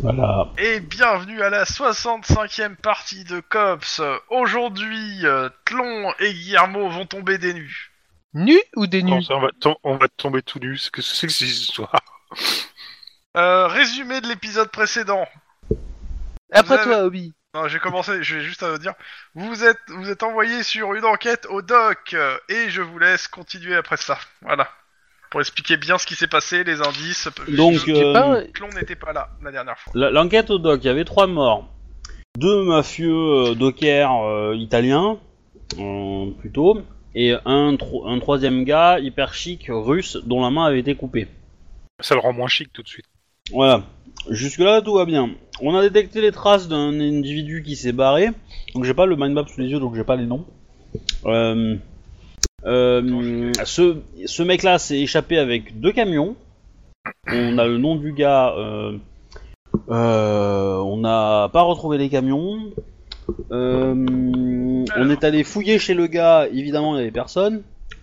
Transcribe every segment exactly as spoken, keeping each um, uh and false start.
Voilà. Et bienvenue à la soixante-cinquième partie de Cops. Aujourd'hui, euh, Tlon et Guillermo vont tomber des nues. Nu ou des Comment nus? ça, on va, tom- on va tomber tout nu. Qu'est-ce que c'est que cette histoire? Euh, résumé de l'épisode précédent. Après Vous toi, avez- Obi. Non, j'ai commencé, je vais juste à vous dire. Vous êtes, vous êtes envoyé sur une enquête au doc, euh, et je vous laisse continuer après ça. Voilà. Pour expliquer bien ce qui s'est passé, les indices. Donc, Je- euh, pas- Tlon n'était pas là la dernière fois. l- l'enquête au doc, il y avait trois morts. Deux mafieux euh, dockers euh, italiens, euh, plutôt, et un, tro- un troisième gars hyper chic russe dont la main avait été coupée. Ça le rend moins chic tout de suite. Voilà. Jusque-là, tout va bien. On a détecté les traces d'un individu qui s'est barré. Donc j'ai pas le mind map sous les yeux, donc j'ai pas les noms. Euh, euh, ce, ce mec-là s'est échappé avec deux camions. On a le nom du gars. Euh, euh, on n'a pas retrouvé les camions. Euh, on est allé fouiller chez le gars. Évidemment, il y avait personne.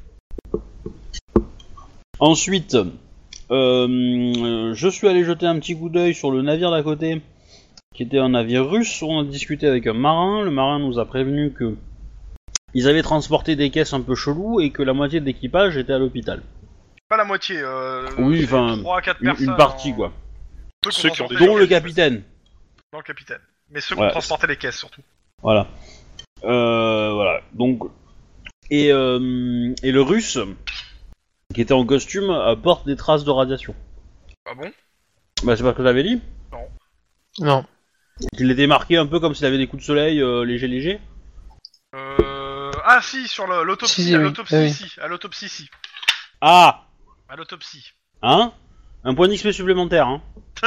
Ensuite. Euh, je suis allé jeter un petit coup d'œil sur le navire d'à côté, qui était un navire russe. On a discuté avec un marin. Le marin nous a prévenu que ils avaient transporté des caisses un peu cheloues et que la moitié de l'équipage était à l'hôpital. Pas la moitié. Euh, Oui, enfin, trois, quatre Une, personnes. une partie en- quoi. Ceux Ceux ont qui ont transporté des- Dont les le caisses, capitaine. Non, le capitaine. Mais ceux qui Ouais. ont transporté les caisses surtout. Voilà. Euh, voilà. Donc et euh, et le russe qui était en costume euh, porte des traces de radiation. Ah bon? Bah c'est pas ce que t'avais dit. Non. Qu'il était marqué un peu comme s'il avait des coups de soleil euh, léger léger. Euh... Ah si, sur le- l'autopsie, Si, si, à oui. l'autopsie, Ah oui. si, à l'autopsie, si, Ah. à l'autopsie. Hein? Un point d'X P supplémentaire, hein?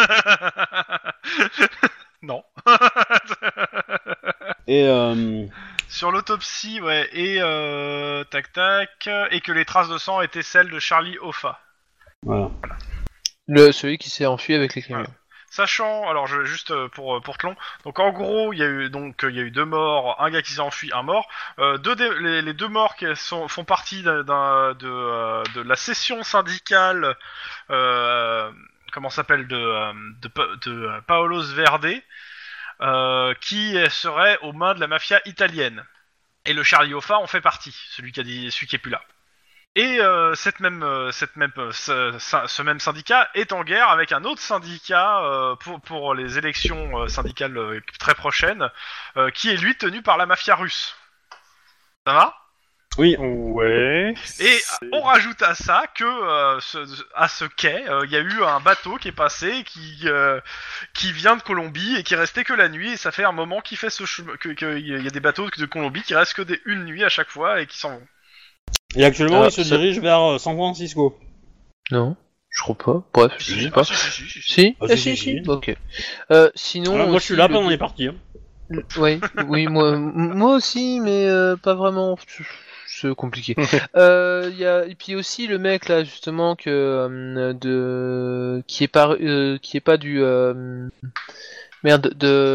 Non. Et euh... Sur l'autopsie, ouais, et euh, tac tac, et que les traces de sang étaient celles de Charlie Hoffa. voilà. Le, celui qui s'est enfui avec les camions. Voilà. Sachant, alors je juste euh, pour pour Tlon, donc en gros il y a eu donc euh, il y a eu deux morts, un gars qui s'est enfui, un mort. Euh, deux dé- les, les deux morts qui sont font partie d'un, d'un- de euh, de la session syndicale, euh, comment ça s'appelle de euh, de, Pa- de euh, Paolo Sverde, euh, qui serait aux mains de la mafia italienne. Et le Charlie Hoffa en fait partie, celui qui a dit celui qui est plus là. Et euh, cette même, euh, cette même, euh, ce, ce, ce même syndicat est en guerre avec un autre syndicat euh, pour, pour les élections euh, syndicales euh, très prochaines, euh, qui est lui tenu par la mafia russe. Ça va? Oui. Ouais. Et c'est- on rajoute à ça que euh, ce, à ce quai, il euh, y a eu un bateau qui est passé, qui euh, qui vient de Colombie et qui restait que la nuit. Et ça fait un moment qu'il fait ce chemin, que qu'il y a des bateaux de Colombie qui restent que des une nuit à chaque fois et qui s'en vont. Et actuellement, Ah, il se ça- dirige vers euh, San Francisco. Non, je crois pas. Bref, je sais pas. Ah, si, si, si, si, si. Si, Ah, ah, si, si, si, si. si. Ok. Euh, sinon. Voilà, moi, je aussi, suis là le- pendant les parties. Hein. Oui, oui, moi, m- moi aussi, mais euh, pas vraiment. C'est compliqué. euh, y a, et puis aussi le mec là justement que euh, de qui est pas euh, qui est pas du euh, merde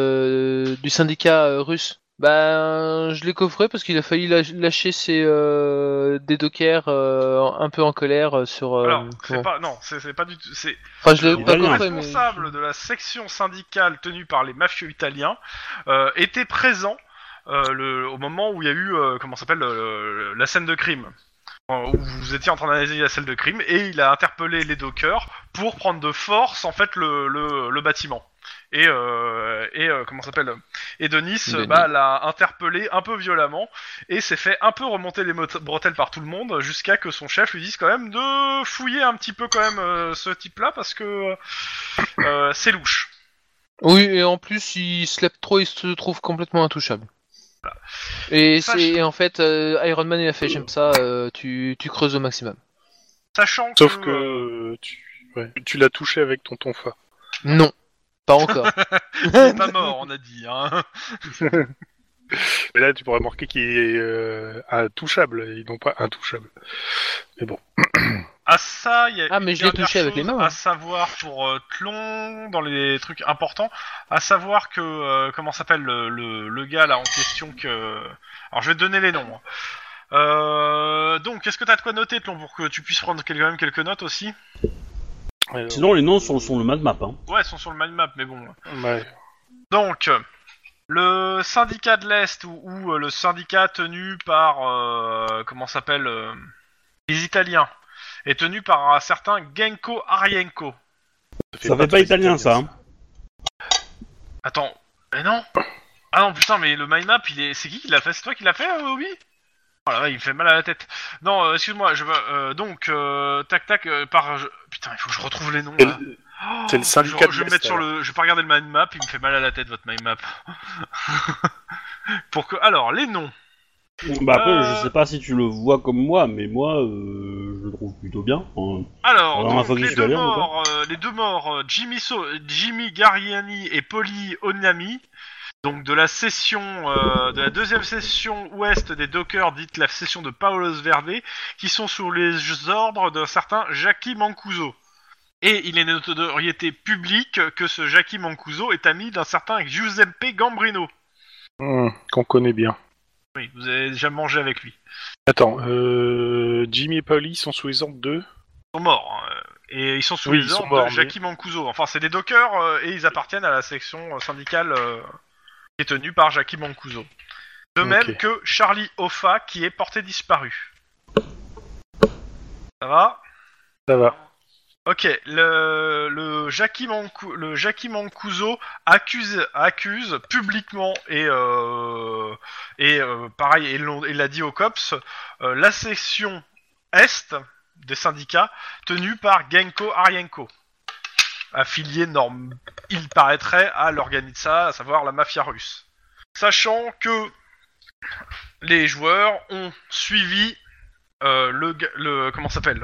de du syndicat euh, russe. Ben je l'ai coffré parce qu'il a failli lâ- lâcher ses euh, des dockers euh, un peu en colère euh, sur. Euh, Alors, c'est comment pas, non, c'est c'est pas du tout, c'est Enfin je l'ai le pas italien. coffré mais. responsable de la section syndicale tenue par les mafieux italiens euh, était présent euh, le, au moment où il y a eu, euh, comment ça s'appelle, le- la scène de crime. Euh, Où vous étiez en train d'analyser la scène de crime et il a interpellé les dockers pour prendre de force en fait le, le, le bâtiment. Et, euh, et euh, comment ça s'appelle Et Denis, Denis. bah, l'a interpellé un peu violemment et s'est fait un peu remonter les mot- bretelles par tout le monde jusqu'à que son chef lui dise quand même de fouiller un petit peu quand même euh, ce type-là parce que euh, c'est louche. Oui, et en plus, il se lève trop, il se trouve complètement intouchable. Et Ça, c'est je- en fait euh, Iron Man il a fait j'aime ça, euh, tu, tu creuses au maximum. Sachant Sauf que, que euh, tu, ouais, tu l'as touché avec ton tonfa. Non, pas encore. il est pas mort, on a dit. Hein. Mais là, tu pourrais marquer qu'il est euh, intouchable et non pas intouchable. Mais bon. À ça, il y a Ah, mais une je l'ai dernière touché avec chose les mains, hein. à savoir pour euh, Tlon, dans les trucs importants, à savoir que, euh, comment s'appelle le, le, le gars là en question que... Alors je vais te donner les noms. hein. Euh, donc, est-ce que t'as de quoi noter, Tlon, pour que tu puisses prendre quel- quand même quelques notes aussi? Alors, Sinon, les noms sont sur le map. Hein. Ouais, ils sont sur le mind map, mais bon. ouais. Donc, le syndicat de l'Est, ou, ou, euh, le syndicat tenu par, euh, comment ça s'appelle, euh, les Italiens, est tenu par un certain Genko Arienko. Ça fait pas italien, ça. Hein. Attends, mais non. Ah non, putain, mais le mind map, il est, c'est qui qui l'a fait? C'est toi qui l'a fait, euh, Obi? Oh là là, il me fait mal à la tête. Non, euh, excuse-moi, je veux, euh, donc, euh, tac tac, euh, par, je... putain, il faut que je retrouve les noms. C'est Là. le, Oh, c'est le syndicat je, de je vais l'Est, mettre sur alors. le, je vais pas regarder le mind map, il me fait mal à la tête votre mind map. Pour que, alors, les noms. Bah après, Euh. je sais pas si tu le vois comme moi, mais moi, euh, je le trouve plutôt bien. Hein. Alors, Alors, donc, faut que les, je deux sois bien, morts, euh, les deux morts, euh, Jimmy, so Jimmy Gariani et Polly Onami, donc de la session, euh, de la deuxième session ouest des Dockers, dite la session de Paolos Verde, qui sont sous les ordres d'un certain Jackie Mancuso. Et il est de notoriété publique que ce Jackie Mancuso est ami d'un certain Giuseppe Gambrino. Mmh, qu'on connaît bien. Oui, vous avez déjà mangé avec lui. Attends, euh, Jimmy et Polly sont sous les ordres de... Ils sont morts. Hein, et ils sont sous Oui, les ils sont ordres morts, de Jackie Mancuso. Enfin, c'est des dockers euh, et ils appartiennent à la section syndicale euh, qui est tenue par Jackie Mancuso. De même Ok. que Charlie Hoffa qui est porté disparu. Ça va? Ça va. Ok, le, le, Jackie Mancu, le Jackie Mancuso accuse, accuse publiquement et, euh, et euh, pareil, il l'ont- il l'a dit aux cops, euh, la section Est des syndicats tenue par Genko Arienko, affilié, norme, il paraîtrait, à l'Organitsa, à savoir la mafia russe. Sachant que les joueurs ont suivi euh, le, le... comment ça s'appelle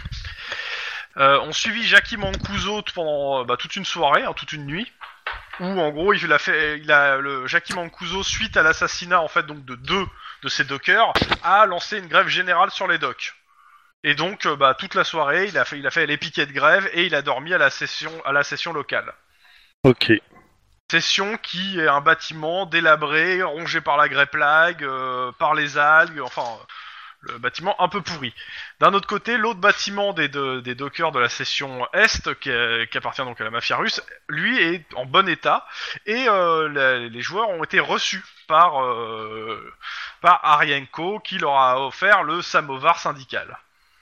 Euh, on suivi Jackie Mancuso pendant bah, toute une soirée, hein, toute une nuit, où en gros il a fait, il a le Jackie Mancuso suite à l'assassinat en fait donc de deux de ses dockers a lancé une grève générale sur les docks. Et donc euh, bah toute la soirée il a fait, il a fait les piquets de grève et il a dormi à la session à la session locale. Ok. Session qui est un bâtiment délabré, rongé par la grey plague, euh, par les algues, enfin. Le bâtiment un peu pourri. D'un autre côté, l'autre bâtiment des, de, des dockers de la section Est, qui, est, qui appartient donc à la mafia russe, lui est en bon état, et euh, la, les joueurs ont été reçus par, euh, par Arienko, qui leur a offert le samovar syndical.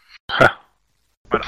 Voilà.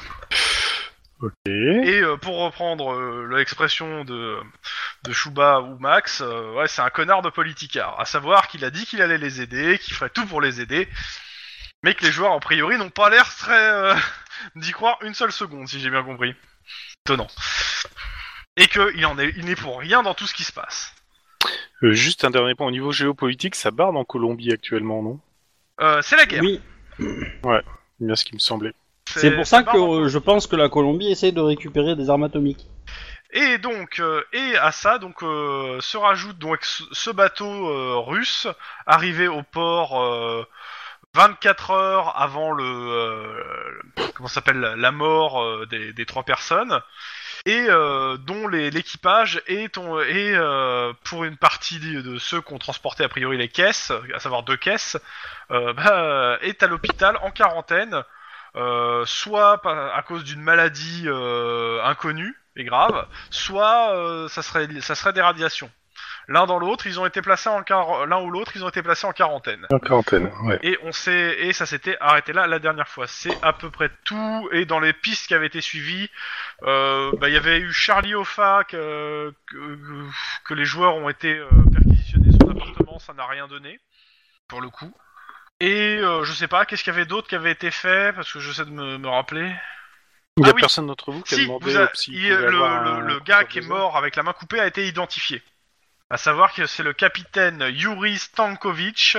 Ok. Et euh, pour reprendre euh, l'expression de, de Chouba ou Max, euh, ouais, c'est un connard de politicard. À savoir qu'il a dit qu'il allait les aider, qu'il ferait tout pour les aider, mais que les joueurs, a priori, n'ont pas l'air très euh, d'y croire une seule seconde, si j'ai bien compris. Étonnant. Et qu'il en est, il n'est pour rien dans tout ce qui se passe. Euh, juste un dernier point, au niveau géopolitique, ça barde en Colombie actuellement, non? Euh, c'est la guerre. Oui, C'est bien ce qui me semblait. c'est pour ça part que en- euh, je pense que la Colombie essaye de récupérer des armes atomiques. Et donc, euh, et à ça, donc, euh, se rajoute donc ce, ce bateau euh, russe arrivé au port euh, vingt-quatre heures avant le, euh, comment ça s'appelle, la mort euh, des, des trois personnes, et euh, dont les, l'équipage est, on, est euh, pour une partie de, de ceux qui ont transporté a priori les caisses, à savoir deux caisses, euh, bah, est à l'hôpital en quarantaine, euh, soit à cause d'une maladie euh, inconnue et grave, soit euh, ça serait ça serait des radiations. L'un dans l'autre, ils ont été placés en quar... l'un ou l'autre, ils ont été placés en quarantaine. En quarantaine, ouais. Et on s'est et ça s'était arrêté là la dernière fois. C'est à peu près tout. Et dans les pistes qui avaient été suivies, euh, bah il y avait eu Charlie Hoffa que, que que les joueurs ont été euh, perquisitionnés son appartement, ça n'a rien donné pour le coup. Et euh, je sais pas, qu'est-ce qu'il y avait d'autre qui avait été fait parce que j'essaie de me, me rappeler. Il y a Ah oui. personne d'entre vous qui a Si, demandé vous a- s'il il- pouvait le, avoir le, un le gars qui est contre-besoin. mort avec la main coupée a été identifié. À savoir que c'est le capitaine Yuri Stankovic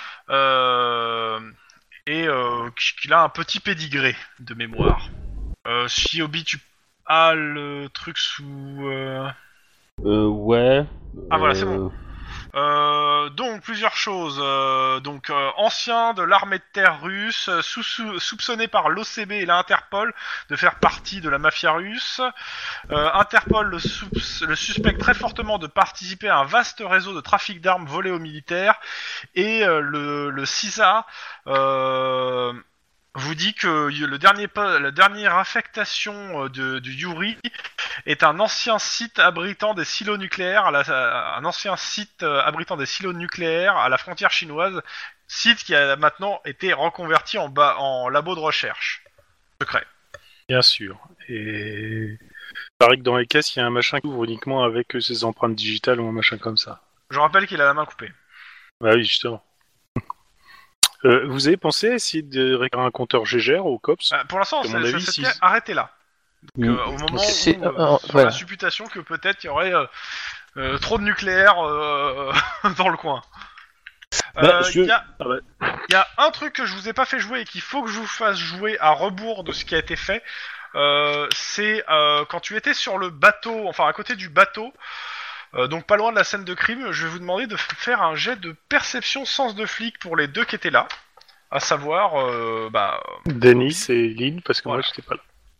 euh, et euh, qu'il a un petit pédigré de mémoire. Euh, si Obi, tu as le truc sous... Euh... Euh, ouais. Ah, voilà, c'est euh, bon. Euh, donc plusieurs choses. Euh, donc euh, ancien de l'armée de terre russe, sous, sous, soupçonné par l'O C B et l'Interpol de faire partie de la mafia russe. Euh, Interpol le, sous- le suspecte très fortement de participer à un vaste réseau de trafic d'armes volées aux militaires. Et euh, le, le C I S A euh, vous dit que le dernier po- la dernière affectation de, du Yuri est un ancien site abritant des silos nucléaires, à la, un ancien site abritant des silos nucléaires à la frontière chinoise, site qui a maintenant été reconverti en, ba- en labo de recherche secret. Bien sûr. Et il paraît que dans les caisses, il y a un machin qui ouvre uniquement avec ses empreintes digitales ou un machin comme ça. Je rappelle qu'il a la main coupée. Bah oui, justement. Euh, vous avez pensé à essayer de récupérer un compteur G G R au COPS? Euh, pour l'instant, À mon c'est- avis, ça si- s'était arrêté là. Donc, Mm. euh, au moment C'est- où, euh, euh, sur voilà. la supputation que peut-être il y aurait euh, euh, trop de nucléaire euh, dans le coin. Bah, Euh, je- Il y, a- Ah bah. il y a un truc que je vous ai pas fait jouer et qu'il faut que je vous fasse jouer à rebours de ce qui a été fait. Euh, c'est euh, quand tu étais sur le bateau, enfin à côté du bateau, euh, donc pas loin de la scène de crime, je vais vous demander de faire un jet de perception sens de flic pour les deux qui étaient là. À savoir, euh, bah, Denis et Lynn, parce que Voilà. moi, j'étais pas là.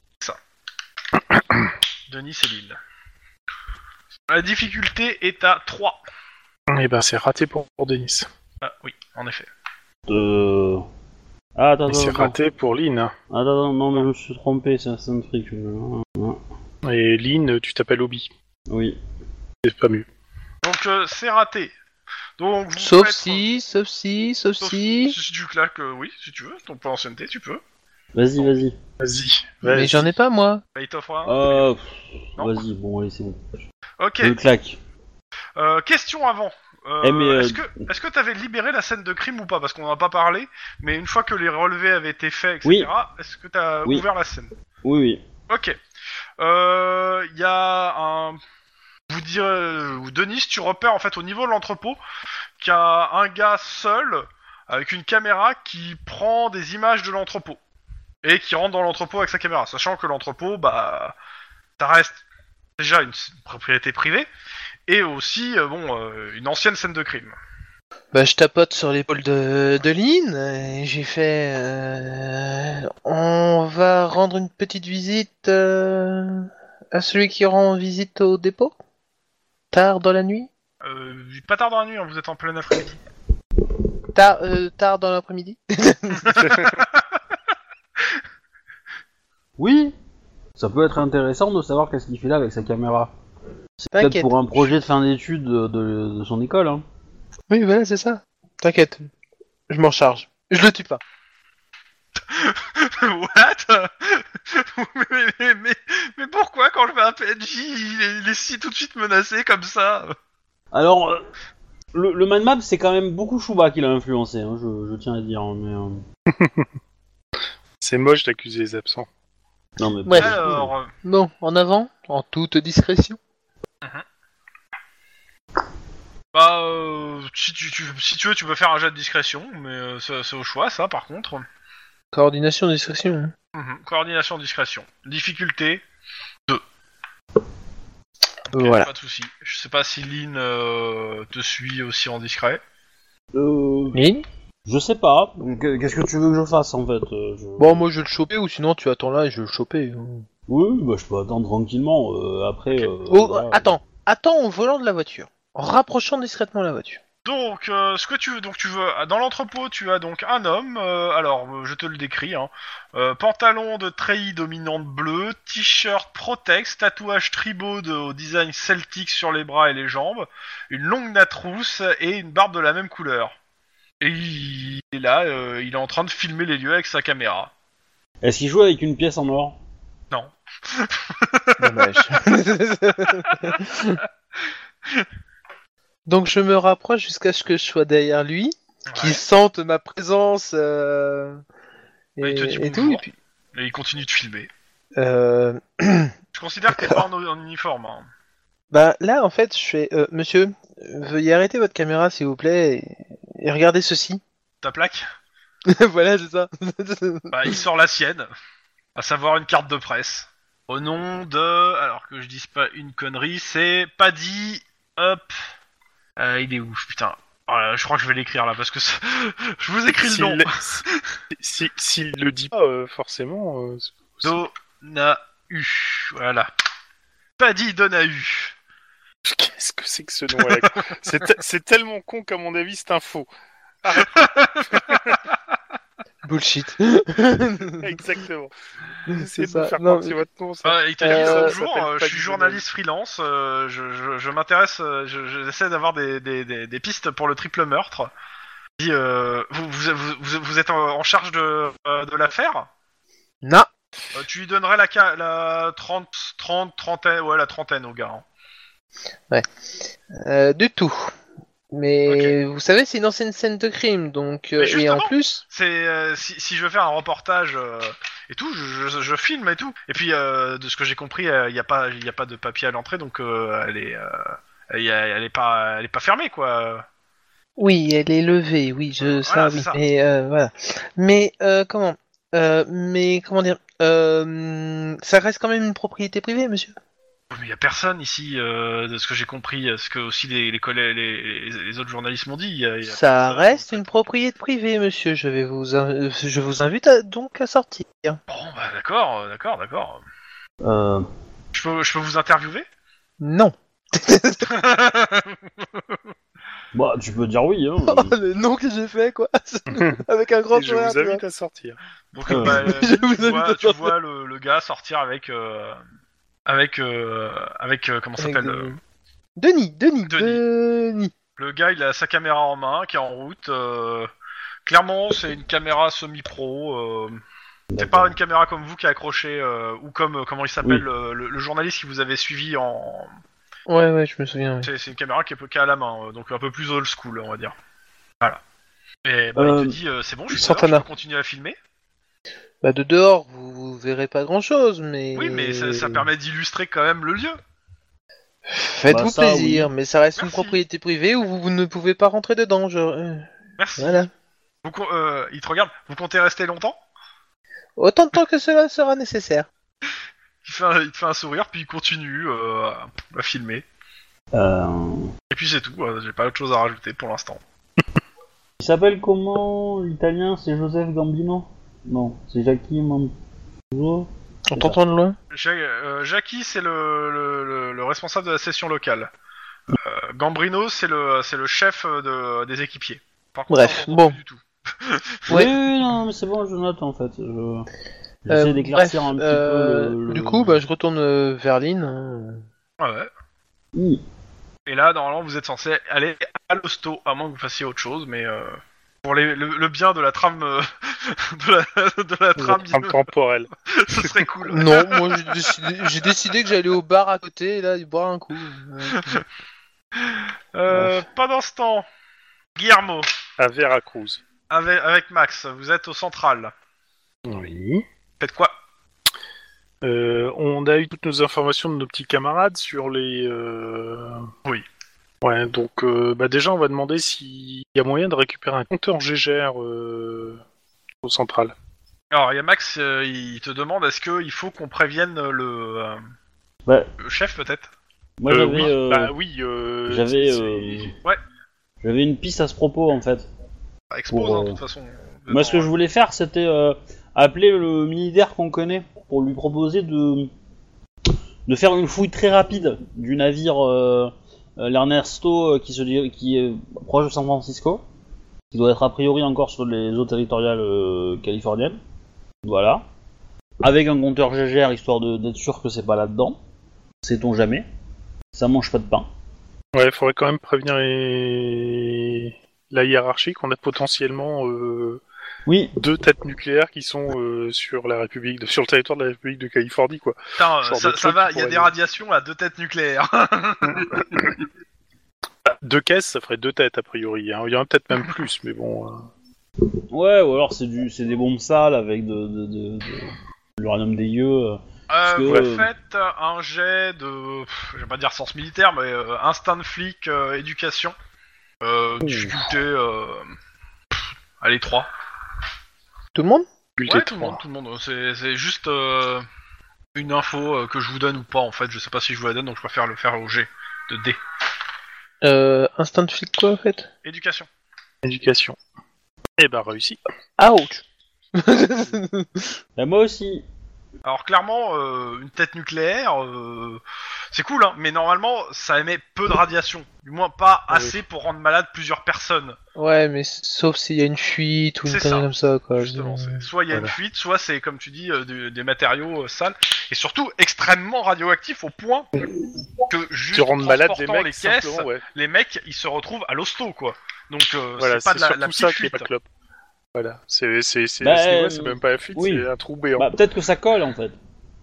Denis et Lille. La difficulté est à trois. Eh ben, c'est raté pour, pour Denis. Ah, oui, en effet. Euh... Ah, attends, Et attends, c'est attends. raté pour Lynn. hein. Attends, attends, non, mais je me suis trompé, c'est un fric. je- Et Lynn, tu t'appelles Obi. Oui. C'est pas mieux. Donc, euh, c'est raté. Donc, vous Sauf faites- si, sauf si, sauf Sauf si. si tu claques, euh, oui, si tu veux. Ton point d'ancienneté, tu peux. Vas-y, vas-y. Vas-y. Mais vas-y. j'en ai pas moi. Bah, il t'offre un. Euh... Non. Vas-y, bon, allez, c'est bon. Ok. Je le claque. Euh, question avant. Euh, Eh, mais, euh, Est-ce que est-ce que t'avais libéré la scène de crime ou pas? Parce qu'on en a pas parlé, mais une fois que les relevés avaient été faits, et cetera, est-ce que t'as Oui. ouvert la scène? Oui, oui. Ok. Euh, Il y a un... Vous direz... ou Denis, tu repères en fait au niveau de l'entrepôt qu'il y a un gars seul avec une caméra qui prend des images de l'entrepôt et qui rentre dans l'entrepôt avec sa caméra, sachant que l'entrepôt, bah, ça reste déjà une propriété privée et aussi, euh, bon, euh, une ancienne scène de crime. Bah, je tapote sur l'épaule de, de Lynn et j'ai fait. euh, On va rendre une petite visite euh, à celui qui rend visite au dépôt. Tard dans la nuit. Euh, pas tard dans la nuit, hein, vous êtes en plein après-midi. Tard, euh, tard dans l'après-midi. Oui. Ça peut être intéressant de savoir qu'est-ce qu'il fait là avec sa caméra. C'est peut-être T'inquiète. pour un projet de fin d'études de, de, de son école, hein. Oui, voilà, c'est ça. T'inquiète. Je m'en charge. Je le tue pas. What? mais, mais, mais, mais pourquoi quand je fais un P N J, il est, il est si tout de suite menacé comme ça? Alors, euh, le, le mind map, c'est quand même beaucoup Chouba qui l'a influencé, hein, je, je tiens à dire. hein, Mais, euh, C'est moche d'accuser les absents. Non, mais Ouais. Alors, euh, Bon, en avant, en toute discrétion. bah, euh, si, tu, tu, si tu veux, tu peux faire un jet de discrétion, mais euh, c'est, c'est au choix, ça, par contre. Coordination, discrétion. hein. Mhm. Coordination, discrétion. Difficulté, ok, Voilà. pas de souci. Je sais pas si Lynn euh, te suit aussi en discret. euh, Lynn. je sais pas. Que- Qu'est-ce que tu veux que je fasse en fait euh, je... Bon, moi je vais le choper ou sinon tu attends là et je vais le choper. Oui, bah je peux attendre tranquillement. euh, après. euh, Oh, voilà. attends, attends au volant de la voiture, en rapprochant discrètement la voiture. Donc, euh, ce que tu veux, donc tu veux, dans l'entrepôt, tu as donc un homme. euh, alors, euh, je te le décris. Hein, euh, pantalon de treillis dominante bleu, t-shirt Protex, tatouage tribaux de, au design celtique sur les bras et les jambes, une longue natte rousse et une barbe de la même couleur. Et il est là, euh, il est en train de filmer les lieux avec sa caméra. Est-ce qu'il joue avec une pièce en or? Non. Dommage. Donc je me rapproche jusqu'à ce que je sois derrière lui, qu'il Ouais. sente ma présence euh, et, Ouais, il te dit et tout. bonjour. Et puis, Et il continue de filmer. euh, Je considère que t'es pas D'accord. en, en uniforme. Hein. bah là en fait je fais, euh, monsieur, veuillez arrêter votre caméra s'il vous plaît et, et regardez ceci. Ta plaque? Voilà c'est ça. Bah, il sort la sienne, à savoir une carte de presse. Au nom de... Alors que je dise pas une connerie, c'est Paddy... Hop... Euh, il est où, putain? Euh, je crois que je vais l'écrire là, parce que ça- je vous écris le S'il nom. l'a- si- S'il le dit pas, euh, forcément... euh, c'est- Donahue, voilà. Paddy Donahue. Qu'est-ce que c'est que ce nom à la con c'est, te- c'est tellement con qu'à mon avis c'est un faux. Bullshit. Exactement. C'est Essayez de me ça. faire Non, croire que c'est votre nom, ça. Euh, il te dit Euh, bonjour, ça s'appelle euh, pas je suis du journaliste freelance, euh, je, je, je m'intéresse, euh, je- je- j'essaie d'avoir des, des, des, des pistes pour le triple meurtre. Il dit, euh, vous, vous, vous, vous- vous êtes en, en charge de, euh, de l'affaire. Non. Euh, tu lui donnerais la, ca- la trente, trente, trentaine, ouais la trentaine au gars. Hein. Euh, du tout. Mais vous savez, c'est une ancienne scène de crime, donc euh, Mais et justement, en plus, C'est euh, si, si je veux faire un reportage euh, et tout, je, je, je filme et tout. Et puis euh, de ce que j'ai compris, il n'y a pas, il y a pas de papier à l'entrée, donc euh, elle est, euh, elle, y a- elle est pas, elle est pas fermée quoi. oui, elle est levée, oui, je Voilà, ça, c'est oui. ça. Mais euh, voilà. Mais euh, comment euh, Mais comment dire euh, Ça reste quand même une propriété privée, monsieur. Mais il y a personne ici, euh, de ce que j'ai compris, ce que aussi les les, collègues, les, les, les autres journalistes m'ont dit. y a- y a Ça personne. reste une propriété privée, monsieur. Je vais vous, in- je vous invite à- donc à sortir. Bon, bah d'accord, euh, d'accord, d'accord. Euh, Je peux, je peux vous interviewer? Non. bah, tu peux dire oui, hein. Oh, le nom que j'ai fait, quoi. Avec un grand Et je sourire. vous tu vois. invite à sortir. Donc Euh, bah, je tu, vous invite vois, à tu sortir. vois le, le gars sortir avec, euh, avec, euh, avec euh, comment ça Avec s'appelle des- euh, Denis, Denis, Denis. Denis. Le gars, il a sa caméra en main, qui est en route. euh, Clairement, c'est une caméra semi-pro. euh, C'est pas une caméra comme vous qui est accrochée, euh, ou comme, euh, comment il s'appelle, Oui. euh, le, le journaliste qui vous avait suivi en... Ouais, ouais, je me souviens. ouais. C'est c'est une caméra qui est, qui est à la main, euh, donc un peu plus old school, on va dire. Voilà. Et bah, Euh, il te dit, euh, c'est bon, je suis Santana. dehors, je peux continuer à filmer. Bah de dehors, vous, vous verrez pas grand-chose, mais. Oui, mais ça, ça permet d'illustrer quand même le lieu. Faites-vous Bah, ça, plaisir, mais ça reste une Merci. propriété privée où vous, vous ne pouvez pas rentrer dedans. Je... euh, Merci. Voilà. Vous, co- euh, il te regarde, vous comptez rester longtemps? Autant de temps que cela sera nécessaire. il, fait un, il te fait un sourire, puis il continue euh, à, à filmer. Euh, Et puis c'est tout, euh, j'ai pas autre chose à rajouter pour l'instant. il s'appelle comment l'italien? C'est Joseph Gambino? Non, c'est Jackie Manzo. On t'entend de loin. Ja- euh, Jackie, c'est le, le, le, le responsable de la session locale. Euh, Gambrino, c'est le, c'est le chef de, des équipiers. Par contre, Bref, on l'entend bon. plus du tout. Ouais. Oui, oui, non, mais c'est bon, je note en fait. Je... J'essaie Euh, d'éclaircir bref, un petit euh, peu le, le- Du coup, bah, je retourne euh, vers Lynn. hein. Ah ouais. Oui. Et là, normalement, vous êtes censé aller à l'hosto, à moins que vous fassiez autre chose, mais euh, pour les, le, le bien de la trame, euh, de la, de la trame, Intemporel. ce serait cool. Non, moi j'ai décidé, j'ai décidé que j'allais au bar à côté et là, y boire un coup. Ouais. Euh, pendant ce temps, Guillermo, À Veracruz. avec, avec Max, vous êtes au central. Oui. Faites quoi? Euh, on a eu toutes nos informations de nos petits camarades sur les... euh, Oui. Ouais, donc euh, bah déjà on va demander s'il y a moyen de récupérer un compteur G G R euh, au central. Alors, il y a Max, euh, il te demande est-ce qu'il faut qu'on prévienne le, euh, Bah, le chef, peut-être? moi Euh, j'avais, oui, euh, bah oui. euh, j'avais, c'est- euh, Ouais. j'avais une piste à ce propos en fait. Bah, expose, Pour, hein, euh, de toute façon. Moi, ce que je voulais faire, c'était euh, appeler le militaire qu'on connaît pour lui proposer de de faire une fouille très rapide du navire euh, euh, l'Ernesto euh, qui se dir- qui est proche de San Francisco, qui doit être a priori encore sur les eaux territoriales euh, californiennes. Voilà. Avec un compteur G G R histoire de, d'être sûr que c'est pas là-dedans. Sait-on jamais. Ça mange pas de pain. Ouais, il faudrait quand même prévenir les... la hiérarchie qu'on a potentiellement euh, Oui. deux têtes nucléaires qui sont euh, sur la République, de... sur le territoire de la République de Californie, quoi. Putain, genre ça, de ça truc va, qui il y a pourrait des aller. radiations à deux têtes nucléaires. Deux caisses, ça ferait deux têtes a priori. Hein. Il y en a peut-être même plus, mais bon. euh, Ouais, ou alors c'est du, c'est des bombes sales avec de, de, de, de, de l'uranium des yeux. Euh, que, vous euh, faites un jet de, pff, je vais pas dire sens militaire, mais euh, instinct de flic, euh, éducation, euh, difficulté, euh, pff, allez trois. Tout le monde? Bulletin Ouais, tout le monde, tout le monde. C'est, c'est juste euh, une info euh, que je vous donne ou pas en fait. Je sais pas si je vous la donne, donc je préfère le faire au jet de D. Euh, instinct de flic quoi en fait? Éducation. Éducation. Eh ben réussi. Ouch. Bah, moi aussi. Alors clairement, euh, une tête nucléaire, euh, c'est cool, hein, mais normalement, ça émet peu de radiation. Du moins pas Ah oui. assez pour rendre malade plusieurs personnes. Ouais, mais s- sauf s'il y a une fuite ou une C'est connerie ça, comme ça, quoi. Justement, Je- c'est- soit il y a une Voilà. fuite, soit c'est, comme tu dis, euh, du- des matériaux euh, sales, et surtout extrêmement radioactifs au point que juste Tu rends malade des transportant mecs les caisses, simplement, ouais. les mecs, ils se retrouvent à l'hosto, quoi. Donc euh, Voilà, c'est pas c'est de la, surtout la petite ça qui est fuite. pas clope. Voilà, c'est c'est c'est Bah, à ce niveau-là, euh, c'est même pas la fuite, oui. c'est un trou béant. Bah, peut-être que ça colle en fait.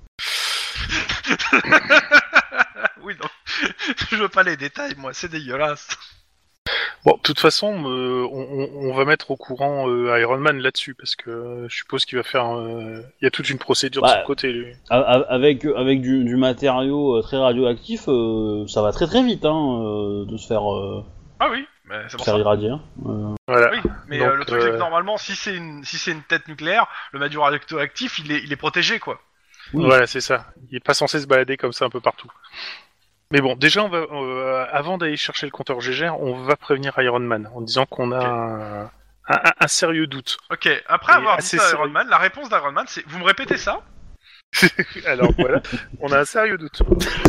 Oui, non, je veux pas les détails, moi, c'est dégueulasse. Bon, de toute façon, euh, on, on- on va mettre au courant euh, Iron Man là-dessus, parce que euh, je suppose qu'il va faire... euh, Il y a toute une procédure de Bah, son côté, lui. A- a- Avec, avec du, du matériau euh, très radioactif, euh, ça va très très vite hein, euh, de se faire, euh, Ah oui, mais c'est se pour faire ça. irradier. hein. Euh, Voilà. Oui, mais Donc, euh, le truc c'est euh, que normalement, si c'est une, si c'est une tête nucléaire, le matériau radioactif, il est, il est protégé, quoi. Oui. Voilà, c'est ça. Il est pas censé se balader comme ça un peu partout. Mais bon, déjà, on va, euh, avant d'aller chercher le compteur G G R, on va prévenir Iron Man en disant qu'on a Ok. un, un- un sérieux doute. Ok, après Et avoir dit assez ça à sérieux. Iron Man, la réponse d'Iron Man, c'est, vous me répétez ça? Alors voilà, on a un sérieux doute.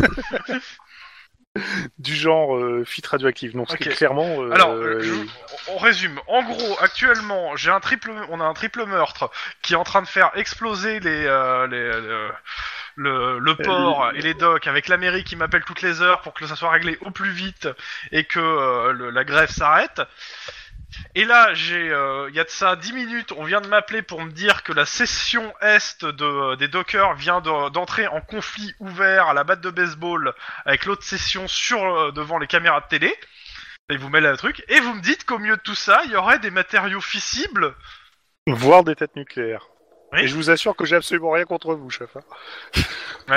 Du genre euh, fuite radioactive. Donc, Ok. c'est clairement. euh, Alors, euh, je- on résume. En gros, actuellement, j'ai un triple, on a un triple meurtre qui est en train de faire exploser les, euh, les, euh, le, le port et les docks avec la mairie qui m'appelle toutes les heures pour que ça soit réglé au plus vite et que euh, le- la grève s'arrête. Et là, j'ai, euh, il y a de ça dix minutes, on vient de m'appeler pour me dire que la section est de, des dockers vient de- d'entrer en conflit ouvert à la batte de baseball avec l'autre section sur euh, devant les caméras de télé. Et vous mêlez un truc, et vous me dites qu'au milieu de tout ça, il y aurait des matériaux fissibles. Voire des têtes nucléaires. Oui. Et je vous assure que j'ai absolument rien contre vous, chef. hein.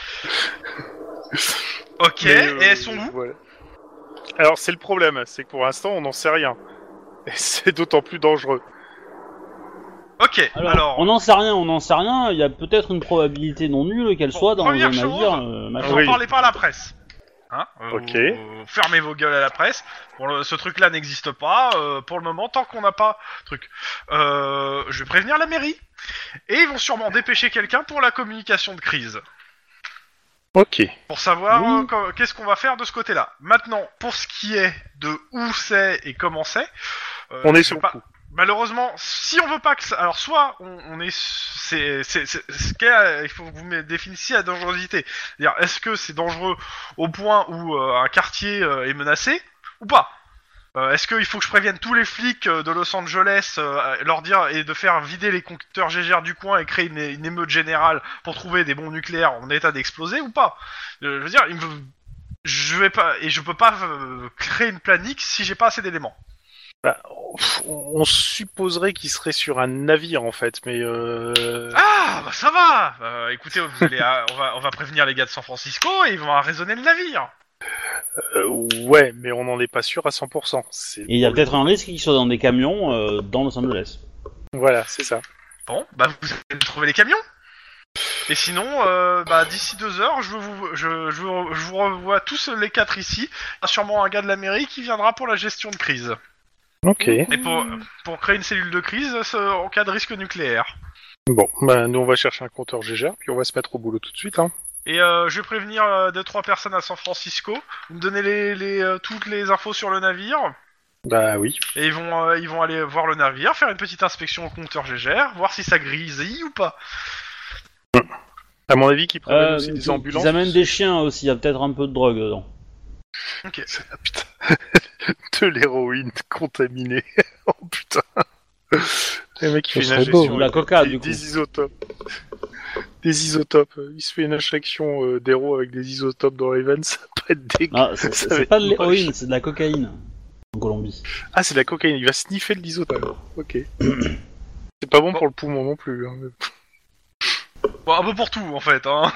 Ok, Mais, euh, et elles sont où? voilà. Alors, c'est le problème, c'est que pour l'instant, on n'en sait rien. Et c'est d'autant plus dangereux. Ok, Alors, alors... on n'en sait rien, on n'en sait rien. Il y a peut-être une probabilité non nulle qu'elle Bon, soit dans un première navire. chose, euh, machin. Vous Oui. n'en parlez pas à la presse. Hein euh, Ok. vous- fermez vos gueules à la presse. Bon, le- ce truc-là n'existe pas euh, pour le moment, tant qu'on n'a pas truc. Euh, je vais prévenir la mairie. Et ils vont sûrement dépêcher quelqu'un pour la communication de crise. Ok. Pour savoir Oui. euh, co- qu'est-ce qu'on va faire de ce côté-là. Maintenant, pour ce qui est de où c'est et comment c'est... euh, On est je sur vais le pas- coup. Malheureusement, si on veut pas que ça... Alors, soit on, on est... C'est... c'est, c'est, c'est qu'est- il faut que vous me définissiez la dangerosité. C'est-à-dire, est-ce que c'est dangereux au point où euh, un quartier euh, est menacé ou pas? Euh, Est-ce qu'il faut que je prévienne tous les flics euh, de Los Angeles, euh, leur dire et de faire vider les compteurs G G R du coin et créer une, une émeute générale pour trouver des bombes nucléaires en état d'exploser ou pas? Euh, Je veux dire, il me... je vais pas et je peux pas euh, créer une panique si j'ai pas assez d'éléments. Bah, on, on supposerait qu'il serait sur un navire, en fait, mais... Euh... Ah, bah ça va. Euh, écoutez, vous allez, à- on va, on va prévenir les gars de San Francisco et ils vont arraisonner le navire. euh, ouais, mais on n'en est pas sûr à cent pour cent. C'est... Et il y a peut-être un risque qu'ils soient dans des camions euh, dans Los Angeles. Voilà, c'est ça. Bon, bah vous allez trouver les camions. Et sinon, euh, bah d'ici deux heures, je vous, je, je, vous- je vous revois tous les quatre ici. Il y a sûrement un gars de la mairie qui viendra pour la gestion de crise. Ok. Et pour, pour créer une cellule de crise ce- en cas de risque nucléaire. Bon, bah, nous, on va chercher un compteur G G R, puis on va se mettre au boulot tout de suite, hein. Et euh, je vais prévenir euh, deux trois personnes à San Francisco. Vous me donnez les, les, euh, toutes les infos sur le navire. Bah oui. Et ils vont, euh, ils vont aller voir le navire, faire une petite inspection au compteur G G R, voir si ça grésille ou pas. À mon avis, qu'ils prennent Euh, aussi des qu'ils- ambulances. Ils amènent des chiens aussi, il y a peut-être un peu de drogue dedans. Ok. Ah, putain. De l'héroïne contaminée. Oh putain. Le mec qui Ce fait une serait beau. injection. De la avec coca, des, du coup. Des isotopes. Des isotopes. Il se fait une injection euh, d'héros avec des isotopes dans les veines, ça va pas être dégueu. Ah, c'est Ça c'est va pas être de l'héroïne, moche. c'est de la cocaïne. En Colombie. Ah, c'est de la cocaïne. Il va sniffer de l'isotope. Ok. C'est pas bon Bon. pour le poumon non plus. Hein. Bon, un peu pour tout en fait. Hein.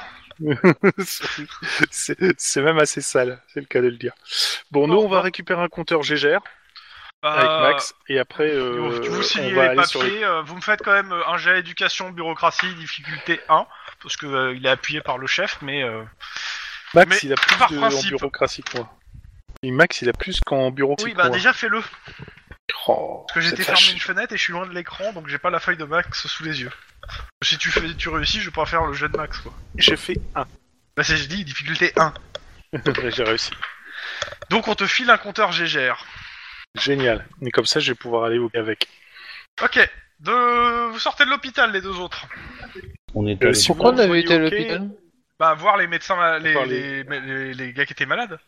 c'est c'est même assez sale, c'est le cas de le dire. Bon, nous, Bon, on va bon. récupérer un compteur G G R avec Euh, Max, et après, euh, vous vous on signez va les aller sur papiers, les... euh, vous me faites quand même euh, un jet éducation, bureaucratie, difficulté un, parce que euh, il est appuyé par le chef, mais... Euh... Max, mais il a plus par de, en principe- bureaucratie que moi. Et Max, il a plus qu'en bureaucratie Oui, que bah moi. déjà fais-le. Oh, Parce que j'ai cette été fermer vache. une fenêtre et je suis loin de l'écran, donc j'ai pas la feuille de Max sous les yeux. Si tu fais, tu réussis, je pourrais faire le jet de Max, quoi. J'ai fait un. Bah c'est, je dis, difficulté un. J'ai réussi. Donc on te file un compteur G G R. Génial. Et comme ça, je vais pouvoir aller au avec. Ok, de... vous sortez de l'hôpital, les deux autres. On est Euh, à si Pourquoi on vous avait été à voyez, ok. l'hôpital? Bah, voir les médecins, ma- les, Voir les... les- Les, les gars qui étaient malades.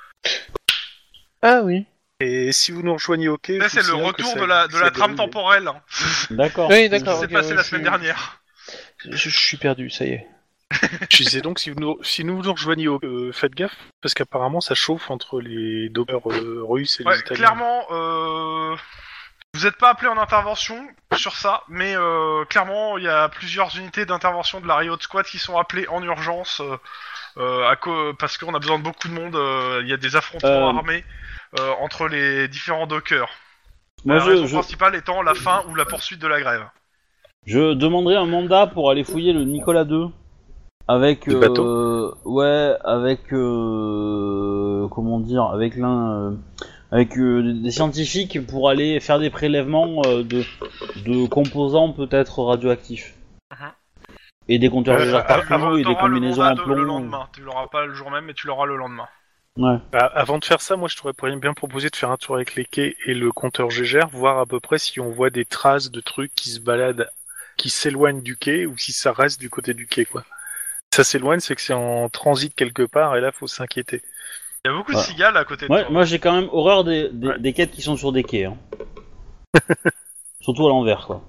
Ah oui. Et si vous nous rejoignez, ok. je Là, vous c'est le signale que retour ça- de la, de ça la trame déroule. temporelle. Hein. D'accord. Oui, Qui d'accord. s'est ok, passé ouais, la je semaine suis- dernière. Je, je suis perdu, ça y est. Je disais donc, si, vous nous, si nous nous rejoignez, euh, faites gaffe, parce qu'apparemment ça chauffe entre les dopeurs euh, russes et Ouais, les Italiens. clairement, euh... vous n'êtes pas appelé en intervention sur ça, mais euh, clairement, il y a plusieurs unités d'intervention de la Riot Squad qui sont appelées en urgence euh, euh, à co- parce qu'on a besoin de beaucoup de monde. euh, Il y a des affrontements Euh. armés euh, entre les différents dockers. Moi, la je, raison je, principale étant la fin ou la poursuite de la grève. je demanderai un mandat pour aller fouiller le Nicolas deux. Avec Le euh, bateau ouais, avec euh, comment dire, avec l'un, euh, avec euh, des scientifiques pour aller faire des prélèvements euh, de de composants peut-être radioactifs Mhm. et des compteurs Euh, G G R ah, partout avant- et des T'auras le combinaisons mandat en de- plomb. le lendemain. Tu l'auras pas le jour même, mais tu l'auras le lendemain. Ouais. Bah, avant de faire ça, moi je t'aurais bien proposé de faire un tour avec les quais et le compteur G G R, voir à peu près si on voit des traces de trucs qui se baladent, qui s'éloignent du quai ou si ça reste du côté du quai, quoi. Si ça s'éloigne, c'est que c'est en transit quelque part et là faut s'inquiéter. Il y a beaucoup de Ouais. cigales à côté de Ouais, toi. moi j'ai quand même horreur des, des, Ouais. des quêtes qui sont sur des quais. Hein. Surtout à l'envers, quoi.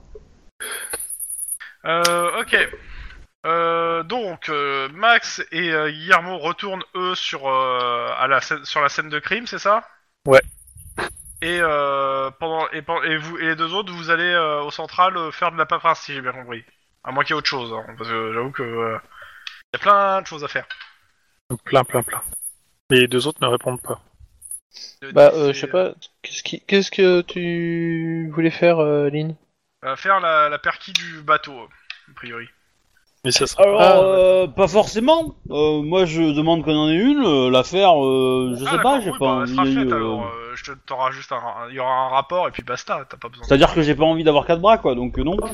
Euh, ok. Euh, donc, euh, Max et euh, Guillermo retournent eux sur euh, à la scène, sur la scène de crime, c'est ça? Ouais. Et euh, pendant et, pen- et vous et les deux autres, vous allez euh, au central euh, faire de la paperasse, si j'ai bien compris. À moins qu'il y ait autre chose, hein, parce que j'avoue que euh, y a plein de choses à faire. Plein, plein, plein. Et les deux autres ne répondent pas. Le Bah, dix, euh, c'est, je sais pas. Qu'est-ce qui... qu'est-ce que tu voulais faire, euh, Lynn? euh, faire la, la perquis du bateau, a priori. Mais ça sera Alors, Ah. euh, pas forcément. Euh, moi, je demande qu'on en ait une. euh, L'affaire, euh, je Ah, sais d'accord, pas, j'ai oui, pas bah, elle envie. sera faite euh, alors. euh, je te t'auras juste un, un- il y aura un rapport et puis basta. T'as pas besoin. C'est-à-dire que j'ai pas envie d'avoir quatre bras, quoi. Donc euh, non.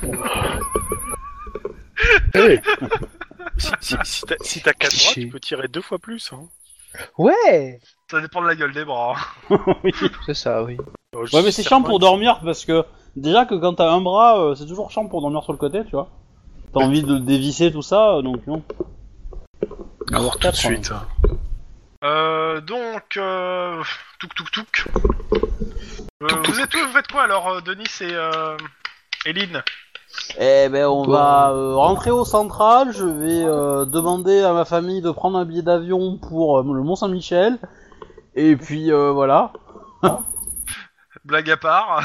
Hey. si si, si t'as si t'as quatre bras, Chier. tu peux tirer deux fois plus. Hein. Ouais! Ça dépend de la gueule des bras. Oui. C'est ça, oui. Alors, je Ouais, mais suis c'est chiant certain pour que- dormir parce que déjà que quand t'as un bras, euh, c'est toujours chiant pour dormir sur le côté, tu vois. T'as envie de le dévisser tout ça, euh, donc non. Oh, Avoir tout de quatre, suite. hein. Euh, donc, euh, touk touk touk. Euh, vous êtes où, vous faites quoi alors, euh, Denis et euh, et Lynn? Eh ben, on Bon. va euh, rentrer au central. Je vais euh, demander à ma famille de prendre un billet d'avion pour euh, le Mont-Saint-Michel. Et puis euh, voilà. Blague à part.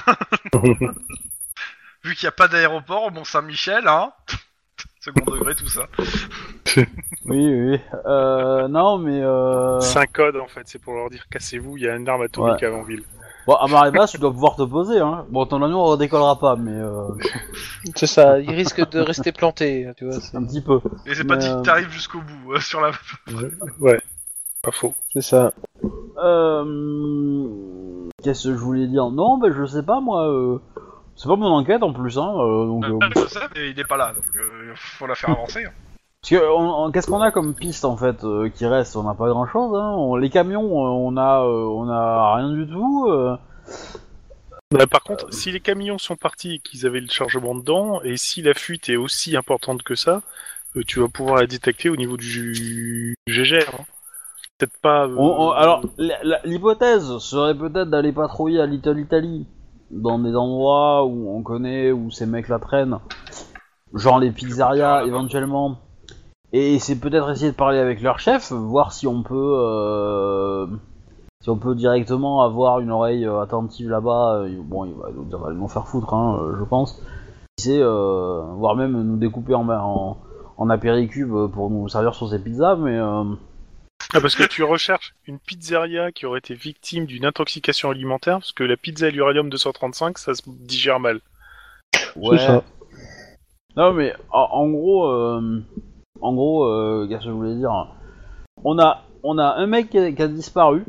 Vu qu'il n'y a pas d'aéroport au Mont-Saint-Michel, hein. Second degré, tout ça. Oui, oui. Euh, non, mais euh... C'est un code en fait, c'est pour leur dire cassez-vous, il y a une arme atomique à Vanville. bon, à marée basse, tu dois pouvoir te poser. Hein. Bon, ton avion redécollera pas, mais euh, C'est ça, il risque de rester planté, tu vois. C'est, un petit peu. Et c'est pas Mais, dit euh, que t'arrives jusqu'au bout euh, sur la. Ouais, pas faux. c'est ça. Euh... Qu'est-ce que je voulais dire? Non, ben je sais pas moi. Euh... C'est pas mon enquête en plus, hein. Euh, donc, euh, Je sais, mais il est pas là, donc euh, faut la faire avancer. Hein. Parce que on- on- qu'est-ce qu'on a comme piste en fait euh, qui reste? On n'a pas grand chose. Hein. On- les camions, euh, on a, euh, on a rien du tout. Euh... Bah, par contre, si les camions sont partis et qu'ils avaient le chargement dedans, et si la fuite est aussi importante que ça, euh, tu vas pouvoir la détecter au niveau du G G R. Hein. Peut-être pas. euh, On- on- alors, la- la- l'hypothèse serait peut-être d'aller patrouiller à Little Italy, dans des endroits où on connaît, où ces mecs-là traînent, genre les pizzerias éventuellement. Et c'est peut-être essayer de parler avec leur chef, voir si on peut, euh, si on peut directement avoir une oreille euh, attentive là-bas. Euh, bon, il va nous dire, va nous faire foutre, hein, euh, je pense. C'est, euh, voire même nous découper en, en, en apéricube pour nous servir sur ces pizzas, mais. Euh, Ah, parce que tu recherches une pizzeria qui aurait été victime d'une intoxication alimentaire, parce que la pizza à l'uranium deux cent trente-cinq, ça se digère mal. Ouais. C'est ça. Non mais en, en gros, euh, en gros, euh, qu'est-ce que je voulais dire? On a, on a un mec qui a, qui a disparu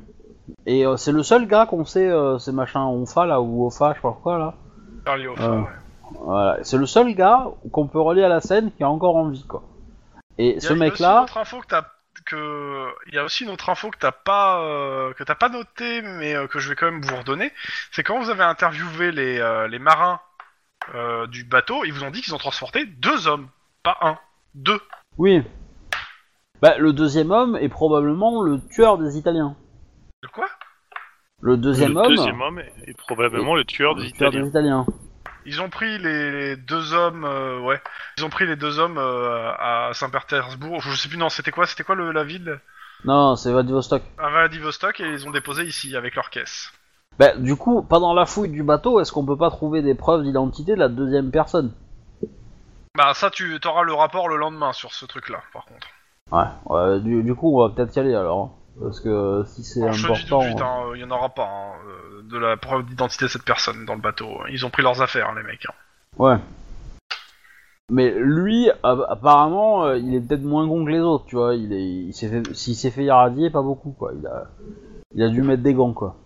Et euh, c'est le seul gars qu'on sait, euh, ces machins Onfa là, ou Ofa, je sais pas quoi là. Charlie Hoff, Euh, ouais. Voilà, c'est le seul gars qu'on peut relier à la scène qui a encore en vie, quoi. Et Il y a- ce il y a aussi mec-là, une autre info que t'as que il y a aussi une autre info que t'as pas euh, que t'as pas noté mais euh, que je vais quand même vous redonner, c'est quand vous avez interviewé les euh, les marins euh, du bateau, ils vous ont dit qu'ils ont transporté deux hommes, pas un, deux. oui. Bah, le deuxième homme est probablement le tueur des Italiens. De quoi? Le deuxième le homme deuxième homme est probablement le tueur le des tueur Italiens. des Italiens. Ils ont pris les, les deux hommes, euh, ouais. Ils ont pris les deux hommes euh, à Saint-Pétersbourg. Je sais plus, non, c'était quoi, c'était quoi le, la ville? Non, c'est Vladivostok. À Vladivostok, et ils les ont déposés ici avec leur caisse. Bah, du coup, pendant la fouille du bateau, est-ce qu'on peut pas trouver des preuves d'identité de la deuxième personne? Bah ça, tu auras le rapport le lendemain sur ce truc-là, par contre. Ouais, ouais du, du coup, on va peut-être y aller alors. Parce que si c'est Alors, je te dis tout important. de suite, hein, il y en aura pas hein, euh, de la preuve d'identité de cette personne dans le bateau. Ils ont pris leurs affaires, hein, les mecs. Hein. Ouais. Mais lui, a- apparemment, euh, il est peut-être moins con que les autres, tu vois. Il est, il s'est fait, s'il s'est fait irradier, pas beaucoup, quoi. Il a, il a dû mettre des gants, quoi.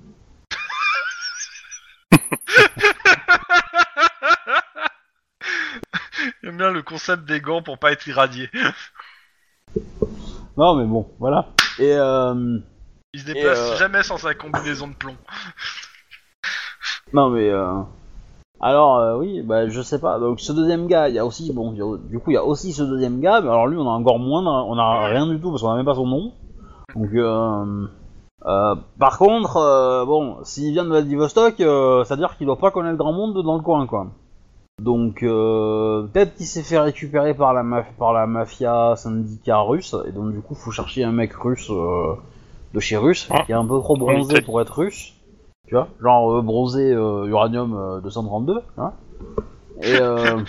J'aime bien le concept des gants pour pas être irradié. Non, mais bon, voilà. Et euh, Il se déplace euh, jamais sans sa combinaison de plomb. non, mais euh, alors, euh, oui, bah, je sais pas. Donc, ce deuxième gars, il y a aussi, bon, il y a- du coup, il y a aussi ce deuxième gars. Mais alors, lui, on a encore moins, on a rien du tout parce qu'on a même pas son nom. Donc, euh, euh, par contre, euh, bon, s'il vient de Vladivostok, euh, ça veut dire qu'il doit pas connaître grand monde dans le coin, quoi. Donc euh, peut-être qu'il s'est fait récupérer par la, maf- par la mafia syndicat russe, et donc du coup faut chercher un mec russe euh, de chez russe, Ah. qui est un peu trop bronzé pour être russe, tu vois, genre euh, bronzé euh, uranium euh, deux cent trente-deux, hein. Et euh,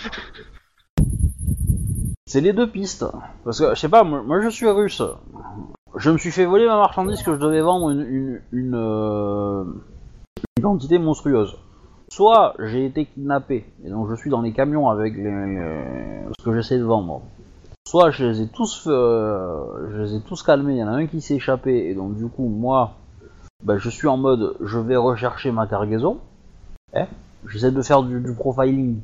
c'est les deux pistes, parce que je sais pas, moi, moi je suis russe, je me suis fait voler ma marchandise que je devais vendre une, une, une, euh, une quantité monstrueuse. Soit j'ai été kidnappé, et donc je suis dans les camions avec les, les- ce que j'essaie de vendre. Soit je les ai tous, euh, je les ai tous calmés, il y en a un qui s'est échappé, et donc du coup, moi, bah, je suis en mode, je vais rechercher ma cargaison. Eh, j'essaie de faire du, du profiling.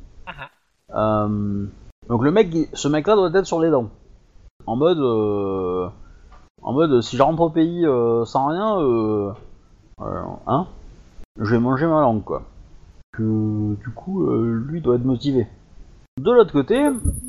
Euh, donc le mec, il- ce mec-là doit être sur les dents. En mode, euh, en mode, si je rentre au pays euh, sans rien, euh, euh, hein, je vais manger ma langue, quoi. Que du coup, euh, lui doit être motivé. De l'autre côté,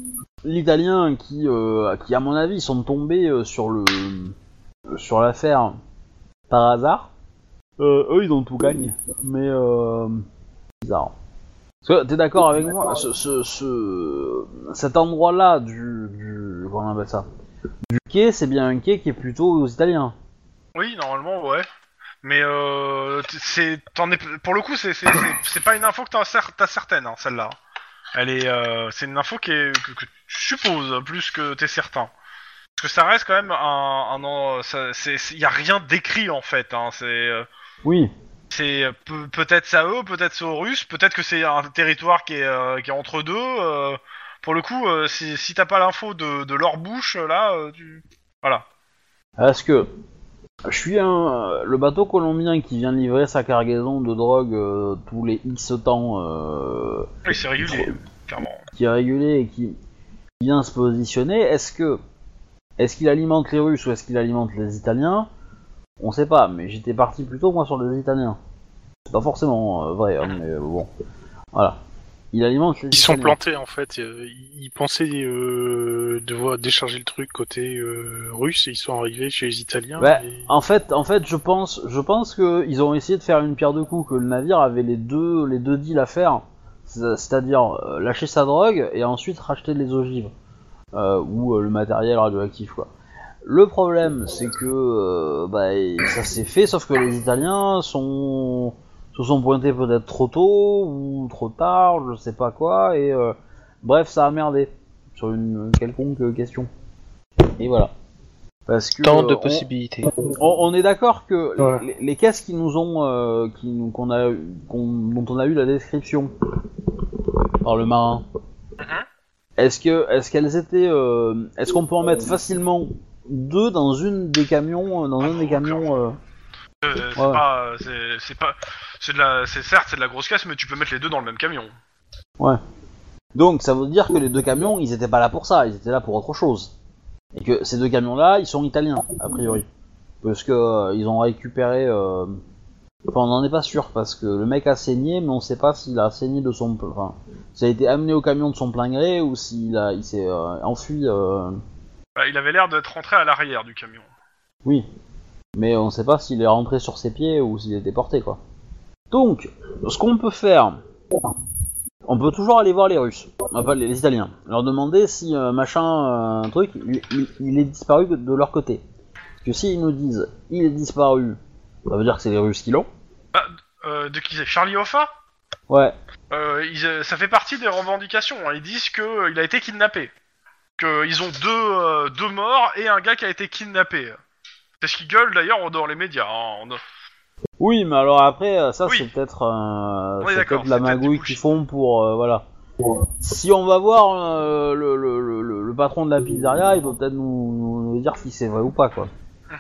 l'Italien qui, euh, qui à mon avis, sont tombés euh, sur le, euh, sur l'affaire par hasard. Euh, eux, ils ont tout gagné, mais euh, bizarre. Parce que t'es d'accord avec moi, ce, ce, ce, cet endroit-là du, du, comment on appelle ça, du quai, c'est bien un quai qui est plutôt aux Italiens. Oui, normalement, ouais. Mais euh, t- c'est, t'en es, pour le coup, c'est, c'est, c'est, c'est pas une info que t'as, cer- t'as certaine, hein, celle-là. Elle est, euh, c'est une info qui est, que, que tu supposes plus que t'es certain. Parce que ça reste quand même un, un, un ça, c'est, il y a rien d'écrit en fait. Hein, c'est, euh, Oui. c'est peu, peut-être c'est à eux, peut-être c'est aux Russes, peut-être que c'est un territoire qui est, euh, qui est entre deux. Euh, pour le coup, euh, si, si t'as pas l'info de, de leur bouche, là, euh, tu, voilà. Parce que je suis un, le bateau colombien qui vient livrer sa cargaison de drogue euh, tous les X temps, euh, Oui, c'est régulier, clairement. qui est régulé et qui vient se positionner. Est-ce que, est-ce qu'il alimente les Russes ou est-ce qu'il alimente les Italiens? On sait pas, mais j'étais parti plutôt moi sur les Italiens. C'est pas forcément euh, vrai, hein, mais euh, bon, voilà. Il alimente les Ils sont Italiens. plantés en fait. euh, Ils pensaient euh, devoir décharger le truc côté euh, russe et ils sont arrivés chez les Italiens. Ouais, et- en fait, en fait, je pense, je pense que ils ont essayé de faire une pierre deux coups, que le navire avait les deux, les deux deals à faire, c'est- c'est-à-dire euh, lâcher sa drogue et ensuite racheter les ogives euh, ou euh, le matériel radioactif, quoi. Le problème, c'est que euh, bah, ça s'est fait, sauf que les Italiens sont se sont pointés peut-être trop tôt ou trop tard, je sais pas quoi, et euh, bref, ça a merdé sur une quelconque question. Et voilà. Parce que Tant de euh, on- possibilités. on, on est d'accord que Ouais. les, les caisses qui nous ont, euh, qui nous, qu'on a, qu'on, dont on a eu la description par le marin, est-ce que, est-ce qu'elles étaient, euh, est-ce qu'on peut en mettre facilement deux dans une des camions, euh, dans Ah un non, des camions euh, Euh, c'est Ouais. pas, c'est, c'est pas, c'est de la, c'est certes c'est de la grosse caisse, mais tu peux mettre les deux dans le même camion. Donc ça veut dire que les deux camions, ils étaient pas là pour ça, ils étaient là pour autre chose. Et que ces deux camions-là, ils sont italiens, a priori. Parce que euh, ils ont récupéré... Euh... Enfin, on n'en est pas sûr, parce que le mec a saigné, mais on sait pas s'il a saigné de son... Enfin, s'il a été amené au camion de son plein gré, ou s'il a... il s'est euh, enfui... Euh... Bah, il avait l'air d'être rentré à l'arrière du camion. Oui. Mais on sait pas s'il est rentré sur ses pieds, ou s'il était porté, quoi. Donc, ce qu'on peut faire... On peut toujours aller voir les Russes, enfin les, les Italiens, leur demander si euh, machin, euh, truc, il, il, il est disparu de leur côté. Parce que s'ils nous disent il est disparu, ça veut dire que c'est les Russes qui l'ont. Bah, euh, de qui c'est Charlie Hoffa Ouais. euh, ils, euh, Ça fait partie des revendications. Hein. Ils disent que euh, il a été kidnappé, que ils ont deux euh, deux morts et un gars qui a été kidnappé. C'est ce qu'ils gueulent d'ailleurs dans les médias. Hein. On... Oui, mais alors après, ça Oui. c'est peut-être euh, On est c'est d'accord, peut-être la c'est peut-être du magouille bullshit. qu'ils font pour euh, voilà. Si on va voir euh, le, le, le, le, le patron de la pizzeria, il peut peut-être nous, nous, nous dire si c'est vrai ou pas quoi.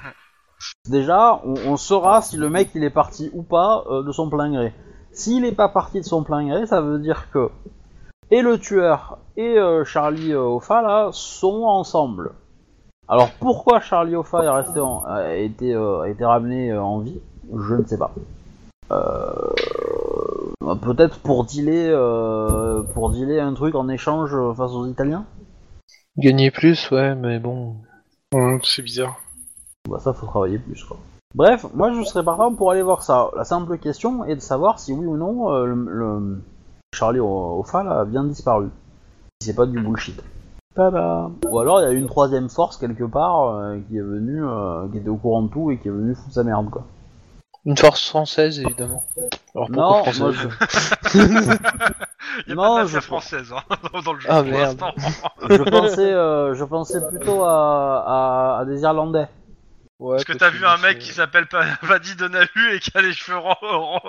Déjà, on, on saura si le mec il est parti ou pas euh, de son plein gré. S'il est pas parti de son plein gré, ça veut dire que et le tueur et euh, Charlie euh, Hoffa là sont ensemble. Alors pourquoi Charlie Hoffa est resté en, a été euh, a été ramené euh, en vie, je ne sais pas. Euh, peut-être pour dealer euh, pour dealer un truc en échange face aux Italiens. Gagner plus, ouais, mais bon. Hum, c'est bizarre. Bah ça faut travailler plus quoi. Bref, moi je serais partant pour aller voir ça. La simple question est de savoir si oui ou non euh, le, le Charlie Hoffa là a bien disparu. Si c'est pas du bullshit. Tada. Ou alors il y a une troisième force quelque part euh, qui est venue, euh, qui était au courant de tout et qui est venue foutre sa merde quoi. Une force française, évidemment. Alors pourquoi Non, française moi je... Il y a Non, pas de mafia je- française hein, dans- dans le jeu Ah, pour merde. l'instant. je pensais, euh, je pensais plutôt à, à, à des Irlandais. Ouais, Parce que t'as vu un possible, mec c'est- qui s'appelle Pa- Paddy Donahue et qui a les cheveux ro- ro-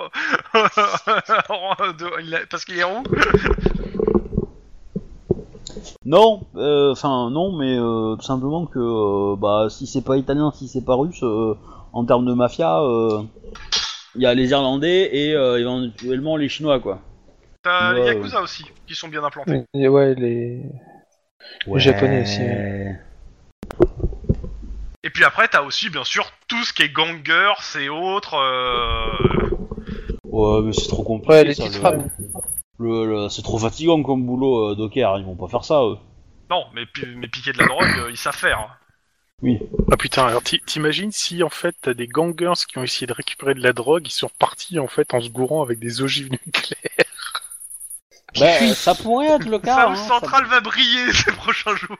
ro- de- il a- parce qu'il est roux. Non, enfin non, mais euh, tout simplement que euh, bah si c'est pas italien, si c'est pas russe, euh, en termes de mafia, il y a les Irlandais et euh, éventuellement les Chinois quoi. T'as les Ouais, Yakuza aussi qui sont bien implantés. Et ouais, les... les Japonais aussi. Ouais. Et puis après t'as aussi bien sûr tout ce qui est gangers et autres. Euh... Ouais, mais c'est trop compliqué. Ouais, les ça, petites le- frappes. le- le- c'est trop fatigant comme boulot, euh, Docker. Ils vont pas faire ça eux. Non, mais, pi- mais piquer de la drogue, euh, ils savent faire. hein. Oui. Ah putain, alors t'i- t'imagines si en fait t'as des gangers qui ont essayé de récupérer de la drogue, ils sont repartis en fait en se gourant avec des ogives nucléaires. Bah, ça pourrait être le cas. South hein, Central va briller ces prochains jours.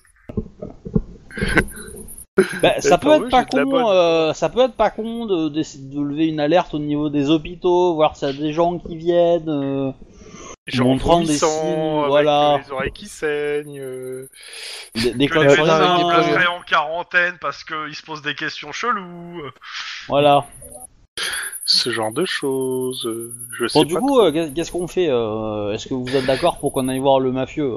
Ça, bah, ça peut Attends, être oui, pas j'ai de la con. bonne. euh, ça peut être pas con de, de, de lever une alerte au niveau des hôpitaux, voir s'il y a des gens qui viennent. Euh... Genre Montrant des vomissant, signes, avec voilà. euh, les oreilles qui saignent. euh. Des, des Que codes les sur médecins les soignants, mains, ils des placeraient en quarantaine parce qu'ils se posent des questions cheloues. voilà. Ce genre de choses. euh, Je Bon, sais du pas. coup, euh, qu'est- qu'est-ce qu'on fait euh, Est-ce que vous êtes d'accord pour qu'on aille voir le mafieux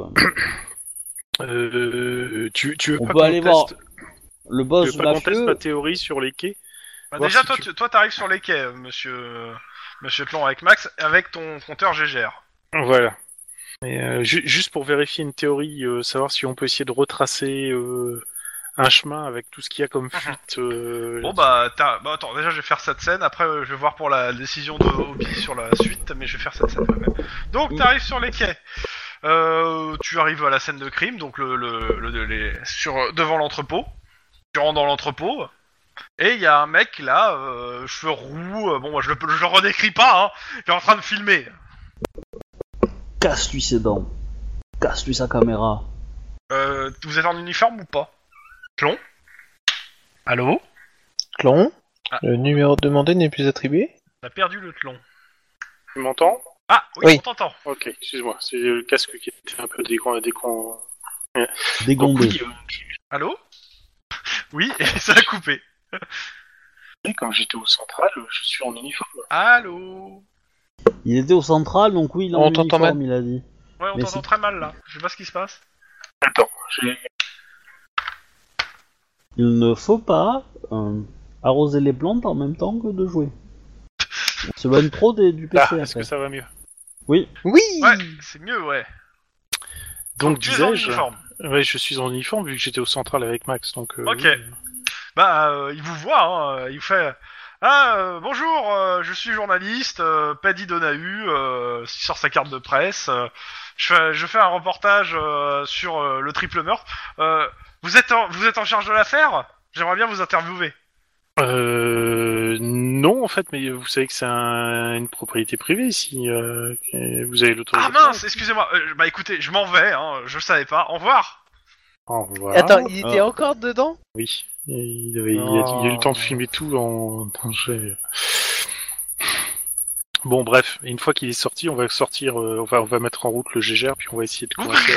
Euh, tu, tu veux On pas peut qu'on aller teste, voir le tu boss veux du pas qu'on teste mafieux. ma théorie sur les quais? Bah, Voir déjà, si toi, tu- tu... toi, t'arrives sur les quais, euh, monsieur, euh, monsieur Tlon avec Max, avec ton compteur G G R. Voilà. Et, euh, ju- juste pour vérifier une théorie, euh, savoir si on peut essayer de retracer euh, un chemin avec tout ce qu'il y a comme fuite. euh, Bon bah, t'as... bah attends, déjà je vais faire cette scène, après euh, je vais voir pour la décision de Hobby sur la suite, mais je vais faire cette scène quand même. Donc t'arrives sur les quais. Euh, tu arrives à la scène de crime, donc le, le, le- les, sur devant l'entrepôt. Tu rentres dans l'entrepôt. Et il y a un mec là, euh, cheveux roux, euh, bon moi je le, je le redécris pas, hein, qui est en train de filmer. Casse-lui ses dents. Casse-lui sa caméra. Euh, vous êtes en uniforme ou pas? Tlon? Allô? Clon, Ah. le numéro demandé n'est plus attribué. T'as perdu le Tlon. Tu m'entends? Ah oui, Oui. on t'entend. Ok, excuse-moi, c'est le casque qui était un peu décon... décon... Donc, Dégondé. oui, euh, Allô? Oui, et ça a coupé. quand j'étais au central, je suis en uniforme. Allô? Il était au central, donc oui, il est en On t'entend uniforme, il a dit. Ouais, on Mais t'entend c'est- très mal là. Je sais pas ce qui se passe. Attends, j'ai... Il ne faut pas... euh, arroser les plantes en même temps que de jouer. C'est bonne pro des, du P C. Ah, après. est-ce que ça va mieux? Oui. Oui. Ouais, c'est mieux, ouais. Donc Tu es en disais-je, uniforme. ouais, je suis en uniforme vu que j'étais au central avec Max, donc. Euh, Ok. oui. Bah, euh, il vous voit, hein, il vous fait ah euh, bonjour, euh, je suis journaliste, euh, Paddy Donahue, euh, sur sa carte de presse. Euh, je fais je fais un reportage euh, sur euh, le triple meurtre. Euh, vous êtes en, vous êtes en charge de l'affaire? J'aimerais bien vous interviewer. Euh, non, en fait, mais vous savez que c'est un, une propriété privée ici. Euh, que vous avez Ah l'autorisation. mince, excusez-moi. Euh, bah écoutez, je m'en vais, hein, je savais pas. Au revoir. Au revoir. Attends, il était Ah. encore dedans? Oui. Et il, avait, il, a, il a eu le temps de filmer tout en. en j'ai- Bon, bref, une fois qu'il est sorti, on va sortir, euh, on va, on va mettre en route le G G R, puis on va essayer de commencer.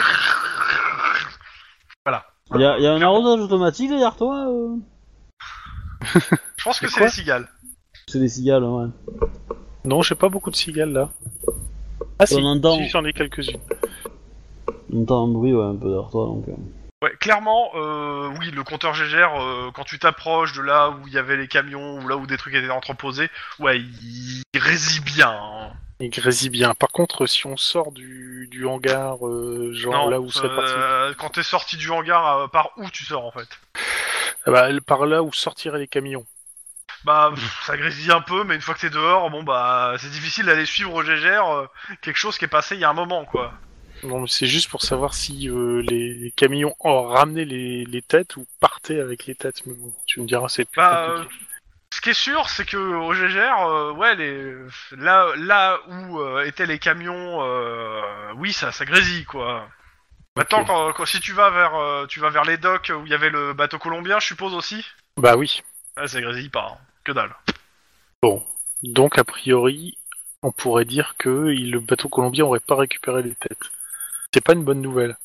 Voilà. Il y a, y a un arrosage automatique derrière toi euh Je pense que C'est c'est quoi les cigales. C'est des cigales, hein, ouais. Non, j'ai pas beaucoup de cigales là. Ah si, On entend. si, j'en ai quelques-unes. On entend un bruit, ouais, un peu derrière toi, donc... Euh... Ouais, clairement, euh, oui, le compteur G G R, euh, quand tu t'approches de là où il y avait les camions, ou là où des trucs étaient entreposés, ouais, il, il résille bien. Hein. Il grésille bien. Par contre, si on sort du, du hangar, euh, genre Non, là où c'est parti, euh, quand t'es sorti du hangar, euh, par où tu sors en fait? ah bah, par là où sortiraient les camions. Bah, pff, ça grésille un peu, mais une fois que t'es dehors, bon bah, c'est difficile d'aller suivre au G G R euh, quelque chose qui est passé il y a un moment, quoi. Non, c'est juste pour savoir si euh, les, les camions ont ramené les, les têtes ou partaient avec les têtes. Mais bon, tu me diras, c'est plus Bah, compliqué. Ce qui est sûr, c'est que au G G R, euh, ouais, les, là, là où euh, étaient les camions, euh, oui, ça, ça grésille, quoi. Maintenant, Ok. quand, quand- si tu vas vers, euh, tu vas vers les docks où il y avait le bateau colombien, je suppose aussi. Bah oui. Ah, ça grésille pas, hein. Que dalle. Bon. Donc, a priori, on pourrait dire que il- le bateau colombien aurait pas récupéré les têtes. C'est pas une bonne nouvelle.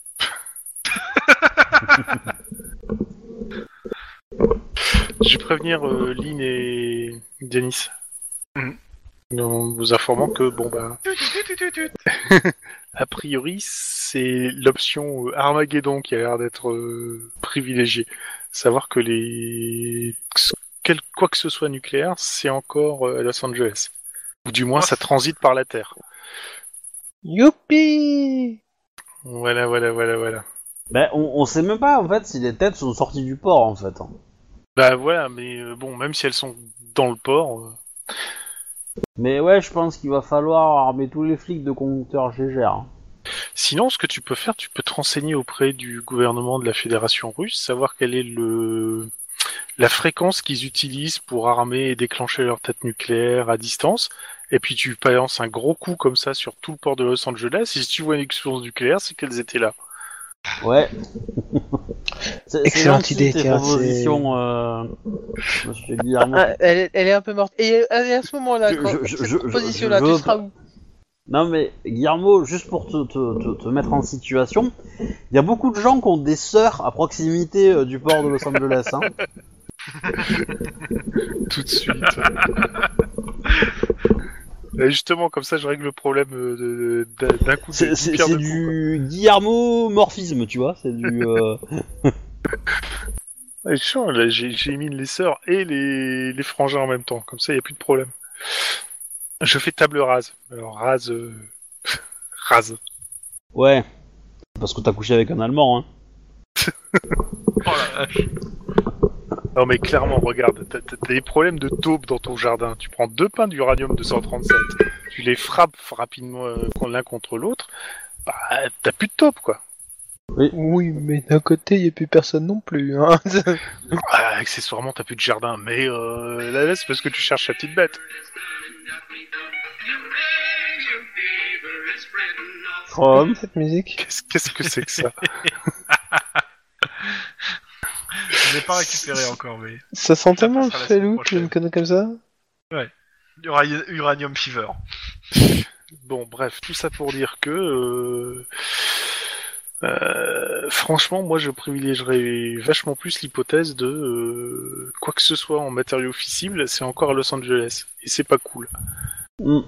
Je vais prévenir euh, Lynn et Denis. Mhm. En vous informant que, bon bah, Tut, tut, tut, tut, tut. a priori, c'est l'option euh, Armageddon qui a l'air d'être euh, privilégiée. Savoir que les... Quel... quoi que ce soit nucléaire, c'est encore euh, à Los Angeles. Ou du moins, Oh, ça c'est- transite par la Terre. Youpi! Voilà, voilà, voilà, voilà. Ben, on, on sait même pas, en fait, si les têtes sont sorties du port, en fait. hein. Bah voilà, mais euh, bon, même si elles sont dans le port... euh, Mais ouais, je pense qu'il va falloir armer tous les flics de compteur G G R. hein. Sinon, ce que tu peux faire, tu peux te renseigner auprès du gouvernement de la Fédération russe, savoir quelle est le la fréquence qu'ils utilisent pour armer et déclencher leur tête nucléaire à distance. Et puis tu balances un gros coup comme ça sur tout le port de Los Angeles, et si tu vois une explosion nucléaire, c'est qu'elles étaient là. Ouais. c'est, Excellente c'est idée, tes tiens, propositions, euh... Monsieur Guillermo. Ah, elle, est- elle est un peu morte. Et à, à ce moment-là, Je- quand je- cette je- proposition-là, je tu veux seras pas- où? Non mais Guillermo, juste pour te, te, te, te mettre en situation, il y a beaucoup de gens qui ont des sœurs à proximité euh, du port de Los Angeles. Hein. Tout de suite. Et justement, comme ça, je règle le problème euh, de- de- d'un coup. C'est, d'une c'est, pierre c'est deux coups, du Guillermo morphisme, tu vois. C'est du. Euh... quoi. Ouais, c'est chiant, là, j'ai, j'ai mis les sœurs et les, les frangins en même temps. Comme ça, il n'y a plus de problème. Je fais table rase. Alors, rase... euh, rase. Ouais. Parce que t'as couché avec un Allemand. Hein. Oh la vache. Non mais clairement, regarde, t'as, t'as des problèmes de taupe dans ton jardin. Tu prends deux pains d'uranium deux cent trente-sept, tu les frappes rapidement euh, l'un contre l'autre, bah t'as plus de taupe quoi. Oui, mais d'un côté, il n'y a plus personne non plus. Hein. Ah, accessoirement, t'as plus de jardin, mais euh, là, là c'est parce que tu cherches la petite bête. From. Cette musique. Qu'est-ce, qu'est-ce que c'est que ça? Je l'ai pas récupéré encore, mais Ça sent tellement le passera la felou, semaine tu prochaine. me connais comme ça. Ura- Uranium Fever. Bon, bref, tout ça pour dire que... Euh... euh, franchement, moi je privilégierais vachement plus l'hypothèse de euh, quoi que ce soit en matériaux fissibles, c'est encore à Los Angeles. Et c'est pas cool. Mm.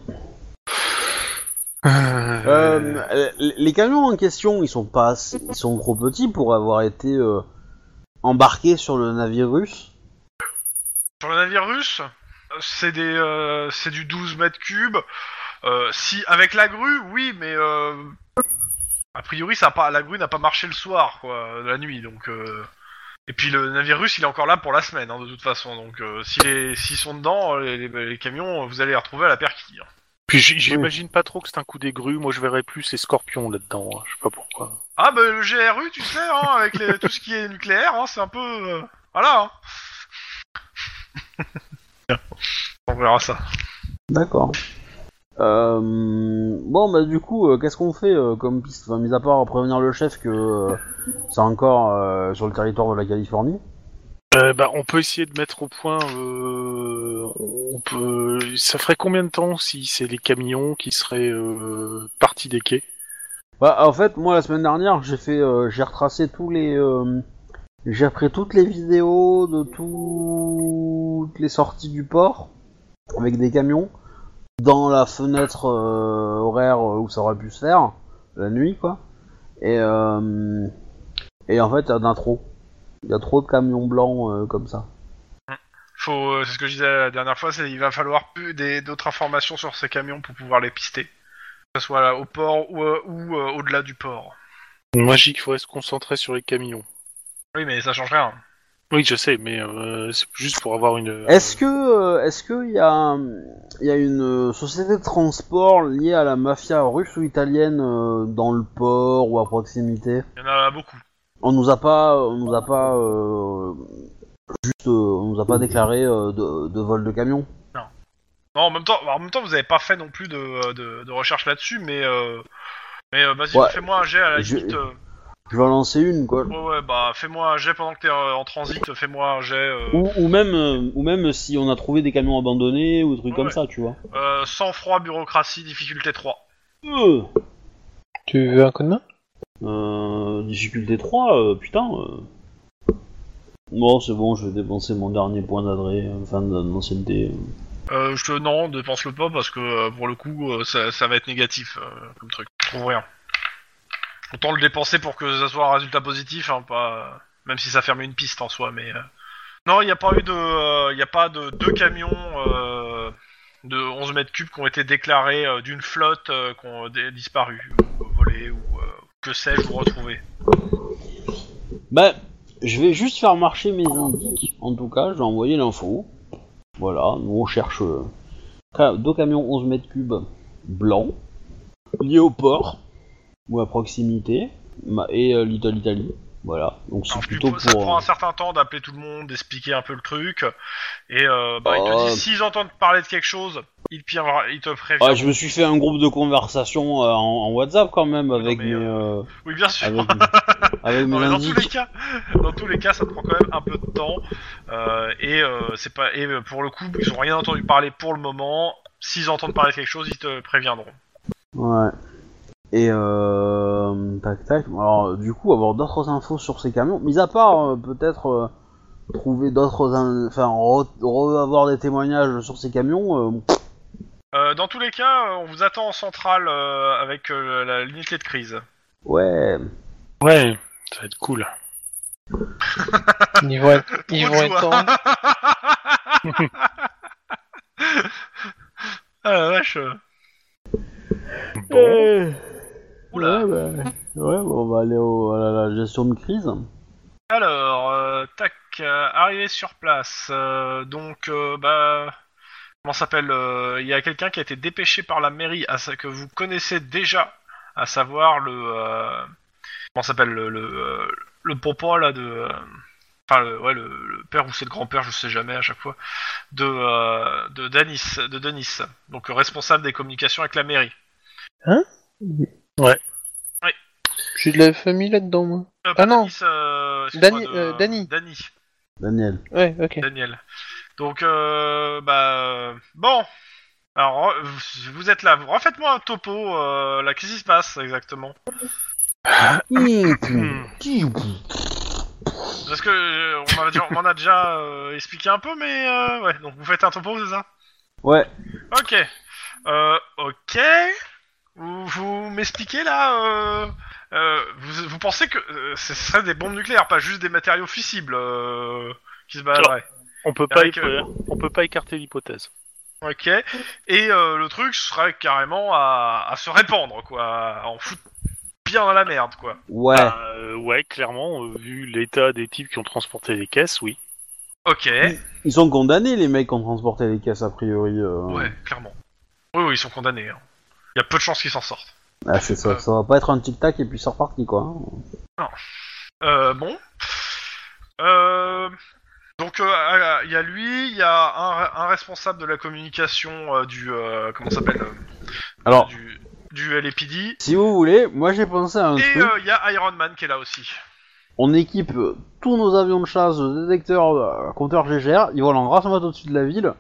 Euh, les- les camions en question, ils sont pas, assez- ils sont trop petits pour avoir été euh, embarqués sur le navire russe. Sur le navire russe, c'est des, euh, c'est du douze mètres cubes. Euh, si avec la grue, oui, mais euh, a priori, ça a pas, la grue n'a pas marché le soir, quoi, la nuit, donc. Euh... Et puis le navire russe, il est encore là pour la semaine, hein, de toute façon. Donc, euh, si les, s'ils sont dedans, les, les, les camions, vous allez les retrouver à la perquis. Hein. Puis j'imagine pas trop que c'est un coup des grues. Moi, je verrais plus les scorpions là-dedans. Hein. Je sais pas pourquoi. Ah bah le G R U, tu sais, hein, avec les, tout ce qui est nucléaire, hein, c'est un peu, euh, voilà. Hein. On verra ça. D'accord. Euh, bon bah du coup, euh, qu'est-ce qu'on fait euh, comme piste, enfin, mis à part prévenir le chef que euh, c'est encore euh, sur le territoire de la Californie. Euh, bah, on peut essayer de mettre au point. Euh, on peut. Ça ferait combien de temps si c'est les camions qui seraient euh, partis des quais? Bah en fait, moi la semaine dernière, j'ai fait, euh, j'ai retracé tous les, euh, j'ai repris toutes les vidéos de toutes les sorties du port avec des camions dans la fenêtre euh, horaire où ça aurait pu se faire la nuit quoi. Et euh, et en fait, il y en a trop. Il y a trop de camions blancs euh, comme ça. Faut, euh, c'est ce que je disais la dernière fois, c'est il va falloir plus des, d'autres informations sur ces camions pour pouvoir les pister, que ce soit là, au port ou, euh, ou euh, au-delà du port. Moi, je dis qu'il faudrait se concentrer sur les camions. Oui, mais ça change rien. Oui, je sais, mais euh, c'est juste pour avoir une. Euh... Est-ce que, euh, est-ce que il y a, il y a une société de transport liée à la mafia russe ou italienne euh, dans le port ou à proximité? Il y en a beaucoup. On nous a pas, on nous a pas, euh, juste, euh, on nous a pas déclaré euh, de, de vol de camion. Non. Non, en même temps, en même temps, vous avez pas fait non plus de, de, de recherche là-dessus, mais euh, mais euh, vas-y, Ouais. fais-moi un jet à la Je- limite. Euh, Je vais en lancer une quoi. ouais, ouais, bah fais-moi un jet pendant que t'es euh, en transit, fais-moi un jet. Euh, Ou, ou même, euh, ou même si on a trouvé des camions abandonnés ou des trucs Ouais. comme ça, tu vois. euh, sang-froid, bureaucratie, difficulté trois. Euh, Tu veux un coup de main? euh, difficulté trois, euh, putain. Euh... Bon, c'est bon, je vais dépenser mon dernier point d'adresse, euh, enfin d'ancienneté. Euh, je te non, dépense-le pas parce que euh, pour le coup, euh, ça, ça va être négatif euh, comme truc. Je trouve rien. Autant le dépenser pour que ça soit un résultat positif, hein, pas même si ça ferme une piste en soi, mais euh... non, il n'y a pas eu de, il euh, y a pas de deux camions euh, de onze mètres cubes qui ont été déclarés euh, d'une flotte euh, qui ont d- disparu, ou volé ou euh, que sais-je ou retrouvé. Bah, je vais juste faire marcher mes indices. En tout cas, je vais envoyer l'info. Voilà, nous on cherche euh, ca- deux camions onze mètres cubes blancs liés au port ou à proximité ma- et euh, Little Italy. Voilà, donc c'est Alors, plutôt tu- ça pour. prend euh, un certain temps d'appeler tout le monde, d'expliquer un peu le truc, et euh, bah, ils te Oh. disent s'ils entendent parler de quelque chose, ils te, ils te préviennent. Ouais, je me suis fait un groupe de conversation euh, en, en WhatsApp quand même avec mais, mes, euh, Oui, bien sûr. avec, avec mes Non, mais dans tous les indices. cas, dans tous les cas, ça te prend quand même un peu de temps, euh, et euh, c'est pas, et euh, pour le coup, ils ont rien entendu parler pour le moment. S'ils entendent parler de quelque chose, ils te préviendront. Ouais. Et euh, tac tac. Alors du coup, avoir d'autres infos sur ces camions, mis à part euh, peut-être euh, trouver d'autres, in- enfin re- re- avoir des témoignages sur ces camions. Euh, Euh, dans tous les cas, euh, on vous attend en centrale euh, avec euh, la l'unité de crise. ouais. Ouais, ça va être cool. Ils vont être, ils Trop vont de être joie. temps. Ah la vache. Bon. Oula. Ouais, bah, ouais, bon, on va aller au, à la, la gestion de crise. Alors, euh, tac, euh, arrivé sur place. euh, donc, euh, bah, comment ça s'appelle euh, Il y a quelqu'un qui a été dépêché par la mairie, à ça que vous connaissez déjà, à savoir le, euh, comment ça s'appelle le, le, euh, le papa là de, euh, enfin, le, ouais, le, le père ou c'est le grand-père, je sais jamais à chaque fois, de, euh, de Denis, de Denis, donc euh, responsable des communications avec la mairie. J'ai de la famille là-dedans, moi. Euh, Ah pas non. Denis, euh, excuse-moi, Dani- de- euh, Dani. Dani. Daniel. Ouais, ok. Daniel. Donc, euh, bah, euh, bon. Alors, re- vous- vous êtes là. Refaites-moi un topo. Euh, là, qu'est-ce qui se passe exactement? Parce que euh, on, m'avait déjà- on m'en a déjà euh, expliqué un peu, mais euh, ouais. Donc, vous faites un topo, c'est ça? Ouais. Ok. Euh, ok. Vous, vous m'expliquez là. Euh, euh, vous, vous pensez que euh, ce serait des bombes nucléaires, pas juste des matériaux fissibles euh, qui se baladeraient? On peut pas, Avec, éc- euh, on peut pas écarter l'hypothèse. Ok. Et euh, le truc serait carrément à, à se répandre, quoi, à en foutre bien dans la merde, quoi. Ouais. Bah, euh, ouais, clairement, euh, vu l'état des types qui ont transporté les caisses, oui. Ok. Ils, ils sont condamnés, les mecs qui ont transporté les caisses, a priori. euh. Ouais, clairement. Oui, oui, ils sont condamnés. Hein. Il y a peu de chances qu'ils s'en sortent. Ah, c'est ça, ça va pas être un tic-tac et puis c'est reparti, quoi. Euh, bon. Euh... Donc, il euh, y a lui, il y a un, un responsable de la communication euh, du... Euh, comment ça s'appelle euh, Alors, du, du L A P D. si vous voulez, moi j'ai pensé à un Et truc. il euh, y a Iron Man qui est là aussi. On équipe euh, tous nos avions de chasse, de détecteurs, euh, compteurs G G R, ils volent en grasse mat au-dessus de la ville.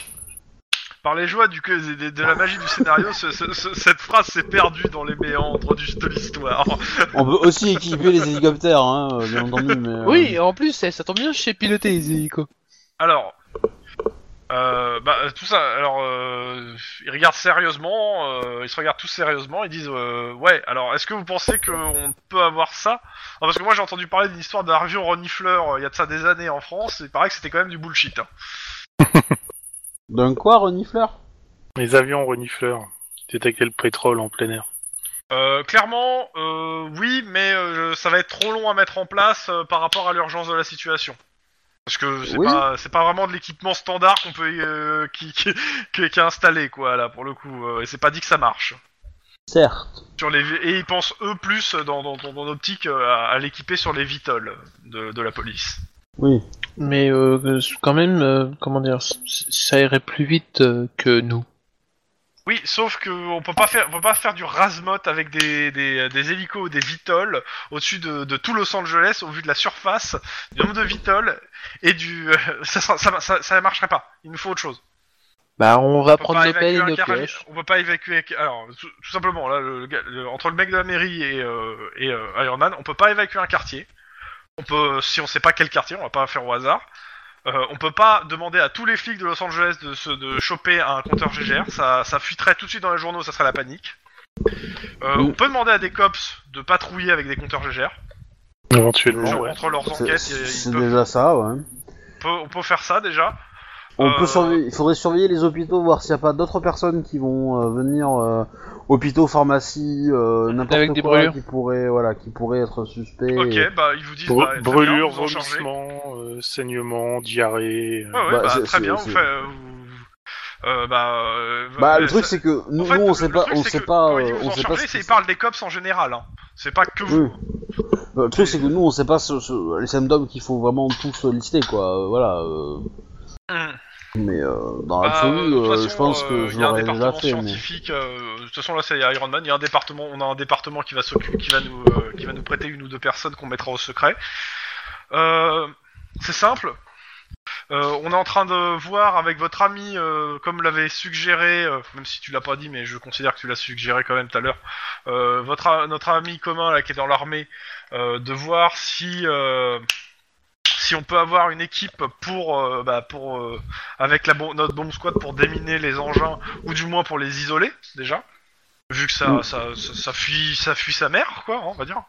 Par les joies du, de, de, de la magie du scénario, ce, ce, ce, cette phrase s'est perdue dans les méandres du, de l'histoire. On peut aussi équiper les hélicoptères, hein, euh, bien entendu, mais... euh, Oui, en plus, ça, ça tombe bien, je sais piloter les hélicos. Alors, euh, bah tout ça. Alors, euh, ils regardent sérieusement. Euh, ils se regardent tous sérieusement. Ils disent, euh, ouais. Alors, est-ce que vous pensez qu'on peut avoir ça? Non, parce que moi, j'ai entendu parler d'une histoire d'un avion renifleur. euh, Il y a de ça des années en France. Et il paraît que c'était quand même du bullshit. Hein. D'un quoi, renifleur? Les avions renifleurs qui détectaient le pétrole en plein air. Euh, clairement, euh, oui, mais euh, ça va être trop long à mettre en place euh, par rapport à l'urgence de la situation. Parce que c'est Oui. pas c'est pas vraiment de l'équipement standard qu'on peut euh, qui, qui, qui, qui est installé quoi là pour le coup euh, et c'est pas dit que ça marche. Certes. Sur les et ils pensent eux plus dans dans dans, dans l'optique euh, à, à l'équiper sur les Vitol de de la police. Oui. Mais euh, quand même, euh, comment dire, c- ça irait plus vite euh, que nous. Oui, sauf que on peut pas faire on peut pas faire du razmot avec des des des hélicos ou des Vitol au-dessus de de tout Los Angeles au vu de la surface, du nombre de Vitol et du euh, ça, sera, ça ça ça marcherait pas. Il nous faut autre chose. Bah, on va On peut prendre pas nos pelles et évacuer nos un carré- pioches. On peut pas évacuer. Alors, tout, tout simplement, là, le, le gars- le- entre le mec de la mairie et, euh, et euh, Iron Man, on peut pas évacuer un quartier. On peut, si on sait pas quel quartier, on va pas faire au hasard. Euh, on peut pas demander à tous les flics de Los Angeles de se de choper un compteur G G R. Ça, ça fuiterait tout de suite dans les journaux, ça serait la panique. Euh, Mm. On peut demander à des cops de patrouiller avec des compteurs G G R. Éventuellement, Genre, ouais. entre leurs C'est enquêtes, c'est- ils c'est peuvent- déjà ça, ouais. on, peut, on peut faire ça déjà. On Euh, peut surveiller, il faudrait surveiller les hôpitaux, voir s'il n'y a pas d'autres personnes qui vont euh, venir, euh, hôpitaux, pharmacies, euh, n'importe Avec des quoi, brûlures. qui pourraient, voilà, qui pourraient être suspects. Ok, et- bah ils vous disent Br- bah, très bien, brûlure, vous en chargez. vomissement, euh, saignement, diarrhée. euh. Ouais, ouais, Bah, bah, c'est- très c'est- bien, c'est- vous faites... euh, vous- euh, bah, euh, Bah, euh, le truc ça- c'est que nous, en fait, nous on le- sait le pas, truc, on c'est sait que pas, quand ils euh, vous on en sait pas. chargez, ce c'est qui- ils parlent des cops en général, hein. C'est pas que vous. Oui. Bah, le truc c'est que nous on sait pas ce- ce- les symptômes qu'il faut vraiment tous lister, quoi. euh, Voilà. euh, Hum. Mais euh, dans Bah, l'absolu, euh, de toute euh, façon, je pense que euh, je il y a un l'aurais déjà département fait. Mais... scientifique. euh, de toute façon, là, c'est Iron Man. Il y a un département. On a un département qui va s'occuper, qui va nous, euh, qui va nous prêter une ou deux personnes qu'on mettra au secret. Euh, c'est simple. Euh, on est en train de voir avec votre ami, euh, comme l'avait suggéré, euh, même si tu l'as pas dit, mais je considère que tu l'as suggéré quand même tout à l'heure. Euh, votre a- notre ami commun là qui est dans l'armée, euh, de voir si euh, si on peut avoir une équipe pour euh, bah, pour euh, avec la bom- notre bomb squad pour déminer les engins ou du moins pour les isoler déjà, vu que ça Mm. ça, ça ça fuit ça fuit sa mère quoi, hein, on va dire.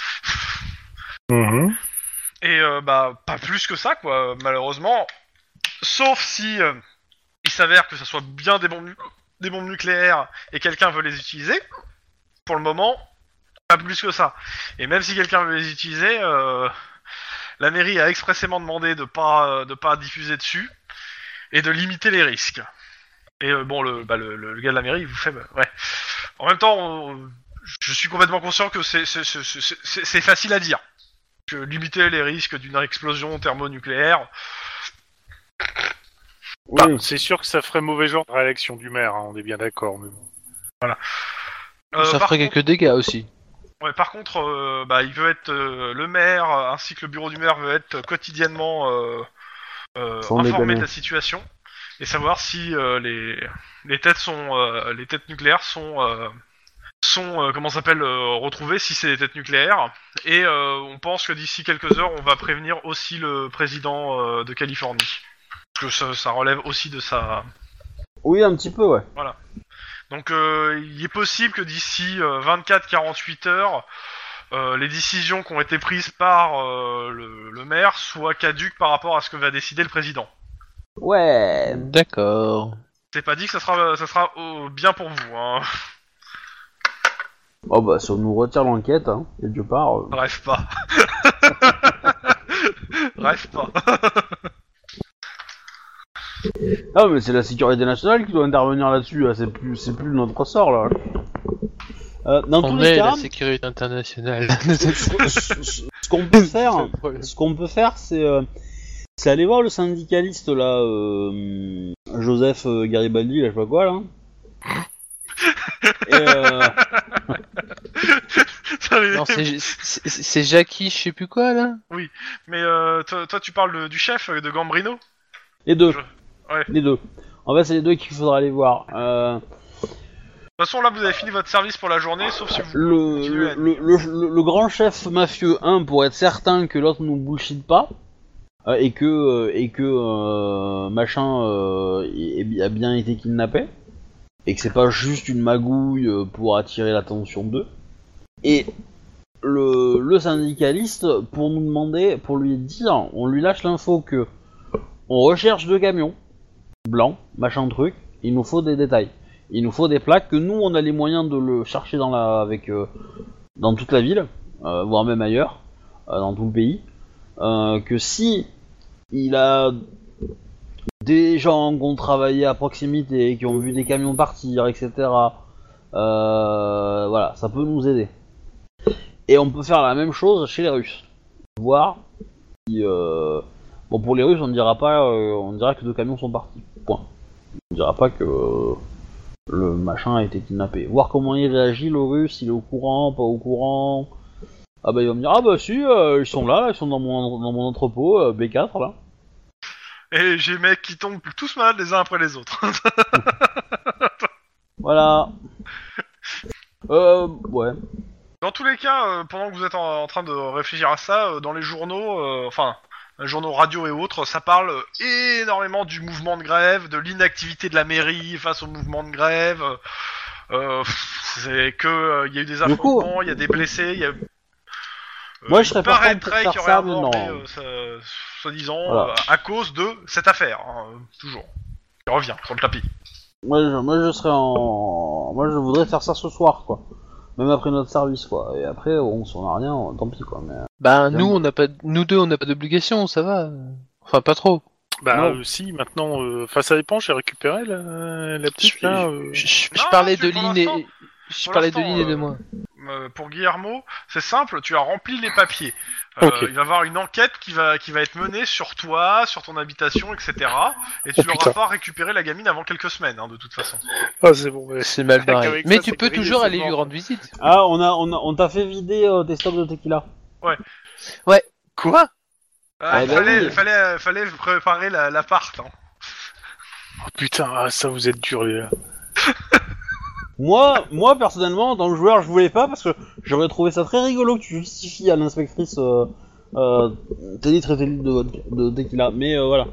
Mhm. Et euh, bah pas plus que ça quoi, malheureusement. Sauf si euh, il s'avère que ça soit bien des bombes, nu- des bombes nucléaires et quelqu'un veut les utiliser. Pour le moment, pas plus que ça. Et même si quelqu'un veut les utiliser, euh, la mairie a expressément demandé de pas de pas diffuser dessus et de limiter les risques. Et euh, bon, le, bah, le, le, le gars de la mairie il vous fait bah, ouais. En même temps, on- je suis complètement conscient que c'est c'est, c'est, c'est, c'est, c'est facile à dire. Que limiter les risques d'une explosion thermonucléaire. Bah, Oui. c'est sûr que ça ferait mauvais genre de réaction du maire, hein, on est bien d'accord. Mais bon. Euh, ça par ferait contre- quelques dégâts aussi. Ouais, par contre, euh, bah, il veut être euh, le maire euh, ainsi que le bureau du maire veut être quotidiennement euh, euh, Sans informé déconner. de la situation et savoir si euh, les les têtes sont euh, les têtes nucléaires sont euh, sont euh, comment ça s'appelle euh, retrouvées si c'est des têtes nucléaires et euh, on pense que d'ici quelques heures on va prévenir aussi le président euh, de Californie parce que ça, ça relève aussi de sa. Oui, un petit peu, ouais. Donc euh, il est possible que d'ici euh, vingt-quatre à quarante-huit heures, euh, les décisions qui ont été prises par euh, le, le maire soient caduques par rapport à ce que va décider le président. Ouais. D'accord. C'est pas dit que ça sera, ça sera euh, bien pour vous. Hein. Oh bah si on nous retire l'enquête, hein, quelque part... Euh... Rêve pas. Rêve pas. Ah mais c'est la sécurité nationale qui doit intervenir là-dessus, là. c'est plus c'est plus notre ressort là. Euh, dans tous On les est cas, la sécurité internationale. ce, ce- ce- ce qu'on peut faire, ce qu'on peut faire, c'est euh, c'est aller voir le syndicaliste là, euh, Joseph euh, Garibaldi, là, je sais pas quoi là. Et, euh, Non, c'est c'est- c'est Jackie, je sais plus quoi là. Mais euh, toi, toi, tu parles de- du chef euh, de Gambrino. les deux, Je- Ouais. les deux. En fait, c'est les deux qu'il faudra aller voir. Euh, De toute façon, là, vous avez fini votre service pour la journée, sauf si vous le, continuez le, à- le, le, le- le grand chef mafieux un pour être certain que l'autre nous bullshit pas euh, et que euh, et que euh, machin euh, est- a bien été kidnappé et que c'est pas juste une magouille euh, pour attirer l'attention d'eux, et le, le syndicaliste pour nous demander, pour lui dire, on lui lâche l'info que on recherche deux camions blancs, machin truc, il nous faut des détails. Il nous faut des plaques que nous on a les moyens de le chercher dans la avec euh, dans toute la ville, euh, voire même ailleurs, euh, dans tout le pays. Euh, que si il a des gens qui ont travaillé à proximité, qui ont vu des camions partir, et cetera. Euh, voilà, ça peut nous aider. Et on peut faire la même chose chez les Russes. Voir si, euh... bon, pour les Russes, on ne dira pas, euh, on dira que deux camions sont partis. Point. On ne dira pas que euh, le machin a été kidnappé. Voir comment il réagit, le Russe, il est au courant, pas au courant. Ah bah il va me dire, ah bah si, euh, ils sont là, là, ils sont dans mon, dans mon entrepôt, euh, B quatre là. Et j'ai des mecs qui tombent tous malades les uns après les autres. Voilà. Euh, ouais. Dans tous les cas, euh, pendant que vous êtes en, en train de réfléchir à ça, euh, dans les journaux, euh, enfin, les journaux radio et autres, ça parle euh, énormément du mouvement de grève, de l'inactivité de la mairie face au mouvement de grève. Euh, pff, c'est que euh, il y a eu des Du coup- affrontements, il y a des blessés, il y a. Euh, Moi, je serais il partant pour paraîtrait faire qu'il y aurait ça, un mais mort, non. mais, euh, ça- soi-disant, Voilà. euh, à cause de cette affaire, hein, euh, toujours. Il revient sur le tapis. Moi je, moi je serais en... Moi je voudrais faire ça ce soir, quoi. Même après notre service, quoi. Et après, bon, si on a rien, tant pis, quoi. Mais... Bah Bien. nous on n'a pas, nous deux on n'a pas d'obligation, ça va. Enfin pas trop. Bah Non. euh, si, maintenant, euh, enfin ça dépend, j'ai récupéré la, la petite là. euh. Je, je- je Non, parlais tu- de pour Lynn et l'instant- je pour parlais de l'instant, Lynn et de euh, moi. Euh, pour Guillermo, c'est simple, tu as rempli les papiers. Euh, Ok. Il va y avoir une enquête qui va, qui va être menée sur toi, sur ton habitation, et cetera. Et tu Oh, n'auras putain. pas récupéré la gamine avant quelques semaines, hein, de toute façon. Ah c'est bon. Ouais. C'est mal barré. Avec Mais ça, tu c'est peux grillé, toujours c'est aller lui mort. rendre visite. Ah, on a, on a, on t'a fait vider euh, tes stocks de tequila. Quoi? Euh, Ah, il bah fallait, oui. fallait, fallait préparer la- l'appart. Hein. Oh, putain, ah, ça vous êtes dur les gars. Moi, moi personnellement, en tant que joueur, je voulais pas parce que j'aurais trouvé ça très rigolo que tu justifies à l'inspectrice euh, euh, tes litres et tes litres de, vodka- de tequila. Mais euh, voilà.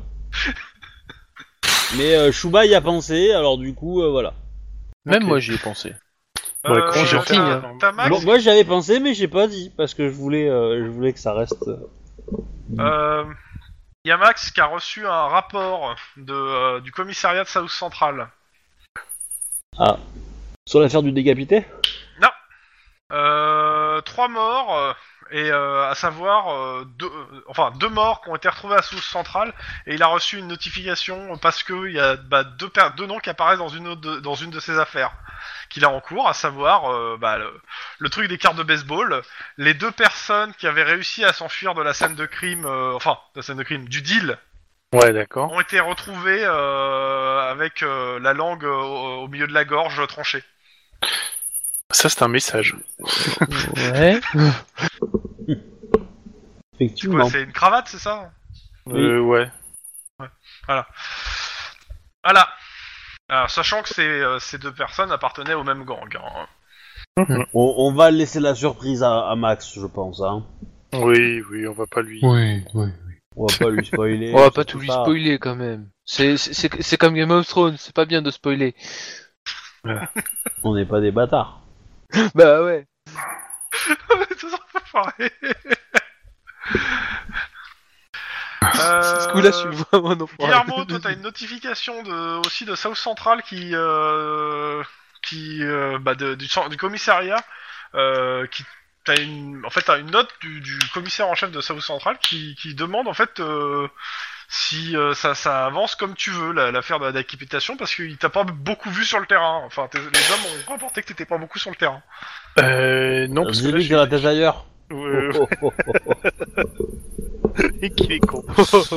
Mais euh, Chouba y a pensé, alors du coup, euh, voilà. Même Ok. moi j'y ai pensé. Ouais, Euh, quand j'ai t'as- gentil, hein. t'as Max, Bon, moi j'y avais pensé, mais j'ai pas dit parce que je voulais, euh, je voulais que ça reste. euh, euh, y a Max qui a reçu un rapport de, euh, du commissariat de South Central. Ah. Sur l'affaire du décapité. Euh, trois morts, euh, et euh, à savoir euh, deux, euh, enfin deux morts qui ont été retrouvés à South Central, et il a reçu une notification parce que il y a bah, deux, per- deux noms qui apparaissent dans une, autre de, dans une de ses affaires qu'il a en cours, à savoir euh, bah, le, le truc des cartes de baseball, les deux personnes qui avaient réussi à s'enfuir de la scène de crime, euh, enfin de la scène de crime, du deal, Ouais, d'accord. ont été retrouvées euh, avec euh, la langue euh, au, au milieu de la gorge tranchée. Ça c'est un message. Ouais. C'est Effectivement. quoi, c'est une cravate, c'est ça? Oui. Euh, ouais. Voilà. Alors, sachant que ces, euh, ces deux personnes appartenaient au même gang. Hein. On, on va laisser la surprise à, à Max, je pense. Hein. Oui, oui, on va pas lui. Oui, oui. On va pas lui spoiler. On va pas c'est tout lui ça. spoiler quand même. C'est c'est c'est c'est comme Game of Thrones, c'est pas bien de spoiler. On n'est pas des bâtards. Bah ouais. Tout ça, faut pareil. Euh, Ce coup-là, je suis vraiment non. Guillermo, toi, t'as une notification de, aussi de South Central qui, euh, qui, euh, bah, de, du, du commissariat, euh, qui, t'as une, en fait, t'as une note du, du commissaire en chef de South Central qui, qui demande en fait euh, si euh, ça, ça avance comme tu veux l'affaire de d'acquitation parce qu'il t'a pas beaucoup vu sur le terrain. Enfin, les hommes ont rapporté que t'étais pas beaucoup sur le terrain. Euh, non, parce que là, Dis-lui je que la tête ailleurs. Euh, Oh, oh, oh, oh. Et qu'il est con.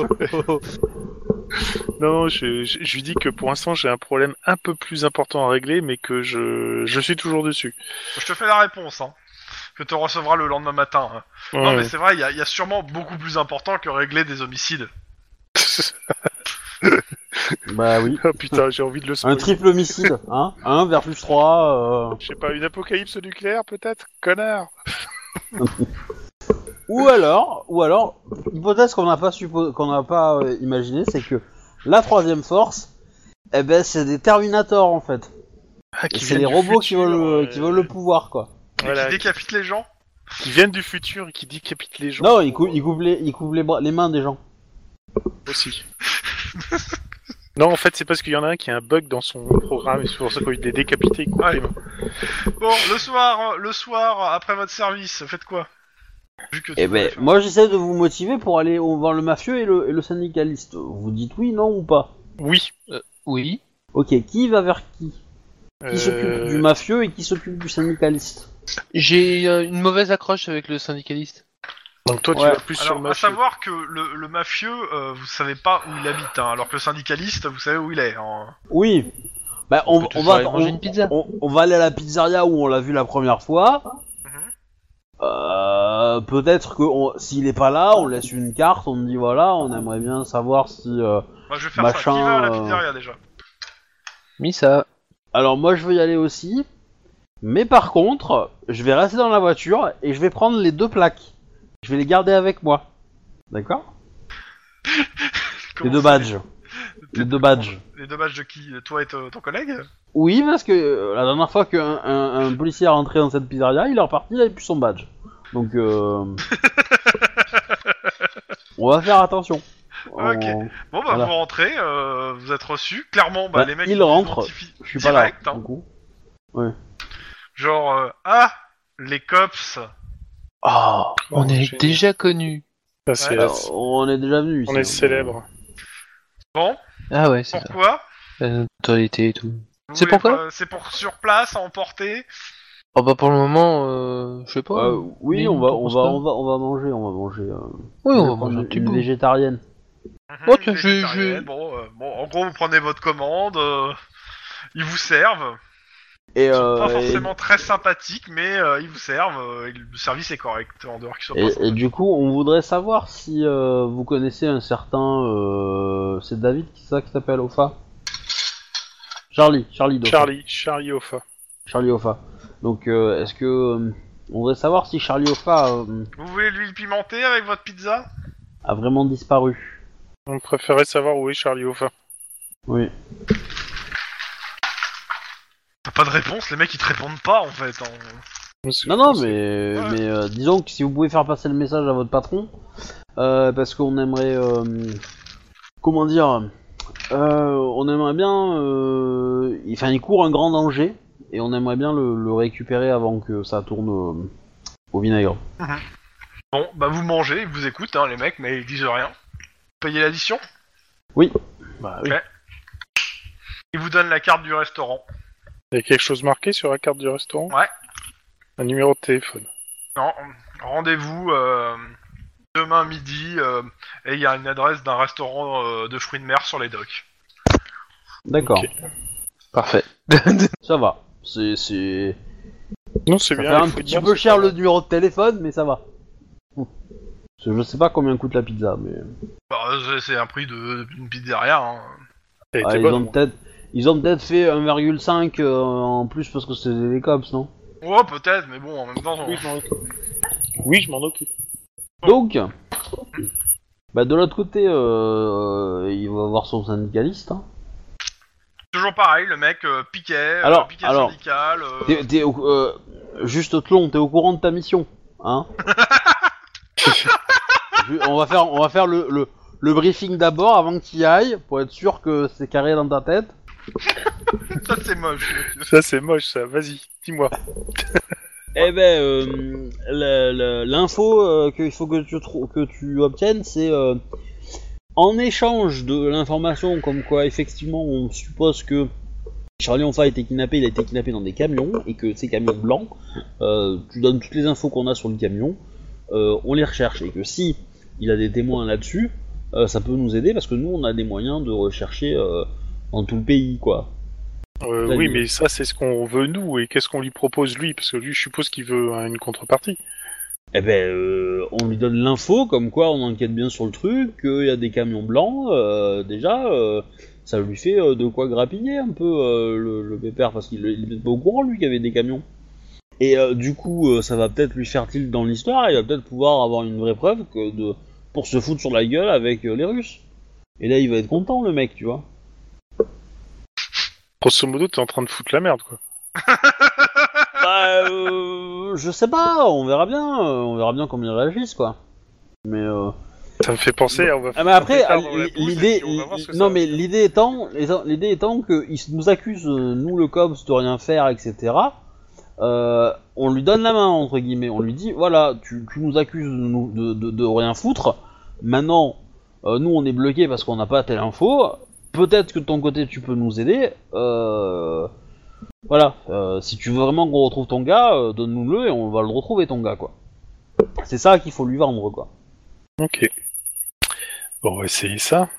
Non, je, je, je lui dis que pour l'instant j'ai un problème un peu plus important à régler, mais que je, je suis toujours dessus. Je te fais la réponse, hein, que tu recevras le lendemain matin. Hein. Ouais. Non, mais c'est vrai, il y, y a sûrement beaucoup plus important que régler des homicides. Bah oui. Oh putain, j'ai envie de le Un spoiler. triple homicide, hein. un versus trois. Euh... Je sais pas, une apocalypse nucléaire peut-être, connard. Ou alors, ou alors, hypothèse qu'on n'a pas suppo... qu'on n'a pas euh, imaginé, c'est que la troisième force, eh ben c'est des Terminators en fait. Ah, Et qui c'est viennent les du robots qui futur, veulent, le... euh, qui veulent le pouvoir quoi. Et Voilà, qui décapite les gens. qui viennent du futur et qui décapitent les gens. Non, ils, cou... ils couvrent les, ils couvrent les, bras... les mains des gens. Aussi. Non, en fait, c'est parce qu'il y en a un qui a un bug dans son programme et c'est pour ça qu'il est décapité. Il coupe Ouais. les mains. Bon, le soir, le soir, après votre service, faites quoi? Vu que tu Eh voulais ben, faire- moi j'essaie de vous motiver pour aller au- voir le mafieux et le, et le syndicaliste. Vous dites oui, non ou pas? Oui. Oui. Ok, qui va vers qui? Qui Euh, s'occupe du mafieux et qui s'occupe du syndicaliste? J'ai euh, une mauvaise accroche avec le syndicaliste. Donc toi, tu Ouais. vas plus sur Alors, le à mafieux. savoir que le, le mafieux, euh, vous savez pas où il habite, hein, alors que le syndicaliste, vous savez où il est. Hein. Oui. Bah on, peut on toujours va aller manger on, une pizza. on- on va aller à la pizzeria où on l'a vu la première fois. Mhm. Euh, peut-être que on- s'il est pas là, on laisse une carte, on dit voilà, on aimerait bien savoir si. euh, Moi, je vais faire Machin, ça. Qui va à la euh, pizzeria déjà? Mis ça. Alors moi je veux y aller aussi, mais par contre, je vais rester dans la voiture et je vais prendre les deux plaques. Je vais les garder avec moi. D'accord? Les Comment deux c'est badges. les- Les deux badges. Les deux badges de qui? Toi et t- ton collègue? Oui, parce que euh, la dernière fois qu'un un, un policier est rentré dans cette pizzeria, il est reparti, il avait plus son badge. Donc, euh... on va faire attention. Ok. On- Bon, bah, Voilà. vous rentrez, euh, vous êtes reçus. Clairement, bah, Bah, les mecs. il ils rentre. identifient Je suis pas là, direct, hein. du coup. Genre, euh, ah, les cops. Ah, On Oh, est j'ai- déjà connus. Ça, c'est- Ouais. alors, on est déjà venu ici. on hein, est célèbre. Bon, Ah ouais, c'est ça. pourquoi? La notoriété et tout. Vous C'est voulez pourquoi pas- C'est pour sur place, à emporter. Oh bah pour le moment, euh, je sais pas. Euh, oui, Mais on va, t'en on penses va, quoi on va, on va manger, on va manger. euh, Oui, on va prendre manger un une- petit une bout. végétarienne. Mhm, Oh, tiens, une je- végétarienne. je- Bon, euh, bon, en gros, vous prenez votre commande. euh, ils vous servent. Et, Ils sont euh, pas et- forcément très sympathiques, mais euh, ils vous servent. euh, et le service est correct en dehors qu'ils soient pas Et, et sympathiques. du coup, on voudrait savoir si euh, vous connaissez un certain. Euh, c'est David, qui ça qui s'appelle Ofa Charlie, Charlie d'Ofa. Charlie, Charlie Hoffa. Charlie Ofa. Donc, euh, est-ce que. euh, on voudrait savoir si Charlie Ofa euh, Vous voulez l'huile pimentée avec votre pizza? a vraiment disparu. On préférait savoir où est Charlie Hoffa. Oui. T'as pas de réponse, les mecs ils te répondent pas en fait. hein. Non, non, mais, Ouais. mais euh, disons que si vous pouvez faire passer le message à votre patron, euh, parce qu'on aimerait. euh, comment dire euh, On aimerait bien. euh, il- Enfin, il court un grand danger, et on aimerait bien le, le récupérer avant que ça tourne euh, au vinaigre. Bon, bah vous mangez, ils vous écoutent, hein, les mecs, mais ils disent rien. Payez l'addition. Bah oui. Ok. Ils vous donnent la carte du restaurant. Il y a quelque chose marqué sur la carte du restaurant? Ouais. Un numéro de téléphone. Non, rendez-vous euh, demain midi, euh, et il y a une adresse d'un restaurant euh, de fruits de mer sur les docks. D'accord. Ok. Parfait. Ça va. C'est. c'est... Non, c'est Ça bien. fait il un faut petit dire, peu c'est cher pas le mal. numéro de téléphone, mais ça va. Parce que je sais pas combien coûte la pizza, mais. Bah, c'est- c'est un prix de- d'une pizzeria. Hein. Elle Ah, était ils, bonne, ont moi. peut-être, ils ont peut-être fait un virgule cinq euh, en plus parce que c'était des cops, non? Ouais, peut-être, mais bon, en même temps... Oui, je m'en occupe. Oui, je m'en occupe. Donc, bah de l'autre côté, euh, il va voir son syndicaliste. Hein. Toujours pareil, le mec euh, piquet, Alors, euh, piquet alors, syndical... euh, T'es, t'es au- euh, juste Tlon, t'es au courant de ta mission, hein? Je- on va faire, on va faire le, le, le briefing d'abord avant que tu y ailles, pour être sûr que c'est carré dans ta tête. Ça c'est moche. Ça, c'est moche, ça. Vas-y, dis-moi. Eh ben, euh, la- la- l'info euh, qu'il faut que tu, trou- que tu obtiennes, c'est euh, en échange de l'information comme quoi effectivement on suppose que Charlie Onfa a été kidnappé, il a été kidnappé dans des camions, et que ces camions blancs, euh, tu donnes toutes les infos qu'on a sur le camion, euh, on les recherche, et que si il a des témoins là-dessus, euh, ça peut nous aider parce que nous on a des moyens de rechercher euh, dans tout le pays, quoi. Euh, Là, oui, il- mais ça, c'est ce qu'on veut nous, et qu'est-ce qu'on lui propose lui? Parce que lui, je suppose qu'il veut hein, une contrepartie. Eh ben, euh, on lui donne l'info comme quoi on enquête bien sur le truc, qu'il y a des camions blancs, euh, déjà, euh, ça lui fait euh, de quoi grappiller un peu euh, le, le pépère, parce qu'il il est pas au courant lui qu'il y avait des camions. Et euh, du coup, euh, ça va peut-être lui faire tilt dans l'histoire, et il va peut-être pouvoir avoir une vraie preuve que de, pour se foutre sur la gueule avec euh, les Russes. Et là, il va être content le mec, tu vois. Grosso modo, t'es en train de foutre la merde, quoi. Bah, euh, je sais pas, on verra bien, euh, on verra bien comment ils réagissent, quoi. Mais euh... Ça me fait penser, on va Ah mais après, faire dans la l- bouse, l'idée, et puis on va voir ce que ça non va mais faire. l'idée étant, l'idée étant qu'ils nous accusent, euh, nous le cops, de rien faire, et cetera. Euh, on lui donne la main entre guillemets, on lui dit voilà, tu, tu nous accuses de, nous- de, de, de rien foutre. Maintenant, euh, nous on est bloqués parce qu'on n'a pas telle info. Peut-être que de ton côté tu peux nous aider. Euh, voilà, euh, si tu veux vraiment qu'on retrouve ton gars, euh, donne-nous-le et on va le retrouver ton gars quoi. C'est ça qu'il faut lui vendre quoi. Ok. Bon, on va essayer ça.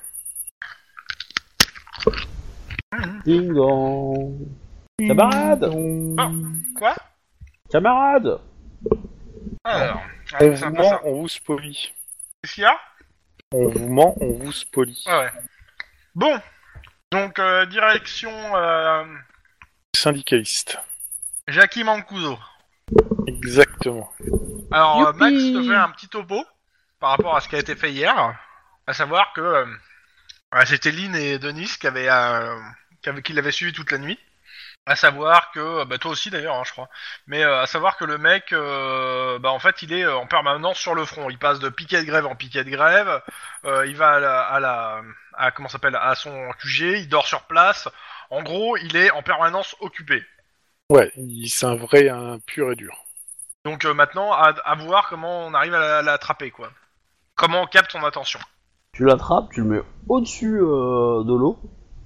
Ding dong. Camarade, Quoi? camarade. Alors, On allez, vous c'est un peu ment, ça. on vous spolie. Qu'est-ce qu'il y a? On vous ment, on vous spolie. Ouais, ouais. Bon, donc euh, direction euh, Syndicaliste. Jackie Mancuso. Exactement. Alors euh, Max Youpi. te fait un petit topo par rapport à ce qui a été fait hier, à savoir que euh, ouais, c'était Lynn et Denis qui avaient, euh, qui avaient qui l'avaient suivi toute la nuit. À savoir que, bah toi aussi d'ailleurs, hein, je crois, mais euh, à savoir que le mec, euh, bah en fait, il est euh, en permanence sur le front. Il passe de piquet de grève en piquet de grève. Euh, il va à la, à la, à comment ça s'appelle, à son Q G. Il dort sur place. En gros, il est en permanence occupé. Ouais, il- c'est un vrai, un pur et dur. Donc euh, maintenant, à, à voir comment on arrive à la- l'attraper, quoi. Comment on capte son attention. Tu l'attrapes, tu le mets au-dessus euh, de l'eau.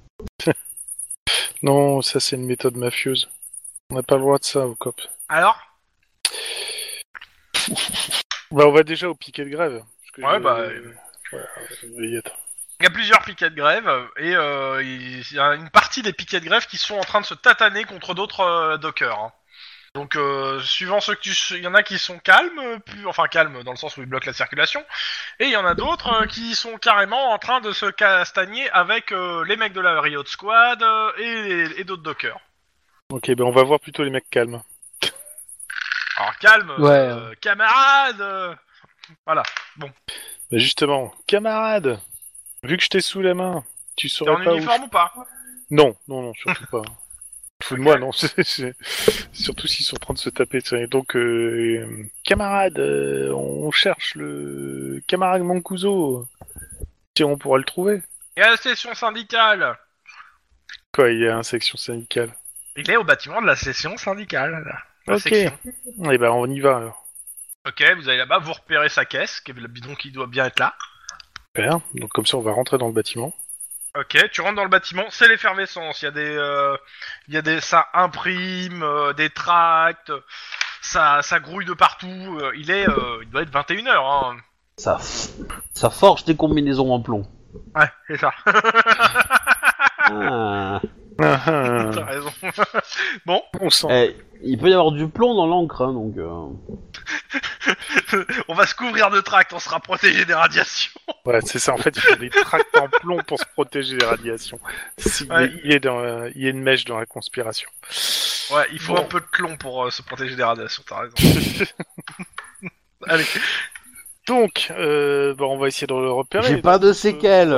Non, ça c'est une méthode mafieuse. On n'a pas le droit de ça au cop. Alors? Bah, on va déjà au piquet de grève. Parce que Ouais, je- bah, Ouais, y attends. Il y a plusieurs piquets de grève et euh, il y a une partie des piquets de grève qui sont en train de se tataner contre d'autres euh, dockers. Hein. Donc, euh, suivant ceux que tu, il y en a qui sont calmes, euh, plus, enfin calmes dans le sens où ils bloquent la circulation, et il y en a d'autres euh, qui sont carrément en train de se castagner avec euh, les mecs de la Riot Squad euh, et, et d'autres dockers. Ok, ben on va voir plutôt les mecs calmes. Alors calme, Ouais. euh, camarades, euh, voilà. Bah justement, camarade, vu que je t'es sous la main, tu T'es saurais en pas où... uniforme ou pas? Non, non, non, surtout pas. Fous de moi, non. c'est- c'est- Surtout s'ils sont en train de se taper. t'sais. Donc, euh, camarade, euh, on cherche le camarade Mancuso. Tiens, on pourra le trouver. Et à la session syndicale. Quoi, il y a une section syndicale. Il est au bâtiment de la session syndicale. là. La Ok. section. Eh ben, on y va alors. Ok, vous allez là-bas, vous repérez sa caisse, qui est le bidon qui doit bien être là. Super. Donc comme ça, on va rentrer dans le bâtiment. Ok, tu rentres dans le bâtiment, c'est l'effervescence. Il y a des, euh, il y a des, ça imprime, euh, des tracts, ça, ça grouille de partout. euh, il est, euh, il doit être vingt et une heures. Hein. Ça, f- ça forge tes combinaisons en plomb. Ouais, c'est ça. Ah. Ah, ah. T'as raison. Bon, On sent. Eh, il peut y avoir du plomb dans l'encre, hein, donc. Euh... on va se couvrir de tracts, on sera protégé des radiations. Ouais, c'est ça. En fait, il faut des tracts en plomb pour se protéger des radiations. Si- Ouais. Il est dans, euh, il y a une mèche dans la conspiration. Ouais, il faut Bon. un peu de plomb pour euh, se protéger des radiations. T'as raison. Allez. Donc, euh, bon, on va essayer de le repérer. J'ai pas de Euh, séquelles.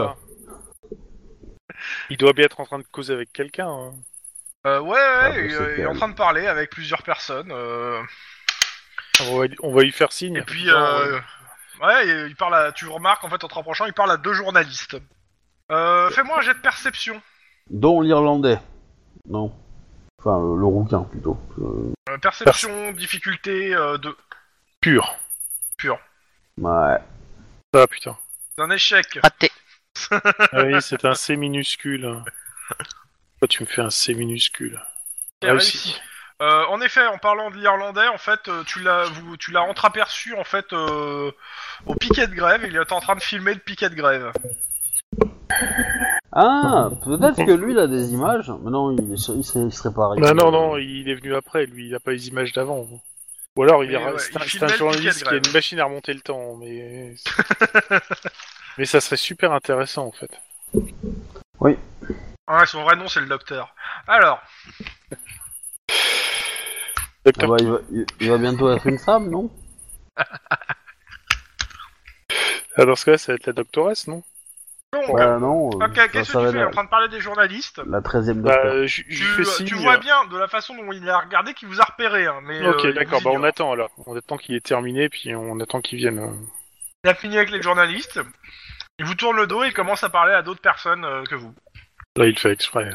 Il doit bien être en train de causer avec quelqu'un. Hein. Euh, ouais, ouais, Ah, il, je sais euh, il est en quel. train de parler avec plusieurs personnes. Euh... On va, on va lui faire signe. Et puis, Genre, euh... Ouais, et il parle à, tu remarques en fait en te rapprochant, il parle à deux journalistes. Euh, fais-moi un jet de perception. Dont l'Irlandais. Non. Enfin, le, le rouquin, plutôt. Euh, Euh, perception, difficulté euh, deux. Pur. Ouais. Ah putain. C'est un échec. Raté. Ah oui, c'est un C minuscule. Pourquoi tu me fais un C minuscule? Ok, réussi. Euh, en effet, en parlant de l'Irlandais, en fait, euh, tu l'as, vous, tu l'as entreaperçu en fait euh, au piquet de grève. Il est en train de filmer le piquet de grève. Ah, peut-être que lui, il a des images. Mais non, il, il, serait, il serait pas arrivé. Non, non, non, il est venu après, lui, il a pas les images d'avant. Ou alors, il Mais, est... ouais, c'est il un, c'est filmait un le journaliste piquet qui de a grève. une machine à remonter le temps, mais... mais ça serait super intéressant, en fait. Ah, son vrai nom c'est le docteur. Alors, Ah Docteur bah, il, va, il, il va bientôt être une femme, non? Ah, dans ce cas, ça va être la doctoresse, non? donc, Ouais, non. euh, ok, ça, qu'est-ce ça que va tu fais? être En train de parler des journalistes. la treizième Bah, docteur. euh, je je Tu, lui fais signe. tu vois bien de la façon dont il a regardé qu'il vous a repéré, hein, mais. Ok, euh, il d'accord, vous bah on ignore. attend alors. On attend qu'il ait terminé, puis on attend qu'il vienne. euh. Il a fini avec les journalistes. Il vous tourne le dos et il commence à parler à d'autres personnes euh, que vous. Là, il fait exprès.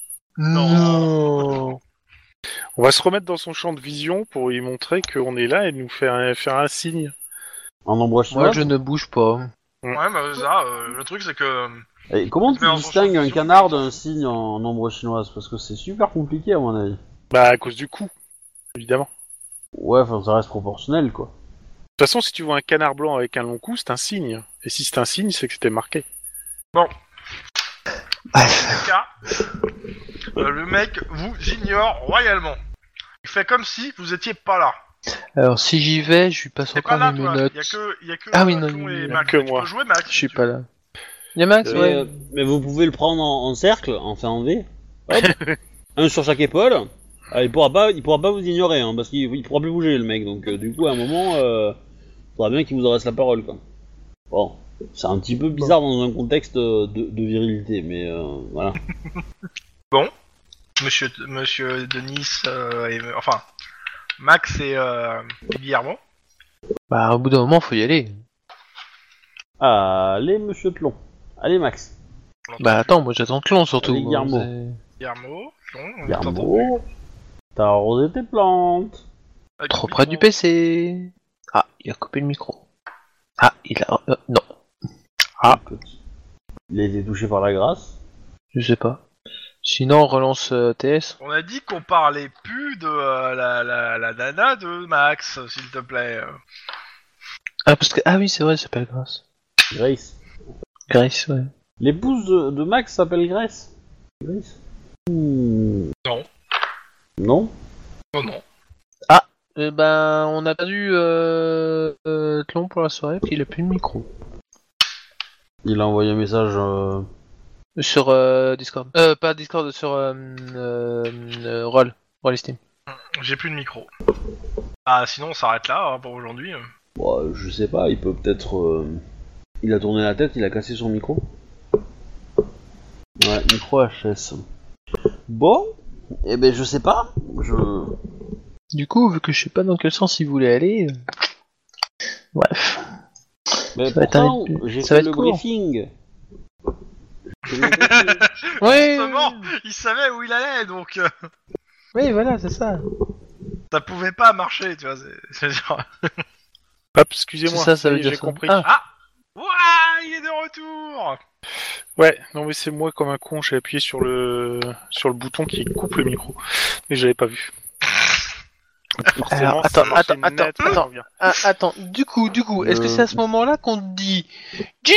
Non. On va se remettre dans son champ de vision pour lui montrer qu'on est là et nous faire un, faire un signe. En ombre chinoise. Moi, je ne bouge pas. Mm. Ouais, bah ça, euh, le truc c'est que. Et comment Il se met tu dans son distingues champ de un vision, canard il s'en d'un fout. signe en, en ombre chinoise? Parce que c'est super compliqué, à mon avis. Bah, à cause du coup, évidemment. Ouais, enfin, ça reste proportionnel, quoi. De toute façon, si tu vois un canard blanc avec un long cou, c'est un signe. Et si c'est un signe, c'est que c'était marqué. Bon. Dans ce cas, euh, le mec vous ignore royalement. Il fait comme si vous étiez pas là. Alors, si j'y vais, je lui passe T'es encore pas là, mes toi. menottes. Il y a que, y a que Ah oui, euh, non, Clon il y et a Max. que Tu moi. peux jouer Max. Je suis si pas tu là. Y'a Max, Mais, ouais. euh, mais vous pouvez le prendre en, en cercle, enfin en V. Hop. Un sur chaque épaule. Ah, il pourra pas, il pourra pas vous ignorer, hein, parce qu'il il pourra plus bouger, le mec. Donc, euh, du coup, à un moment, euh, faudra bien qu'il vous adresse la parole, quoi. Bon, c'est un petit peu bizarre dans un contexte euh, de, de virilité, mais euh, voilà. Monsieur, Monsieur Denis, euh, et, enfin, Max et, euh, et Guillermo. Bah, au bout d'un moment, faut y aller. Allez, monsieur Tlon. Allez, Max. Bah, attends, moi j'attends Clon surtout. Allez, Guillermo. C'est- Guillermo, Clon, on t'entend plus. Guillermo, t'as arrosé tes plantes. Avec Trop le près du micro. P C. Ah, il a coupé le micro. Ah, il a... euh, non, Ah. Petit. Il a été touché par la grâce. je sais pas. Sinon, on relance euh, T S. On a dit qu'on parlait plus de euh, la, la, la nana de Max, s'il te plaît. Ah, parce que... Ah oui, c'est vrai, ça s'appelle Grace. Grace. Grace, ouais. L'épouse de, de Max s'appelle Grace. Grace. Hmm. Non. Non. Non, non. Eh ben, on a perdu euh, euh, Tlon pour la soirée, puis il a plus de micro. Il a envoyé un message. Euh... Sur euh, Discord. Euh, pas Discord, sur euh, euh, euh, Roll. Roll Steam. J'ai plus de micro. Ah, sinon on s'arrête là hein, pour aujourd'hui. Bon, je sais pas, il peut peut-être. Euh... Il a tourné la tête, il a cassé son micro. Ouais, micro H S. Bon, eh ben je sais pas. Je. Du coup, vu que je sais pas dans quel sens il voulait aller... euh, Bref. Mais Ça va être pourtant, un- j'ai ça va fait être le court. briefing. J'ai fait le briefing. Ouais. Justement, il savait où il allait, donc euh, Oui, voilà, c'est ça. ça pouvait pas marcher, tu vois. C'est, c'est genre... Hop, excusez-moi, C'est ça, ça y veut est, dire j'ai ça. compris. Ah. Ouah, il est de retour. Ouais, non mais c'est moi comme un con, j'ai appuyé sur le sur le bouton qui coupe le micro, mais j'avais pas vu. Forcément, Alors, ça attends, marchait attends, net, attends, ça revient. Ah, attends, du coup, du coup, est-ce que Euh. c'est à ce moment-là qu'on te dit G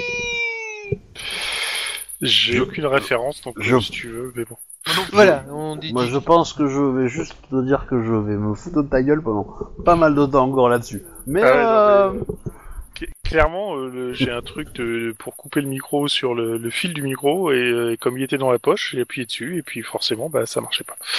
G? J'ai aucune référence, donc je- euh, si tu veux, mais bon. Voilà, on dit Moi G G. je pense que je vais juste te dire que je vais me foutre de ta gueule pendant pas mal de temps encore là-dessus. Mais, Ah ouais, non, euh... mais, euh, cl- Clairement, euh, le- j'ai un truc de, pour couper le micro sur le, le fil du micro, et, euh, et comme il était dans la poche, j'ai appuyé dessus, et puis forcément, bah ça marchait pas.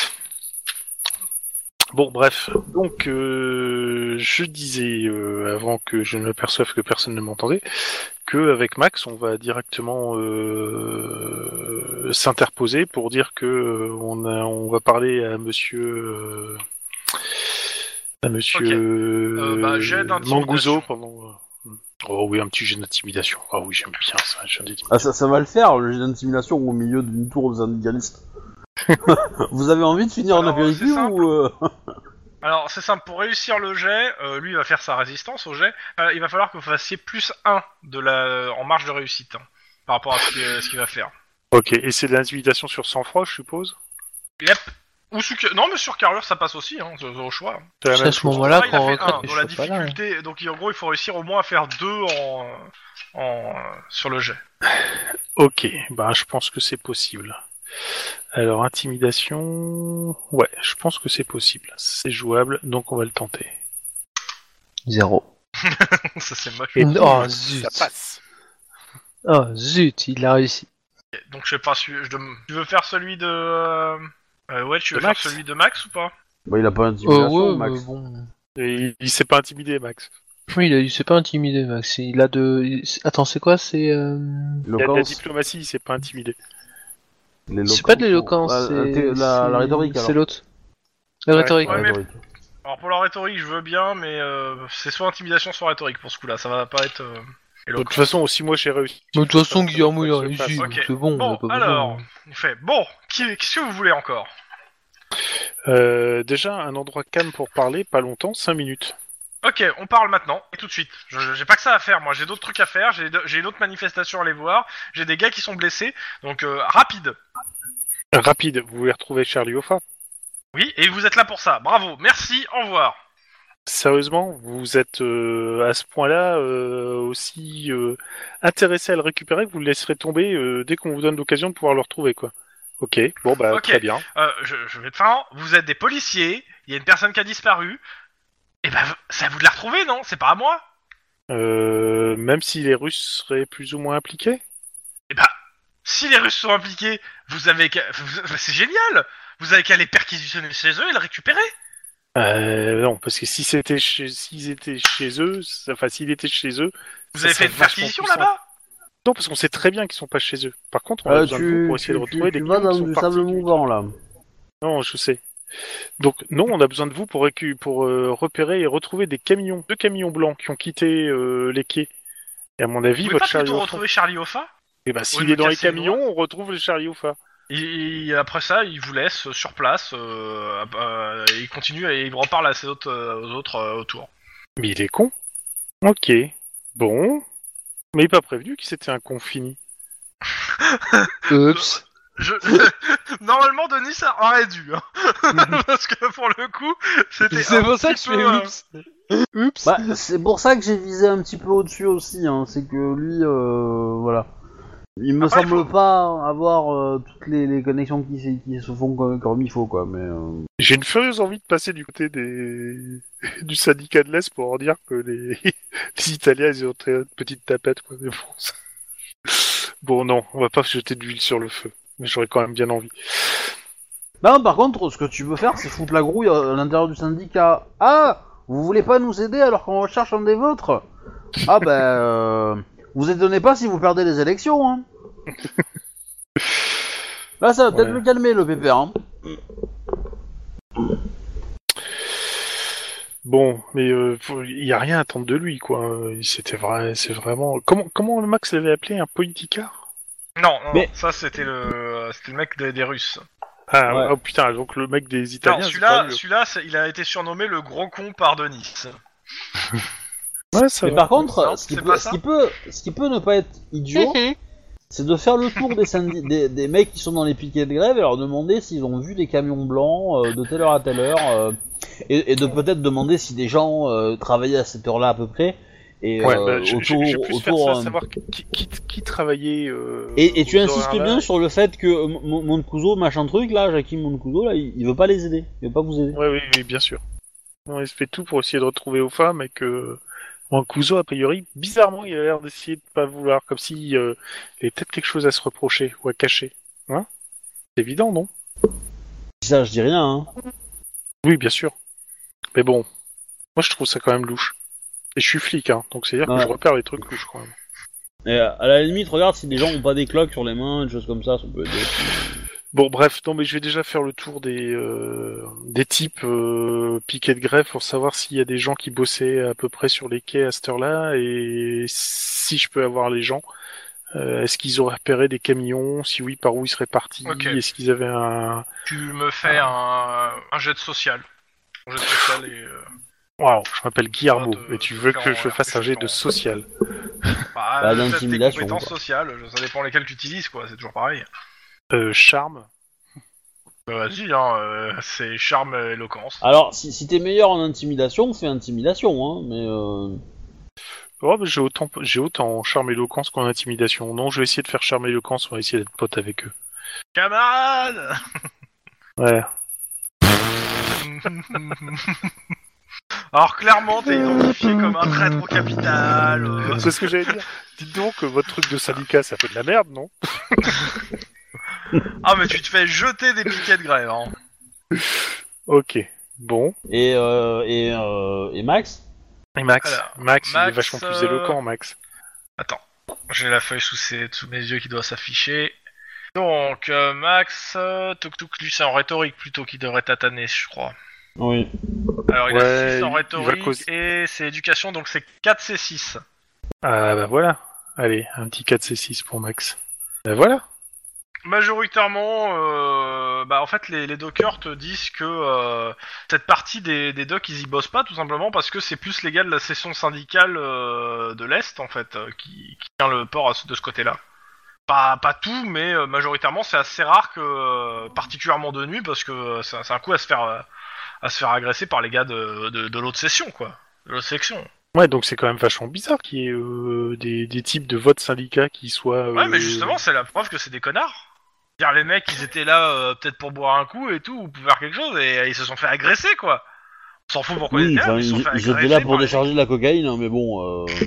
Bon, bref. Donc, euh, je disais, euh, avant que je ne m'aperçoive que personne ne m'entendait, que avec Max, on va directement euh, s'interposer pour dire que euh, on, a, on va parler à Monsieur euh, À monsieur Ok. Euh, bah, jet d'intimidation. Mangouzo, pardon. Oh oui, un petit jet d'intimidation. Ah oui, j'aime bien ça, un jet d'intimidation. Ah, ça, ça va le faire, le jet d'intimidation au milieu d'une tour de syndicalistes. Vous avez envie de finir en Alors, apéritif c'est simple. ou... Euh... Alors, c'est simple, pour réussir le jet, euh, lui il va faire sa résistance au jet, euh, il va falloir que vous fassiez plus un de la... en marge de réussite, hein, par rapport à ce qu'il ce qu'il va faire. Ok, et c'est de l'intimidation sur sang-froid, je suppose. Yep. Ou sur... Non, mais sur carrure, ça passe aussi, hein, c'est au choix. C'est la C'est même à ce chose. moment-là Là, il a qu'on fait recrute un, les dans la chevaux là. difficulté, donc en gros, il faut réussir au moins à faire deux en... en... sur le jet. Ok, bah je pense que c'est possible. Alors, intimidation... Ouais, je pense que c'est possible. C'est jouable, donc on va le tenter. Zéro. Ça, c'est moche. Et Oh, ça zut. passe. Oh zut, il a réussi. Donc, je sais pas, si... je dem- tu veux faire celui de... Euh... euh, ouais, tu veux De faire Max celui de Max ou pas? Bah, il a pas Oh d'intimidation, ouais, Max. mais bon. Et il, il s'est pas intimidé, Max. Oui, il, a- il s'est pas intimidé, Max. Il a de. il- Attends, c'est quoi? C'est. Euh... Il y a de la L'éloquence, diplomatie, il s'est pas intimidé. C'est pas de l'éloquence, la, c'est. la, la, la c'est- rhétorique, alors. C'est l'autre. La Ouais. rhétorique. La Ouais, mais- rhétorique. Alors, pour la rhétorique, je veux bien, mais euh, c'est soit intimidation, soit rhétorique pour ce coup-là, ça va pas être... Euh... De toute façon, aussi moi j'ai réussi. Mais de toute façon, Ça, Guillermo, il a ça se passe. réussi. Ok. C'est bon, on Bon, a pas alors, besoin. il fait, bon, qui- qu'est-ce que vous voulez encore? Euh, déjà, un endroit calme pour parler, pas longtemps, cinq minutes. Ok, on parle maintenant, et tout de suite. Je- je- J'ai pas que ça à faire, moi, j'ai d'autres trucs à faire, j'ai de- j'ai une autre manifestation à aller voir, j'ai des gars qui sont blessés, donc euh, rapide. Rapide, vous voulez retrouver Charlie Hoffa? Oui, et vous êtes là pour ça, bravo, merci, au revoir. Sérieusement, vous êtes euh, à ce point-là euh, aussi euh, intéressé à le récupérer que vous le laisserez tomber euh, dès qu'on vous donne l'occasion de pouvoir le retrouver, quoi. Ok, bon bah Ok. très bien. Euh, je, je vais te faire, vous êtes des policiers, il y a une personne qui a disparu, et ben, c'est à vous de la retrouver, non? C'est pas à moi? Euh, même si les Russes seraient plus ou moins impliqués. Et bah, si les Russes sont impliqués, vous avez qu'à... vous- c'est génial. Vous avez qu'à les perquisitionner chez eux et le récupérer. Euh, non, parce que si c'était chez, s'ils étaient chez eux, ça- enfin s'il était chez eux, Vous ça avez fait serait une vachement perquisition plus simple. là-bas? Non, parce qu'on sait très bien qu'ils sont pas chez eux. Par contre, on a Euh, besoin de vous tu, pour essayer tu, de retrouver tu, des tu vas clients qui dans sont du partis sable du- mouvant, là. Non, je sais. Donc non, on a besoin de vous pour, récu- pour euh, repérer et retrouver des camions, deux camions blancs qui ont quitté euh, les quais. Et à mon avis, Vous pouvez votre pas Charlie plutôt Hoffa. retrouver Charlie Hoffa? Et ben, Oui, s'il me est dans les casser les camions, on retrouve le Charlie Hoffa. Et, et après ça, il vous laisse sur place. Euh, euh, et il continue et il reparle à ses autres, euh, aux autres euh, autour. Mais il est con. Ok. Bon. Mais il est pas prévenu que c'était un con fini. Oups. Je... Normalement, Denis ça aurait dû, hein. Parce que pour le coup, c'était. C'est un pour ça que petit je fais peu, euh, oups. Oups. Bah, c'est pour ça que j'ai visé un petit peu au-dessus aussi, hein. C'est que lui, euh, voilà. Il me Après, semble il faut- pas avoir euh, toutes les, les connexions qui, se- qui se font comme, comme il faut, quoi, mais... Euh... J'ai une furieuse envie de passer du côté des du syndicat de l'Est pour en dire que les, les Italiens ils ont très une petite tapette, quoi. Mais bon, ça- bon non, on va pas jeter de l'huile sur le feu. Mais j'aurais quand même bien envie. Non, par contre, ce que tu veux faire, c'est foutre la grouille à l'intérieur du syndicat. Ah, vous voulez pas nous aider alors qu'on recherche un des vôtres? Ah ben, euh, vous étonnez pas si vous perdez les élections, hein. Là, ça va peut-être Ouais. le calmer, le pépère, hein. Bon, mais euh, faut- il y a rien à attendre de lui, quoi. C'était vrai, c'est vraiment. Comment comment le Max l'avait appelé, un politicard? Non, non, Mais- non, ça c'était le, c'était le mec des, des Russes. Ah Ouais. oh putain, donc le mec des Italiens. Non, c'est celui-là, pas lui. celui-là, c'est- il a été surnommé le gros con par Denis. Ouais, ça Mais va. par contre, Non, ce, qui c'est peut, pas ce, ça. qui peut, ce qui peut ne pas être idiot, c'est de faire le tour des, syndi- des, des mecs qui sont dans les piquets de grève et leur demander s'ils ont vu des camions blancs euh, de telle heure à telle heure, euh, et, et de peut-être demander si des gens euh, travaillaient à cette heure-là à peu près, et Ouais, euh, bah, je, je- autour... je vais plus faire autour, ça, euh, savoir qui, qui, qui travaillait. Euh, Et, et tu aux insistes horaires-là. bien sur le fait que euh, Mon- Moncuso, machin truc, là, Jackie Moncuso, là, il, il veut pas les aider, il veut pas vous aider. Ouais, oui, oui, bien sûr. Non, il se fait tout pour essayer de retrouver aux femmes et que Mancuso, a priori, bizarrement, il a l'air d'essayer de pas vouloir, comme si euh, il avait peut-être quelque chose à se reprocher ou à cacher. Hein? C'est évident, non? Ça, je dis rien, hein. Oui, bien sûr. Mais bon, moi je trouve ça quand même louche. Et je suis flic, hein, donc c'est-à-dire Ouais. que je repère les trucs louches quand même. Et euh, à la limite, regarde si des gens ont pas des cloques sur les mains, des choses comme ça, ça peut aider. Bon, bref, non, mais je vais déjà faire le tour des euh, des types euh, piquets de grève pour savoir s'il y a des gens qui bossaient à peu près sur les quais à cette heure-là et si je peux avoir les gens. Euh, est-ce qu'ils auraient repéré des camions? Si oui, par où ils seraient partis? Ok. Est-ce qu'ils avaient un... Tu me fais un, un jet de social. Un jet de social et... Euh... Waouh, je m'appelle Guillermo, de- et tu de veux faire que en- je fasse un jet de en- social? Bah, Bah, euh, peut-être d'intimidation, tes compétences quoi. sociales, ça dépend lesquelles tu utilises, quoi, c'est toujours pareil. Euh, charme? Bah, vas-y, hein, euh, c'est charme et éloquence. Alors, si, si t'es meilleur en intimidation, fais intimidation, hein, mais... Euh... Oh, bah, j'ai autant, j'ai autant charme et éloquence qu'en intimidation. Non, je vais essayer de faire charme et éloquence, on va essayer d'être potes avec eux. Camarade. Ouais. Alors clairement, t'es identifié comme un traître au capital. euh. C'est ce que j'allais dire. Dites donc que votre truc de syndicat, ça fait de la merde, non? Ah mais tu te fais jeter des piquets de grève, hein. Ok. Bon. Et, euh, et, euh, et Max Et Max? Alors, Max, il est Max, vachement plus euh, éloquent, Max. Attends, j'ai la feuille sous, ses, sous mes yeux qui doit s'afficher. Donc, euh, Max, euh, Tuk Tuk, lui c'est en rhétorique plutôt qui devrait tataner, je crois. Oui. Alors il Ouais, a six en il va rhétorique causer. et c'est éducation, donc c'est quatre C six. Ah bah voilà. Allez, un petit quatre C six pour Max. Bah voilà. Majoritairement, euh, bah en fait les, les dockers te disent que euh, cette partie des, des docks ils y bossent pas tout simplement parce que c'est plus les gars de la section syndicale euh, de l'Est en fait euh, qui, qui tient le port à ce- de ce côté-là. Pas, pas tout, mais euh, majoritairement c'est assez rare que, euh, particulièrement de nuit parce que euh, c'est c'est un coup à se faire euh, à se faire agresser par les gars de, de, de l'autre session quoi, de l'autre section. Ouais, donc c'est quand même vachement bizarre qu'il y ait euh, des, des types de vote syndicats qui soient... euh, Ouais, mais justement c'est la preuve que c'est des connards. C'est-à-dire les mecs ils étaient là euh, peut-être pour boire un coup et tout ou pour faire quelque chose et euh, ils se sont fait agresser quoi. On s'en fout pourquoi ils Oui, étaient là, enfin, mais ils se sont ils, fait ils étaient agresser là pour par les- décharger de la cocaïne, hein, mais bon... Euh...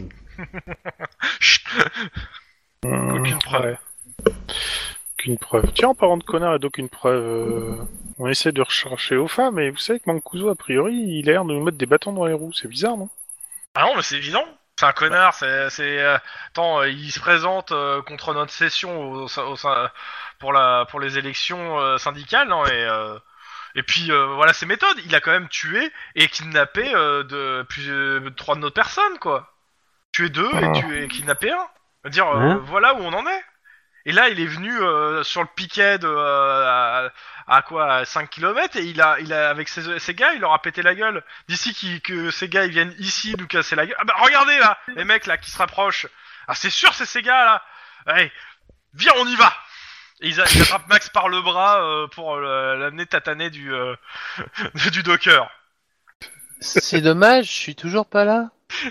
Chut. euh, Aucune preuve. ouais. Aucune preuve. Tiens, en parlant de connard et d'aucune preuve, euh, on essaie de rechercher aux femmes, mais vous savez que Mancuso, a priori, il a l'air de nous mettre des bâtons dans les roues. C'est bizarre, non? Ah non mais c'est évident. C'est un connard, c'est... c'est euh, Attends, euh, il se présente euh, contre notre session au, au, au- pour, la, pour les élections euh, syndicales, hein, et, euh, et puis euh, voilà ses méthodes. Il a quand même tué et kidnappé euh, de plus de trois de nos personnes, quoi. Tué deux Ah. et tué et kidnappé un. Dire, euh, Hein voilà où on en est. Et là, il est venu euh, sur le piquet de euh, à, à quoi à cinq kilomètres et il a, il a avec ses, ses gars, il leur a pété la gueule. D'ici qu'il- que ces gars ils viennent ici nous casser la gueule. Ah bah regardez là, les mecs là qui se rapprochent. Ah c'est sûr c'est ces gars là. Allez, viens on y va. Et ils, a- ils attrapent Max par le bras euh, pour euh, l'amener tataner du euh, du docker. C'est dommage, je suis toujours pas là.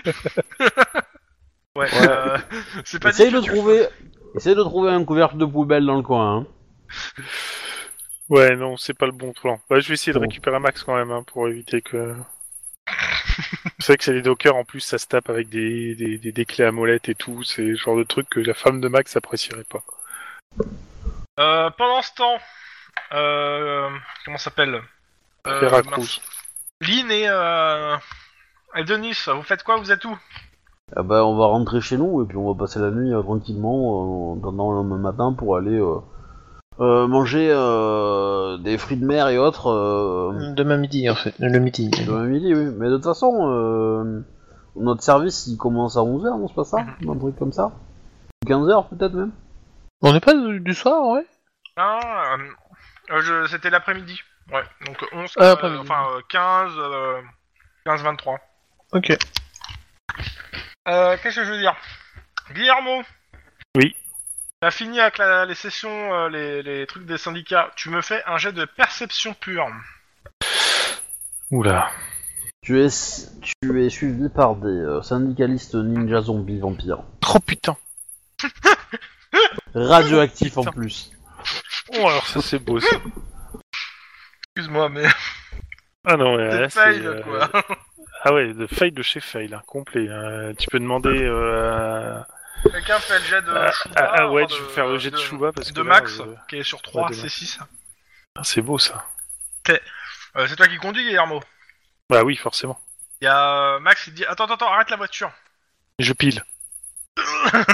Ouais. euh, c'est pas Essaye dit de que tu- trouver... Essaye de trouver un couvercle de poubelle dans le coin, hein. Ouais, non, c'est pas le bon plan. Bah, je vais essayer de Bon. récupérer Max quand même, hein, pour éviter que... C'est vrai que c'est les dockers, en plus, ça se tape avec des, des, des, des clés à molette et tout. C'est le genre de truc que la femme de Max apprécierait pas. Euh, pendant ce temps, euh, comment ça s'appelle euh, Veracruz. mince. Lynn et, euh, et Denis, vous faites quoi? Vous êtes où? Ah bah, on va rentrer chez nous et puis on va passer la nuit euh, tranquillement euh, en attendant le lendemain matin pour aller euh, euh, manger euh, des fruits de mer et autres euh, Demain midi, en fait. Le midi. demain midi, oui. Mais de toute façon, euh, notre service il commence à onze heures, non, c'est pas ça? Un truc comme ça? quinze heures peut-être même? On n'est pas du du soir, ouais? Ah, euh, je, c'était l'après-midi. Ouais, donc onze, Ah, euh, après-midi. enfin euh, quinze, euh, quinze vingt-trois. Ok. Euh, qu'est-ce que je veux dire? Guillermo. Oui. T'as fini avec la- les sessions, euh, les, les trucs des syndicats. Tu me fais un jet de perception pure. Oula. Tu es, tu es suivi par des euh, syndicalistes ninja zombies vampires. Oh putain. Radioactifs en Putain. plus. Oh, alors ça, c'est beau, ça. Excuse-moi, mais Ah non, ouais, c'est là, fail, c'est... euh, quoi. Ah ouais, de fail de chez fail, hein, complet. hein. Tu peux demander... Euh... à- Quelqu'un fait le jet de Ah, Chouba, ah, ah, ouais, enfin, je vais faire le jet de Chouba, parce de que là, Max, euh, qui est sur trois, de c'est Max. six. Ah, c'est beau, ça. Euh, c'est toi qui conduis, Guillermo. Bah oui, forcément. Il y a euh, Max, il dit attends, attends, attends, arrête la voiture. Je pile.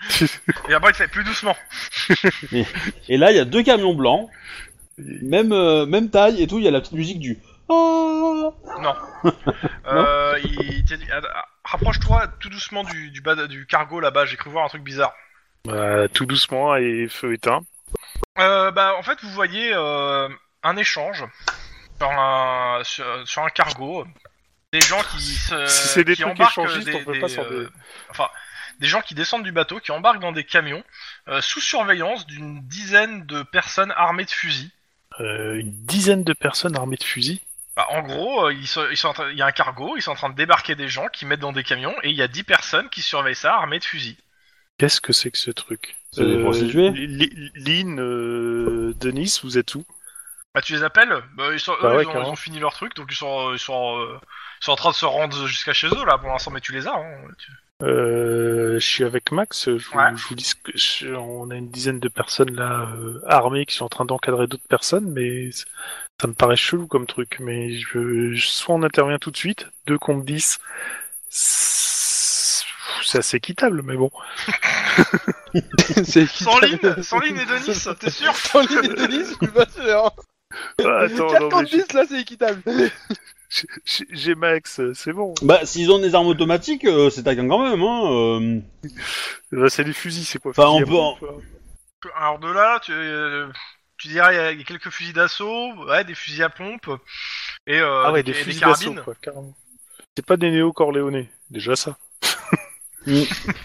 Et après il fait plus doucement. Et là, il y a deux camions blancs, même, euh, même taille et tout, il y a la petite musique du... Oh Non. euh, il t'a dit, ah, ah, rapproche-toi tout doucement du, du, bas, du cargo là-bas, j'ai cru voir un truc bizarre. Bah, tout doucement et feu éteint. Euh, bah en fait vous voyez euh, un échange sur un, sur, sur un cargo. Des gens qui se, Si c'est des qui trucs embarquent échangistes, des, on peut des, pas s'en euh, dé- enfin, des gens qui descendent du bateau, qui embarquent dans des camions, euh, sous surveillance d'une dizaine de personnes armées de fusils. Euh, une dizaine de personnes armées de fusils. Bah, en gros, euh, ils sont, ils sont en train- il y a un cargo, ils sont en train de débarquer des gens qui mettent dans des camions, et il y a dix personnes qui surveillent ça armées de fusils. Qu'est-ce que c'est que ce truc? C'est des prostituées Li- Lynn, euh, Denis, vous êtes où? Bah tu les appelles, bah, ils, sont, Bah eux, ouais, ils, ont, carrément. ils ont fini leur truc, donc ils sont, ils sont, euh, ils sont en train de se rendre jusqu'à chez eux là pour l'instant, mais tu les as. Hein. Tu- Euh, je suis avec Max. Je vous, Ouais. je vous dis que je- on a une dizaine de personnes là euh, armées qui sont en train d'encadrer d'autres personnes, mais c- ça me paraît chelou comme truc. Mais je, je- soit on intervient tout de suite, deux contre dix, c'est c'est assez équitable, mais bon. C'est Sans ligne, sans ligne et Denis, t'es sûr? Sans ligne et Denis, je suis pas sûr. Ah, attends, quatre non, mais contre j'ai- dix, là, c'est équitable. j'ai- j'ai j'ai Max, c'est bon. Bah, s'ils ont des armes automatiques, euh, c'est taquin quand même, hein. euh. Bah, c'est des fusils, c'est quoi? Enfin, fusil on à peut pompe, euh Alors de là, tu, euh, tu dirais il y a quelques fusils d'assaut, ouais, des fusils à pompe et, euh, Ah ouais, des, des et fusils des d'assaut, carabines. quoi, carrément. C'est pas des néo-corléonais, déjà ça. Mm.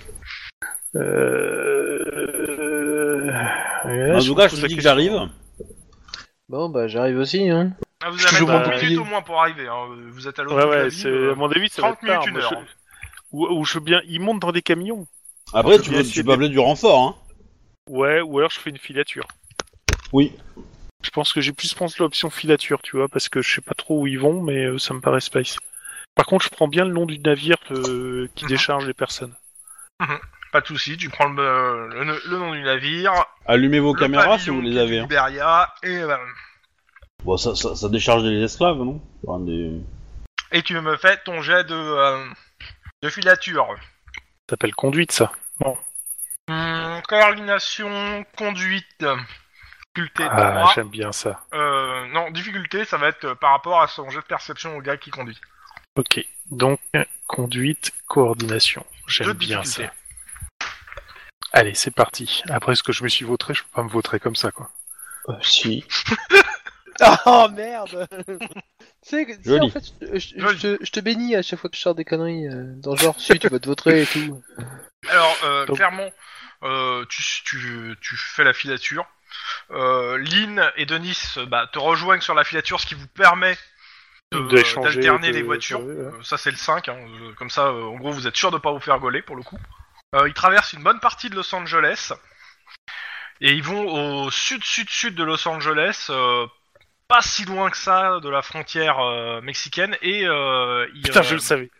Euh... ouais, En je tout me cas, je pose te la dis que question. j'arrive. Bon, bah, j'arrive aussi, hein. Ah, vous avez Toujours trente mon minutes bouclier. au moins pour arriver. Hein. Vous êtes à l'autre Ouais, bout de la ouais, ville, c'est... euh, à mon avis, ça va trente être tard. minutes, une Moi, heure. je- Ou, ou je veux bien... Ils montent dans des camions. Après, Je tu vais peux, essayer tu peux de- appeler du renfort, hein. Ouais, ou alors je fais une filature. Oui. Je pense que j'ai plus pensé l'option filature, tu vois, parce que je sais pas trop où ils vont, mais euh, ça me paraît spicy. Par contre, je prends bien le nom du navire euh, qui Mhm. décharge les personnes. Pas de soucis, tu prends le, le, le nom du navire, Allumez vos le caméras si pavillon vous les qui est avez. du Hein. Liberia, et, euh, Bon, ça, ça, ça décharge les esclaves, non? Enfin, des... et tu me fais ton jet de, euh, de filature. Ça s'appelle conduite, ça. Hum, coordination, conduite, difficulté Ah, trois. j'aime bien ça. Euh, non, difficulté, ça va être euh, par rapport à son jet de perception au gars qui conduit. Ok, donc conduite, coordination. J'aime Deux bien difficultés. ça. Allez, c'est parti. Après ce que je me suis vautré, je peux pas me vautrer comme ça, quoi. Euh, si. Oh merde. Tu sais, que- tu sais, Joli. en fait, je, je- Joli. je te, je te bénis à chaque fois que je sors des conneries. euh, dans le genre, si tu vas te vautrer et tout. Alors, euh, Donc- clairement, euh, tu, tu, tu fais la filature. Euh, Lynn et Denis euh, bah, te rejoignent sur la filature, ce qui vous permet de- D'échanger, d'alterner de- les voitures. ouais, ouais. Euh, ça, c'est le cinq. Hein. Euh, Comme ça, euh, en gros, vous êtes sûr de pas vous faire gauler, pour le coup. Euh, ils traversent une bonne partie de Los Angeles. Et ils vont au sud-sud-sud de Los Angeles, euh, pas si loin que ça de la frontière euh, mexicaine. Et euh, ils, Putain, euh, je le savais.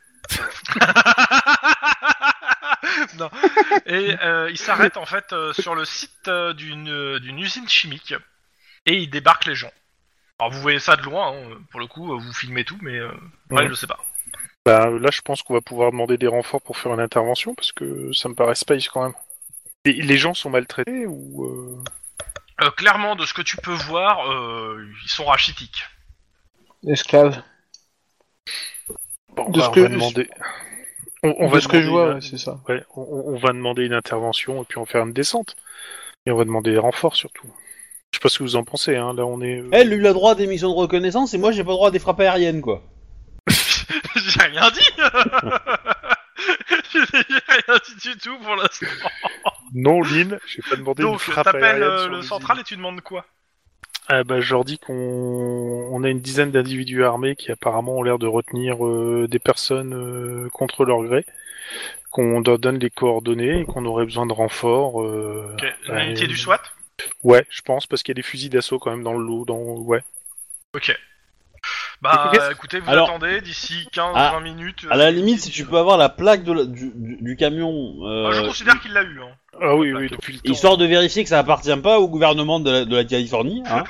non. Et euh, ils s'arrêtent en fait euh, sur le site euh, d'une d'une usine chimique et ils débarquent les gens. Alors vous voyez ça de loin, hein, pour le coup, euh, vous filmez tout, mais euh, ouais, Mhm. je sais pas. Bah, là, je pense qu'on va pouvoir demander des renforts pour faire une intervention, parce que ça me paraît space quand même. Et les gens sont maltraités ou... euh, Euh, clairement, de ce que tu peux voir, euh, ils sont rachitiques. Esclave. Bon, De bah, ce on que- va demander... On, on De va ce que je demander vois, une- ouais, c'est ça. Ouais, on, on va demander une intervention et puis on va faire une descente. Et on va demander des renforts surtout. Je sais pas ce que vous en pensez, hein. Là on est... euh, Elle, lui, a droit à des missions de reconnaissance et moi, j'ai pas droit à des frappes aériennes, quoi. J'ai rien dit. J'ai rien dit du tout pour l'instant. Non, Lynn, j'ai pas demandé une Donc, frappe t'appelles aérienne euh, sur le les central îles. et tu demandes quoi? Ah bah je leur dis qu'on on a une dizaine d'individus armés qui apparemment ont l'air de retenir euh, des personnes euh, contre leur gré, qu'on leur donne les coordonnées et qu'on aurait besoin de renforts. Euh, Ok, Une bah, unité euh, du SWAT? Ouais, je pense, parce qu'il y a des fusils d'assaut quand même dans le lot. Dans... Ouais. Ok. Bah Qu'est-ce- écoutez, vous Alors- attendez d'ici quinze à- vingt minutes. À la limite, si tu peux avoir la plaque de la- du, du, du camion, euh, Ah, je considère qu'il l'a eu. Hein. Ah oui, Bah, oui, ok. depuis le temps. histoire de vérifier que ça appartient pas au gouvernement de la, de la Californie, hein.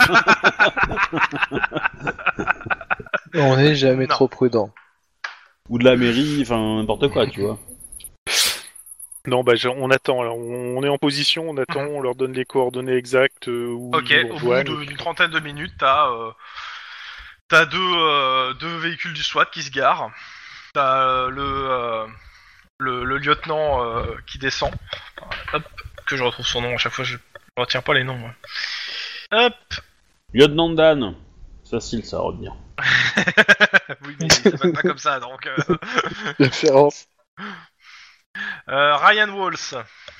On n'est jamais Non. trop prudent. Ou de la mairie, enfin n'importe quoi, tu vois. Non, bah je- on attend. Alors, on, on est en position, on attend, on leur donne les coordonnées exactes. Euh, où Ok, ils nous au bout rejoignent, de- et puis- d'une trentaine de minutes, t'as euh, t'as deux, euh, deux véhicules du SWAT qui se garent. T'as euh, le, euh, le le lieutenant euh, qui descend. Hop, que je retrouve son nom à chaque fois, je retiens pas les noms. Moi. Hop. Lieutenant Dan. C'est facile ça à retenir. Oui, mais il s'appelle pas comme ça, donc. Euh, Référence. euh, Ryan Walls.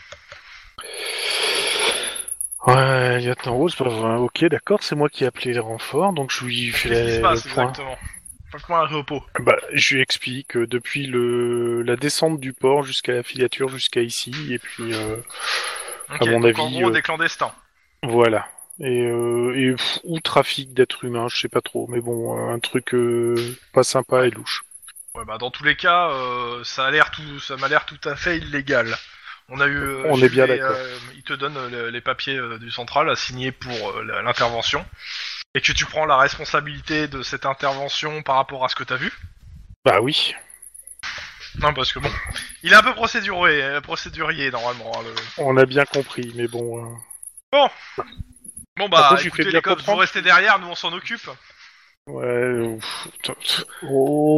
Ouais, lieutenant Rose, bah, ouais, ok, d'accord, c'est moi qui ai appelé les renforts, donc je lui fais Qu'est-ce qui se la- passe le point. exactement? Faites-moi un repos. Bah, je lui explique que depuis le la descente du port jusqu'à la filature jusqu'à ici, et puis euh, Ok, À mon donc en avis, gros euh, des clandestins. voilà. Et, euh, et pff, ou trafic d'êtres humains, je sais pas trop, mais bon, euh, un truc euh, pas sympa et louche. Ouais, bah dans tous les cas, euh, ça a l'air tout, ça m'a l'air tout à fait illégal. On a eu, euh, On j'ai est bien eu les, d'accord. euh, il te donne euh, le- les papiers euh, du central à signer pour euh, la- l'intervention, et que tu prends la responsabilité de cette intervention par rapport à ce que t'as vu. Bah oui. Non, parce que bon, il est un peu procédurier, euh, procédurier normalement. hein, le- On a bien compris, mais bon. euh, Bon Par bah, contre, je lui écoutez fais les bien cops, vous comprendre restez derrière, nous on s'en occupe. Ouais. euh, pff, t- t- Oh.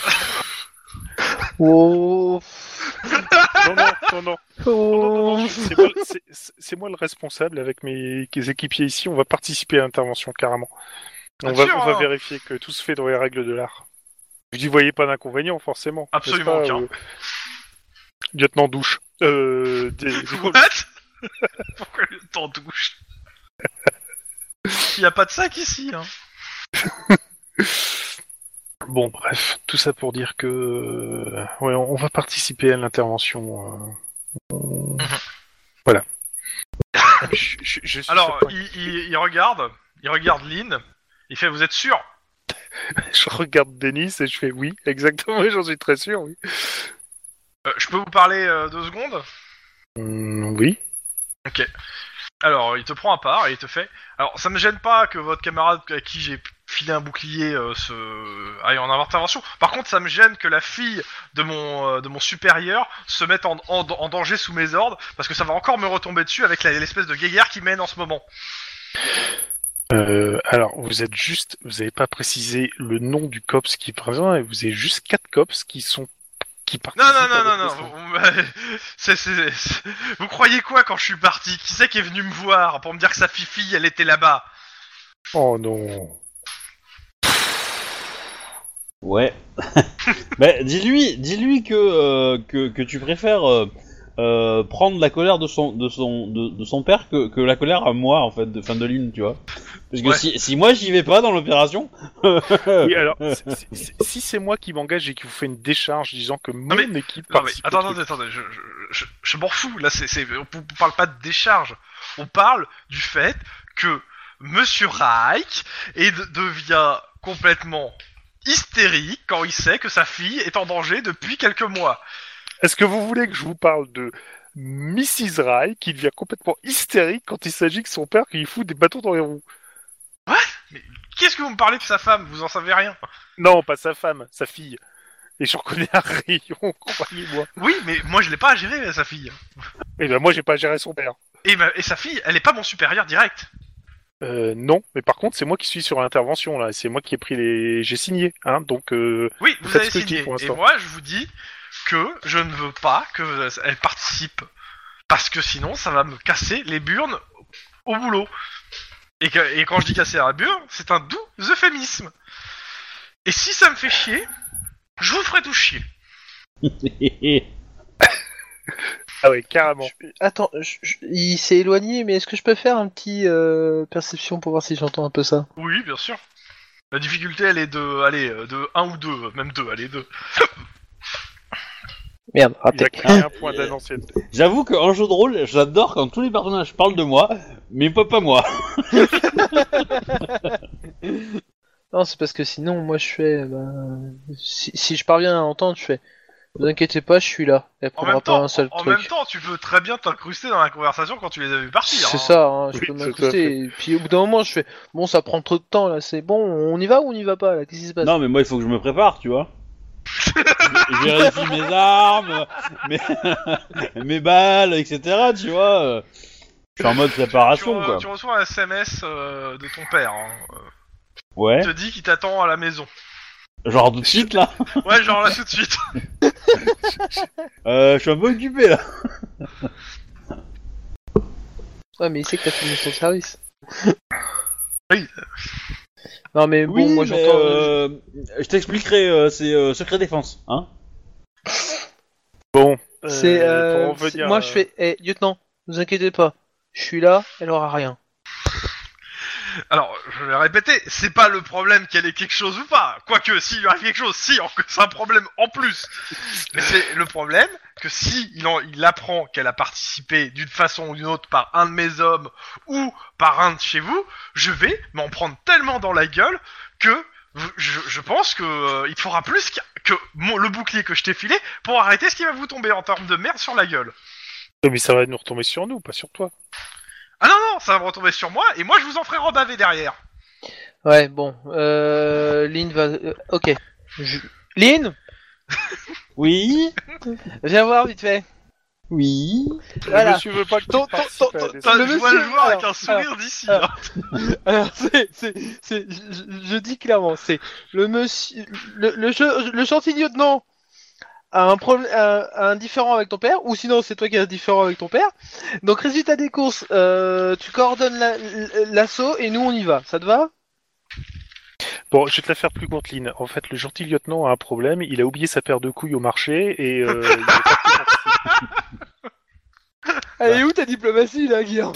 Oh. non, non, non, non. Non, non, non, Oh. c'est moi, c'est- c'est- c'est moi le responsable avec mes mes équipiers ici. On va participer à l'intervention carrément. On Bien va, sûr, on va hein. vérifier que tout se fait dans les règles de l'art. Vous n'y voyez pas d'inconvénient, forcément. n'est-ce Absolument pas, aucun. euh, Lieutenant douche. Euh, des- What? Pourquoi le temps douche? Il y a pas de sac ici, hein. Bon, bref, tout ça pour dire que euh, ouais, on va participer à l'intervention. euh, on- Voilà. je, je- je suis Alors, certain. il, il, il regarde, il regarde Lynn, il fait, vous êtes sûr? Je regarde Denis et je fais oui, exactement, j'en suis très sûr, oui. Euh, je peux vous parler euh, deux secondes? Hum, oui. Ok. Alors, il te prend à part et il te fait... Alors, ça me gêne pas que votre camarade à qui j'ai filé un bouclier euh, se... aille en intervention. Par contre, ça me gêne que la fille de mon, euh, de mon supérieur se mette en, en, en danger sous mes ordres, parce que ça va encore me retomber dessus avec la- l'espèce de guéguerre qui mène en ce moment. Euh, alors, vous êtes juste, vous n'avez pas précisé le nom du cops qui est présent, et vous avez juste quatre cops qui sont qui Non, participent. non, non, à non, votre non. destin. Vous, c'est, c'est, c'est- vous croyez quoi quand je suis parti? Qui c'est qui est venu me voir pour me dire que sa fille, elle était là-bas? Oh non. Ouais. Bah, dis-lui, dis-lui que, euh, que que tu préfères euh, euh, prendre la colère de son de son de, de son père que, que la colère à moi en fait de fin de ligne, tu vois. Parce que Ouais. si si moi j'y vais pas dans l'opération. Oui, alors, c'est- c'est- si c'est moi qui m'engage et qui vous fait une décharge disant que mon mais- équipe Non mais participe attends, au truc. attendez, attendez, je, je, je, je m'en fous. Là, c'est, c'est, on, on parle pas de décharge. On parle du fait que Monsieur Reich est, devient complètement hystérique quand il sait que sa fille est en danger depuis quelques mois. Est-ce que vous voulez que je vous parle de missus Rai qui devient complètement hystérique quand il s'agit que son père qui fout des bâtons dans les roues? Qu'est-ce que vous me parlez de sa femme? Vous en savez rien. Non, pas sa femme, sa fille. Et j'en connais un rayon, croyez-moi. Oui, mais moi je l'ai pas à gérer, sa fille. Et ben moi j'ai pas géré son père. Et, ma- et sa fille, elle est pas mon supérieur direct. Euh, non, mais par contre c'est moi qui suis sur l'intervention là, c'est moi qui ai pris les, j'ai signé, hein, donc euh... Oui, vous Faites avez ce que je dis signé. pour Et l'instant. moi, je vous dis que je ne veux pas qu'elle participe. Parce que sinon, ça va me casser les burnes au boulot. Et, que, et quand je dis casser la burne, c'est un doux euphémisme. Et si ça me fait chier, je vous ferai tout chier. ah ouais carrément. Attends, je- je- il s'est éloigné, mais est-ce que je peux faire un petit euh, perception pour voir si j'entends un peu ça? Oui, bien sûr. La difficulté, elle est de, allez, de un ou deux, même deux, allez, deux. Merde, Il raté. a créé un point d'ancienneté. J'avoue qu'en jeu de rôle, j'adore quand tous les personnages parlent de moi, mais pas pas moi. Non, c'est parce que sinon, moi, je fais... ben, si, si je parviens à entendre, je fais... Ne vous inquiétez pas, je suis là. Elle En prendra même, pas temps, un seul en, en truc. même temps, tu peux très bien t'incruster dans la conversation quand tu les as vus partir. C'est hein. ça, hein, je Oui, peux tout à m'incruster. Et puis au bout d'un moment, je fais... Bon, ça prend trop de temps, là, c'est bon, on y va ou on y va pas, là? Qu'est-ce qui se passe? Non, mais moi il faut que je me prépare, tu vois. je vérifie mes armes, mes, mes balles, et cetera. Tu vois. Je suis en mode préparation, tu, quoi. Tu reçois un S M S euh, de ton père. Hein. Ouais. Il te dit qu'il t'attend à la maison. Genre tout de suite, là. Ouais, genre là tout de suite. euh, je suis un peu occupé, là. Ouais, mais il sait que t'as fini son service. Oui. Non, mais bon, Oui, moi mais, j'entends. euh, je t'expliquerai, euh, c'est euh, secret défense, hein. Bon, euh, C'est. Euh, pour revenir, c'est- moi, euh, je fais. Eh, lieutenant, ne vous inquiétez pas. Je suis là, elle aura rien. Alors, je vais répéter, c'est pas le problème qu'elle ait quelque chose ou pas. Quoique, s'il lui arrive quelque chose, si, en- c'est un problème en plus. Mais c'est le problème que si il, en, il apprend qu'elle a participé d'une façon ou d'une autre par un de mes hommes ou par un de chez vous, je vais m'en prendre tellement dans la gueule que je, je pense que euh, il te faudra plus que, que mon, le bouclier que je t'ai filé pour arrêter ce qui va vous tomber en termes de merde sur la gueule. mais ça va nous retomber sur nous, pas sur toi. Ah non, non, ça va me retomber sur moi et moi je vous en ferai rebaver derrière. Ouais, bon. Euh. Lynn va. euh, ok. Je... Lynn, Oui. viens voir vite fait. Oui. Voilà. Le monsieur veut pas que Ton- tu ton- participes ton- à la ton- descente. T'as- le je vois le monsieur- joueur avec alors, un sourire alors, d'ici. alors. là. Alors, c'est, c'est, c'est, je, je dis clairement, c'est le monsieur, le, le, che- le gentil lieutenant a un problème, a un différend avec ton père, ou sinon c'est toi qui as un différend avec ton père. Donc résultat des courses, euh, tu coordonnes la- l'assaut et nous on y va. Ça te va? Bon, je vais te la faire plus courte, Lynn. En fait, le gentil lieutenant a un problème. Il a oublié sa paire de couilles au marché et euh, il est parti pour- Elle est où ta diplomatie là, Guillaume?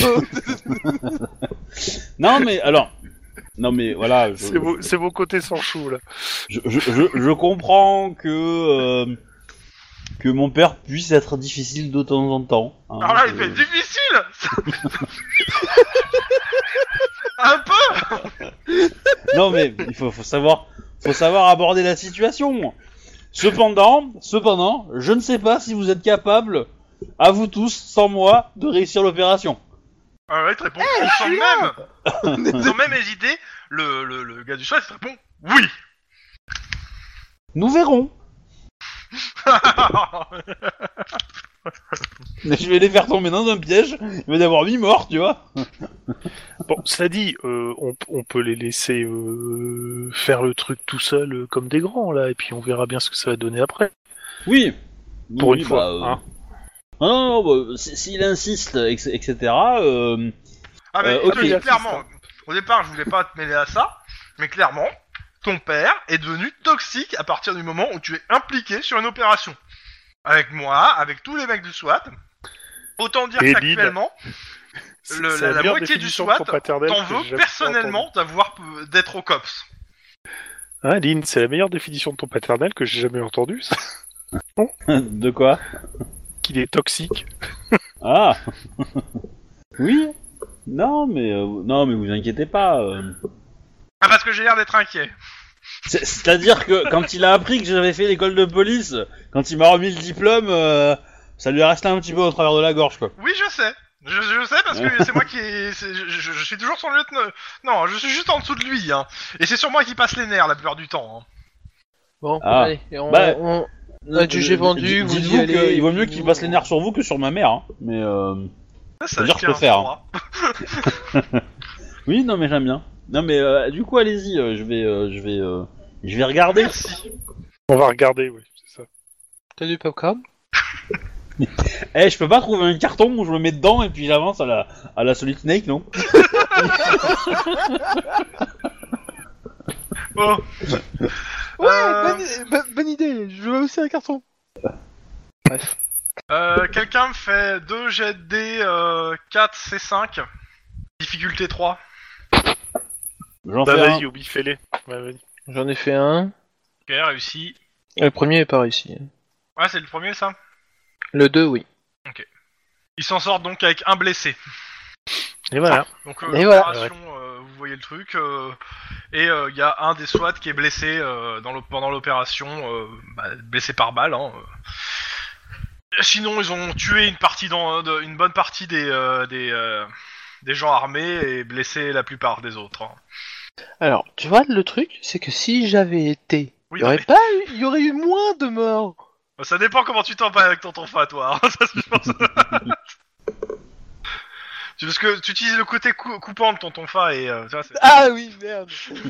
Non, mais alors. Non, mais voilà. Je, C'est vos, c'est vos côtés sans chou, là. je, je, je, je comprends que. Euh, que mon père puisse être difficile de temps en temps. Hein, Alors là, il euh, fait difficile. Un peu. Non, mais il faut, faut savoir. Faut savoir aborder la situation. Cependant, cependant, je ne sais pas si vous êtes capables, à vous tous, sans moi, de réussir l'opération. Ah ouais, il te répond. sans même, sans même hésiter, le, le, le gars du choix, il te répond oui. Nous verrons. Mais je vais les faire tomber dans un piège. Il va y avoir huit morts, tu vois. Bon, cela dit, euh, on, on peut les laisser euh, faire le truc tout seul euh, comme des grands, là, et puis on verra bien ce que ça va donner après. Oui. Pour Oui, une fois, bah, euh, hein. Non, non, non, bah, s- s'il insiste, et cetera. Euh... Ah mais Euh, je te ok. dis clairement, au départ, je voulais pas te mêler à ça, mais clairement, ton père est devenu toxique à partir du moment où tu es impliqué sur une opération. Avec moi, avec tous les mecs du SWAT. Autant dire Et qu'actuellement, C'est- le- c'est la, la meilleure moitié du définition SWAT de ton paternel t'en que j'ai veut jamais personnellement d'avoir d'être au COPS. Hein, Lynn, c'est la meilleure définition de ton paternel que j'ai jamais entendue, ça. De quoi? Qu'il est toxique. Ah. Oui. Non, mais euh, non, mais vous inquiétez pas. euh. Ah parce que j'ai l'air d'être inquiet. C'est- C'est-à-dire que quand il a appris que j'avais fait l'école de police, quand il m'a remis le diplôme, euh, ça lui est resté un petit peu au travers de la gorge, quoi. Oui, je sais. Je, je sais parce que c'est moi qui... c'est- Je, je- je suis toujours son lieutenant. Non, je suis juste en dessous de lui. Hein. Et c'est sur moi qui passe les nerfs la plupart du temps. Hein. Bon, Ah. allez, on, Bah, on- Ah, tu- j'ai vendu, D- vous y dites-vous allez, qu'il vaut et mieux puis qu'il nous, passe les on- nerfs sur vous que sur ma mère, hein. Mais euh... Ça, ça C'est-à-dire que je tient préfère, froid. oui, non, mais j'aime bien. Non, mais euh, du coup, allez-y, euh, je vais, euh, je vais, euh, je vais regarder. Merci. On va regarder, oui, c'est ça. T'as du popcorn? Eh, je peux pas trouver un carton où je me mets dedans et puis j'avance à la, à la Solid Snake, non? Bon. Ouais, Euh, bonne, bo- bonne idée, je veux aussi un carton. Bref. Euh, quelqu'un me fait deux jets de dés euh, quatre C cinq. Difficulté trois. J'en Bah fais un. vas-y, Obi, fais-les. Ouais, vas-y. J'en ai fait un. Ok, réussi. Le premier est pas réussi. Ouais, c'est le premier ça. Le deux, oui. Il s'en sort donc avec un blessé. Et voilà. Donc euh, Et voilà. l'opération, euh, vous voyez le truc. euh, et il euh, y a un des SWAT qui est blessé euh, dans l'op- pendant l'opération, euh, bah, blessé par balle. Hein, euh. Sinon, ils ont tué une partie dans, de, une bonne partie des euh, des, euh, des gens armés et blessé la plupart des autres. Hein. Alors, tu vois, le truc, c'est que si j'avais été Oui, Il y aurait mais- pas eu, il y aurait eu moins de morts. Ça dépend comment tu t'en parles avec ton tonfa, toi. hein. Ça, je pense. Tu- Parce que tu utilises le côté cou- coupant de ton tonfa et euh, tu vois, c'est- Ah oui, merde.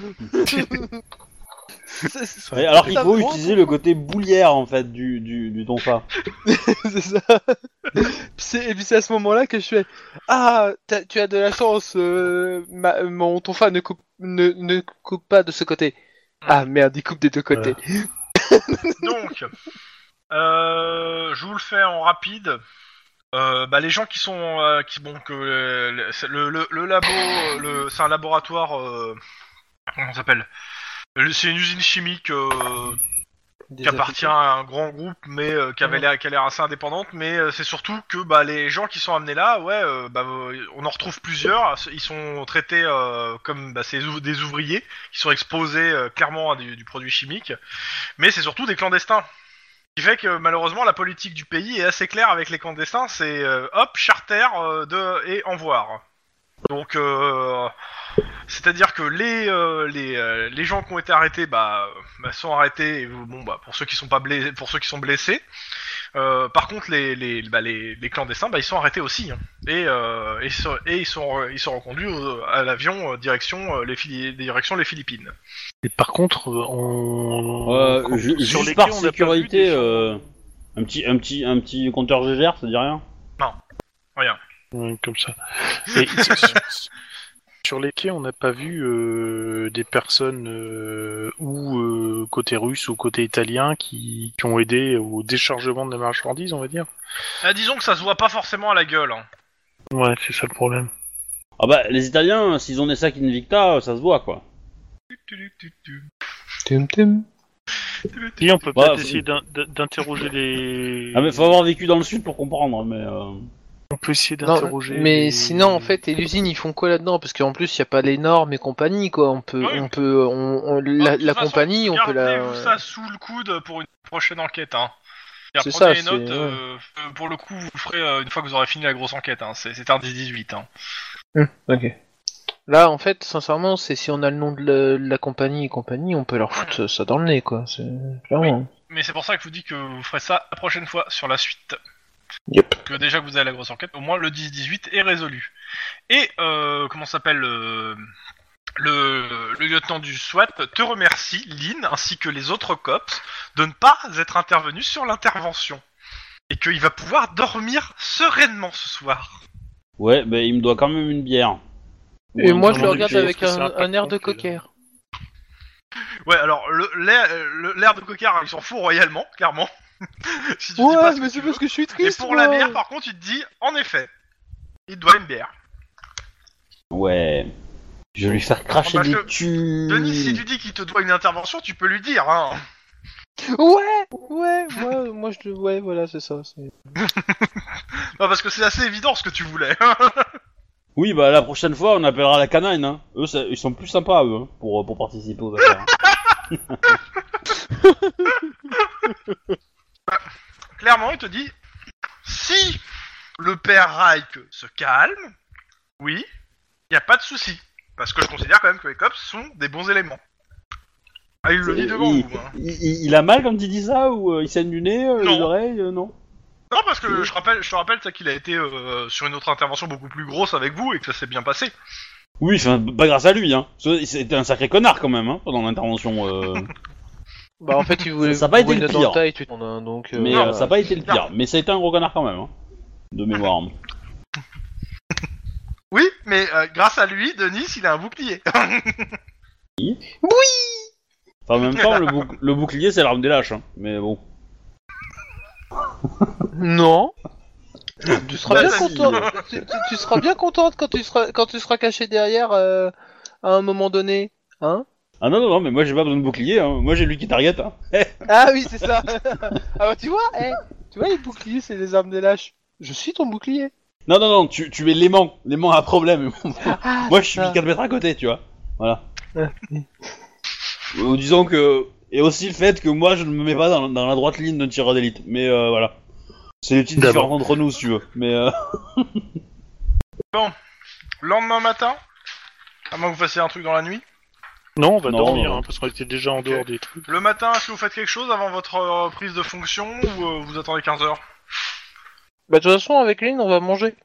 C'est- c'est- Et alors qu'il ça faut me rend utiliser le côté boulière en fait du, du, du tonfa. c'est ça. Puis c'est- Et puis c'est à ce moment-là que je fais ah t'as- tu as de la chance, euh, ma- mon tonfa ne coupe ne, ne coupe pas de ce côté. Ah merde, il coupe des deux côtés. Donc, euh, je vous le fais en rapide. Euh, bah, les gens qui sont, euh, qui bon, que le, le, le, le labo, euh, le, c'est un laboratoire, euh, comment ça s'appelle? Le- C'est une usine chimique euh, qui appartient à un grand groupe, mais euh, qui avait l'air, qui a l'air assez indépendante. Mais euh, c'est surtout que bah les gens qui sont amenés là, ouais, euh, bah, euh, on en retrouve plusieurs. Ils sont traités euh, comme bah, c'est ouv- des ouvriers qui sont exposés euh, clairement à du, du produit chimique. Mais c'est surtout des clandestins. Ce qui fait que malheureusement la politique du pays est assez claire avec les clandestins, c'est euh, hop, charter euh, de, et envoir. Donc euh, c'est-à-dire que les euh, les, euh, les gens qui ont été arrêtés bah, bah sont arrêtés et, bon bah pour ceux qui sont pas blessés, pour ceux qui sont blessés. Euh, par contre les les bah, les, les clandestins bah ils sont arrêtés aussi hein. et, euh, et, so- et ils sont ils sont reconduits au- à l'avion euh, direction euh, les Phili- direction les Philippines. Et par contre, on... Euh, on- ju- sur juste les par quais, on n'a pas vu sécurité, des gens- euh, un petit un petit un petit compteur G G R, ça dit rien. Rien. Ouais, comme ça. Et sur, sur les quais, on n'a pas vu euh, des personnes euh, ou euh, côté russe ou côté italien qui, qui ont aidé au déchargement de la marchandise, on va dire. Ah, disons que ça se voit pas forcément à la gueule. Hein. Ouais, c'est ça le problème. Ah bah les Italiens, s'ils ont des sacs Invicta, ça se voit quoi. Tum, tum. Et on peut Bah, peut-être faut- essayer d'in- d'interroger les. Ah mais faut avoir vécu dans le sud pour comprendre, mais. Euh... On peut essayer Non, d'interroger. mais les- sinon en fait, et l'usine ils font quoi là-dedans? Parce qu'en plus il y a pas les normes et compagnie quoi. On peut, Oui. on peut, on, on- la, De toute la façon, compagnie, on peut la. Gardez-vous ça sous le coude pour une prochaine enquête. Hein. C'est Prenez ça, les c'est- notes. euh, euh, pour le coup, vous le ferez euh, une fois que vous aurez fini la grosse enquête. Hein. C'est, c'est un dix dix-huit. Hein. Hum, ok. Là, en fait, sincèrement, c'est si on a le nom de la, de la compagnie et compagnie, on peut leur foutre ça dans le nez, quoi. C'est clairement. Mais c'est pour ça que je vous dis que vous ferez ça la prochaine fois sur la suite. Yep. Que déjà que vous avez la grosse enquête, au moins le dix dix-huit est résolu. Et euh, comment s'appelle euh, le, le lieutenant du SWAT te remercie, Lynn, ainsi que les autres cops, de ne pas être intervenus sur l'intervention. Et qu'il va pouvoir dormir sereinement ce soir. Ouais, bah il me doit quand même une bière. Et Ou un- moi, on je en le a regarde dit, avec est-ce que c'est un, un un air de patron qui est là cocker. Ouais, alors le, l'air, le- l'air de cocard, il s'en fout royalement, clairement. Si tu dis Ouais, pas ce mais que c'est tu parce veux. que je suis Et triste. pour moi. la bière, par contre, il te dit, en effet, il te doit une bière. Ouais. Je vais lui faire cracher Parce des que, tubes. Denis, si tu dis qu'il te doit une intervention, tu peux lui dire, hein. Ouais, ouais, moi, moi je, ouais, voilà, c'est ça. c'est- Non, parce que c'est assez évident ce que tu voulais. Oui, bah la prochaine fois, on appellera la canine. Hein. Eux, ça- ils sont plus sympas eux, hein, pour pour participer aux affaires. Clairement, il te dit, si le père Reich se calme, oui, il y a pas de souci, parce que je considère quand même que les cops sont des bons éléments. Ah, il le dit devant il, vous. Hein. il, il- il a mal quand il dit ça ou euh, il saigne du nez, euh, Non. les oreilles, euh, non. Non, parce que je rappelle, je te rappelle ça, qu'il a été euh, sur une autre intervention beaucoup plus grosse avec vous et que ça s'est bien passé. Oui, enfin, pas grâce à lui, hein. C'était un sacré connard quand même, hein, pendant l'intervention. Euh... Bah, en fait, il voulait. Ça a pas été une le note dans pire. taille, tu hein, donc. euh, mais voilà. euh, ça n'a pas été le pire. Mais ça a été un gros connard quand même, hein, de mémoire. Oui, mais euh, grâce à lui, Denis, il a un bouclier. Enfin, en même temps, le, bouc- le bouclier, c'est l'arme des lâches, hein. Mais bon. Non. Tu seras Bah, bien si. content. tu, tu- tu seras bien contente quand tu seras quand tu seras caché derrière euh, à un moment donné, hein? Ah non, non, non, mais moi j'ai pas besoin de bouclier, hein. Moi j'ai lui qui target, hein. Ah oui, c'est ça. Ah bah tu vois, eh, tu vois les boucliers, c'est les armes des lâches. Je suis ton bouclier. Non, non, non, tu, tu es l'aimant. L'aimant a un problème. Ah, Moi je suis ça. quatre mètres à côté, tu vois. Voilà. Ouais. Ou disons que. Et aussi le fait que moi je ne me mets pas dans, dans la droite ligne d'un tireur d'élite. Mais euh, voilà. C'est les petites D'abord. différences entre nous si tu veux. Mais euh. Lendemain matin, à moins que vous fassiez un truc dans la nuit. Non, on va Non, dormir, non. hein, parce qu'on était déjà en Ok. dehors des trucs. Le matin, est-ce que vous faites quelque chose avant votre euh, prise de fonction ou euh, vous attendez quinze heures? Bah de toute façon avec Lynn on va manger.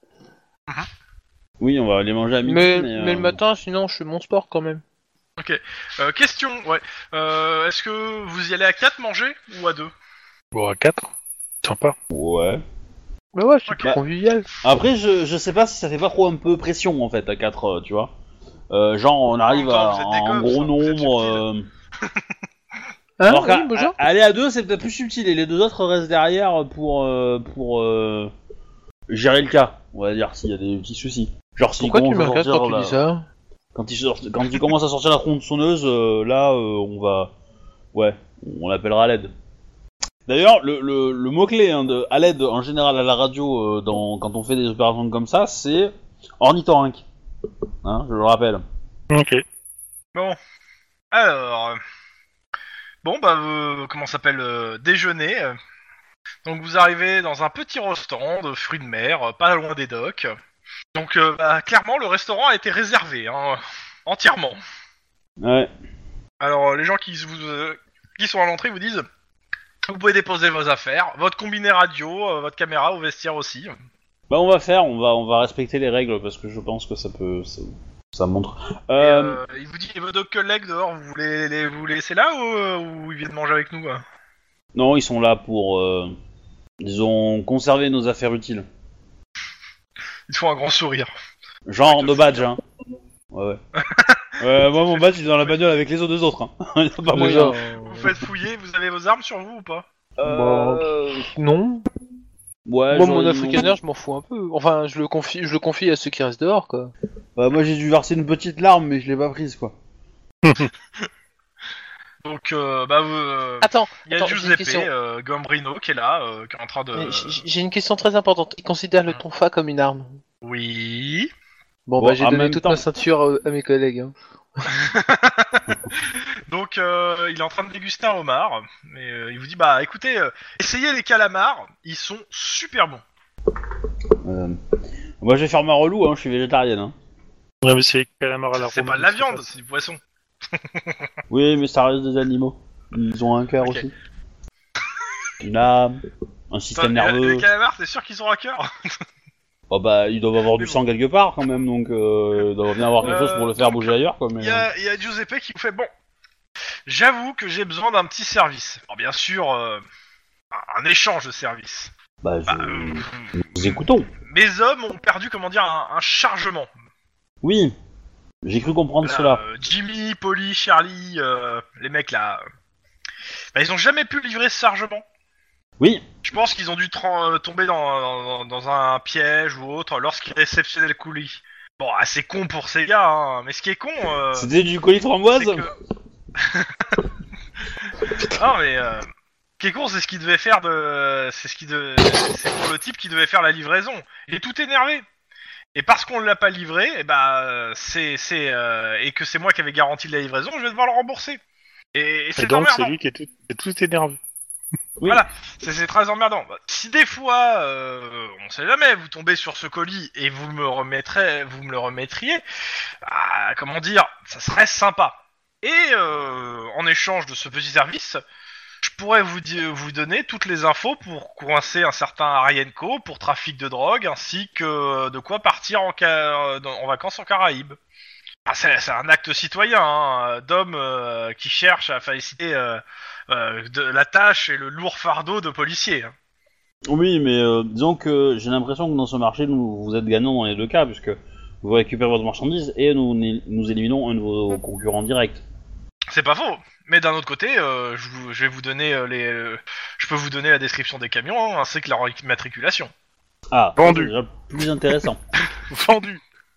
Oui, on va aller manger à midi. Mais, Mais, mais euh, le matin sinon je fais mon sport quand même. Euh, question, ouais. Euh, est-ce que vous y allez à quatre manger ou à deux? Bon, à quatre. Sympa. Ouais. Bah ouais c'est Ok. plus convivial. Après, je, je sais pas si ça fait pas trop un peu pression en fait à quatre, tu vois. Euh, genre, on arrive même temps, à vous êtes des en gosses, gros hein, vous êtes nombre. subtils. euh, Hein Alors oui, qu'à bonjour. à- aller à deux, c'est peut-être plus subtil et les deux autres restent derrière pour euh, pour euh, gérer le cas. On va dire s'il y a des petits soucis. Genre s'il Pourquoi tu commence me à regardes sortir quand tu la- dis ça? quand il sort- quand il commence à sortir la tronçonneuse, euh, là, euh, on va, ouais, on l'appellera à l'aide. D'ailleurs, le, le, le mot-clé hein, de à l'aide en général à la radio euh, dans, quand on fait des opérations comme ça, c'est ornithorynque. Hein, je le rappelle. Ok. Bon. Alors... euh, Bon, bah, euh, comment ça s'appelle euh, déjeuner. euh. Donc vous arrivez dans un petit restaurant de fruits de mer, euh, pas loin des docks. Donc euh, bah, clairement, le restaurant a été réservé, hein, entièrement. Ouais. Alors euh, les gens qui, vous, euh, qui sont à l'entrée vous disent... Vous pouvez déposer vos affaires, votre combiné radio, euh, votre caméra au vestiaire aussi. Bah on va faire, on va on va respecter les règles parce que je pense que ça peut ça, ça montre. Et, Euh, euh, il vous dit, et vos deux collègues dehors, vous voulez les, vous les laisser là ou, euh, ou ils viennent manger avec nous hein? Non, ils sont là pour euh, disons conserver nos affaires utiles. Ils te font un grand sourire. Genre Ouais, de te badge hein. Ouais ouais. Euh, moi mon badge il est dans la bagnole avec les autres deux autres hein. Il y a pas moyen. Déjà, Vous faites fouiller, vous avez vos armes sur vous ou pas? Euh... non. Ouais, Moi genre, mon ils africaner je m'en fous un peu. Enfin je le confie je le confie à ceux qui restent dehors quoi. ont- Bah, moi j'ai dû verser une petite larme mais je l'ai pas prise quoi. Donc, euh, bah, euh, Attends, il y a attends, j'ai une Giuseppe, question. euh, Gombrino qui est là, euh, qui est en train de... Mais j- J'ai une question très importante. Il considère le tonfa comme une arme. Oui... Bon, Bon, bah j'ai en donné même toute temps- ma ceinture euh, à mes collègues. Hein. Donc, euh, il est en train de déguster un homard, mais euh, il vous dit, bah, écoutez, euh, essayez les calamars, ils sont super bons. Euh... Moi je vais faire ma relou hein, je suis végétarienne hein. Ouais, mais c'est calamar à la C'est pas romane, de la c'est viande, pas- c'est du poisson. Oui mais ça reste des animaux. Ils ont un cœur Ok. aussi. Une âme, un Enfin, système les, nerveux. les calamars, c'est sûr qu'ils ont un cœur. Oh bah ils doivent avoir Mais du bon. sang quelque part quand même donc euh, ils doivent bien avoir quelque Euh, chose pour le faire donc, bouger ailleurs quoi mais... Il y a, il y a Giuseppe qui vous fait, bon, j'avoue que j'ai besoin d'un petit service. Alors, bien sûr, euh, un échange de services. Bah je... Bah, euh, nous écoutons. mes hommes ont perdu, comment dire, un, un chargement. Oui, j'ai cru comprendre cela. Euh, Jimmy, Polly, Charlie, euh, les mecs là, euh, bah, ils ont jamais pu livrer ce chargement. Oui, Je pense qu'ils ont dû tran- euh, tomber dans, dans, dans un piège ou autre lorsqu'ils réceptionnaient le colis. Bon, assez con pour ces gars, hein, mais ce qui est con, euh, c'était du colis framboise. c'est que... non mais, euh, ce qui est con, c'est ce qu'il devait faire de... C'est ce qui de... c'est pour le type qui devait faire la livraison. Il est tout énervé. Et parce qu'on ne l'a pas livré, et bah, euh, c'est, c'est, euh, et que c'est moi qui avais garanti la livraison, je vais devoir le rembourser. Et, et Et c'est donc, emmerdant. c'est lui qui est tout, qui est tout énervé. Oui. Voilà, c'est, c'est très emmerdant. Bah, si des fois, euh, on sait jamais, vous tombez sur ce colis et vous me remettrez, vous me le remettriez, bah, comment dire, ça serait sympa. Et euh, en échange de ce petit service, je pourrais vous, di- vous donner toutes les infos pour coincer un certain Arienko pour trafic de drogue, ainsi que de quoi partir en, ca- dans- en vacances en Caraïbes. Ah, c'est, c'est un acte citoyen, hein, d'homme euh, qui cherche à féliciter euh, euh, de la tâche et le lourd fardeau de policier. Hein. Oui, mais euh, disons que j'ai l'impression que dans ce marché, nous, vous êtes gagnant dans les deux cas, puisque vous récupérez votre marchandise et nous, nous éliminons un de vos concurrents directs. C'est pas faux. Mais d'un autre côté, euh, je, vous, je vais vous donner euh, les, euh, je peux vous donner la description des camions, hein, ainsi que leur immatriculation. Ah, Vendu. c'est déjà plus intéressant. Vendu.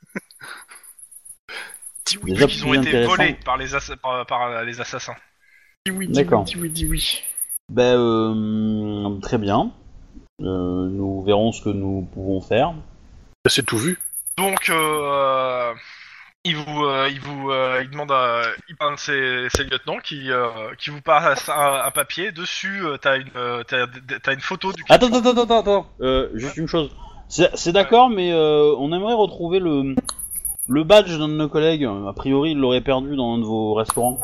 Dis oui, Déjà Ils plus ont été intéressant. volés par les, ass- par, par, euh, les assassins. dis oui, dis D'accord. oui, dis oui, dis oui. Ben, euh, très bien. Euh, nous verrons ce que nous pouvons faire. Bah, c'est tout vu. Donc, euh, il vous, euh, il vous, euh, il demande à, il parle de ses, ses lieutenants qui, euh, qui vous passe un, un papier. Dessus, euh, t'as une, euh, t'as, t'as une photo du. Attends, attends, attends, attends, attends. Euh, juste une chose. C'est, c'est d'accord, mais euh, on aimerait retrouver le le badge d'un de nos collègues, a priori, il l'aurait perdu dans un de vos restaurants.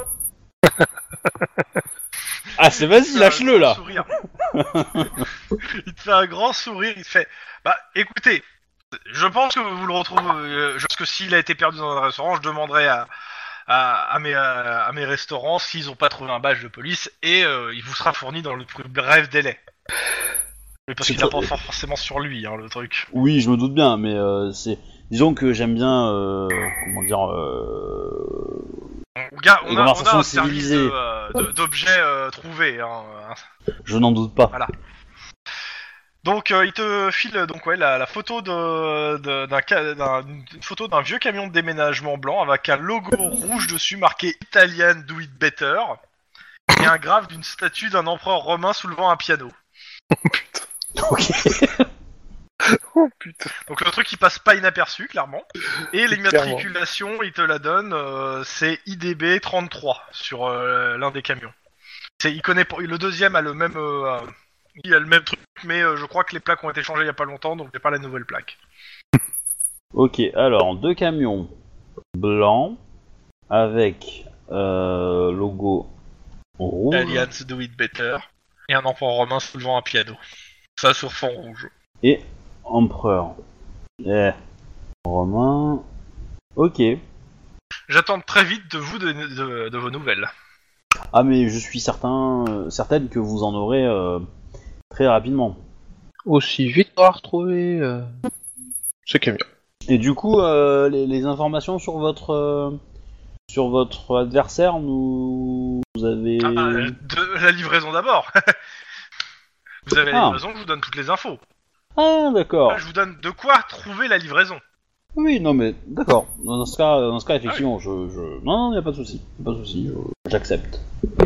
Ah, c'est vas-y, lâche-le là. Sourire. Il te fait un grand sourire. Il te fait, bah, écoutez, je pense que vous le retrouvez. Euh, je pense que s'il a été perdu dans un restaurant, je demanderai à à, à mes à, à mes restaurants s'ils ont pas trouvé un badge de police et euh, il vous sera fourni dans le plus bref délai. Mais parce C'est qu'il n'a trop- pas forcément sur lui, hein, le truc. Oui, je me doute bien, mais euh, c'est... Disons que j'aime bien... Euh, comment dire... Euh... On, ga- on, Les a, on a conversations un service civilisées. de, euh, de- d'objets euh, trouvés. Hein. Je n'en doute pas. Voilà. Donc euh, il te file donc ouais la, la photo de, de d'un, ca- d'un une photo d'un vieux camion de déménagement blanc avec un logo rouge dessus marqué Italian Do It Better et un graphe d'une statue d'un empereur romain soulevant un piano. Ok. Oh putain. Donc le truc qui passe pas inaperçu clairement. Et Clairement. l'immatriculation il te la donne, euh, c'est I D B trente-trois sur euh, l'un des camions. C'est il connaît pas- le deuxième a le même euh, il a le même truc mais euh, je crois que les plaques ont été changées il y a pas longtemps donc j'ai pas la nouvelle plaque. Ok, alors, deux camions blancs avec euh, logo rouge. Alliance Do It Better et un empereur romain soulevant un piano. Ça sur fond rouge. Et empereur. Eh. Romain. Ok. J'attends très vite de vous de, de, de vos nouvelles. Ah, mais je suis certain, euh, certaine que vous en aurez euh, très rapidement. Aussi vite qu'on va retrouver euh, ce camion. Et du coup, euh, les, les informations sur votre euh, sur votre adversaire, nous vous avez. Ah, euh, de la livraison d'abord. Vous avez la Ah. livraison, je vous donne toutes les infos. Ah, d'accord. Là, je vous donne de quoi trouver la livraison. Oui, non, mais d'accord. Dans ce cas, dans ce cas, effectivement, je, je... non, non, y a pas de souci, y a pas de souci, je- j'accepte.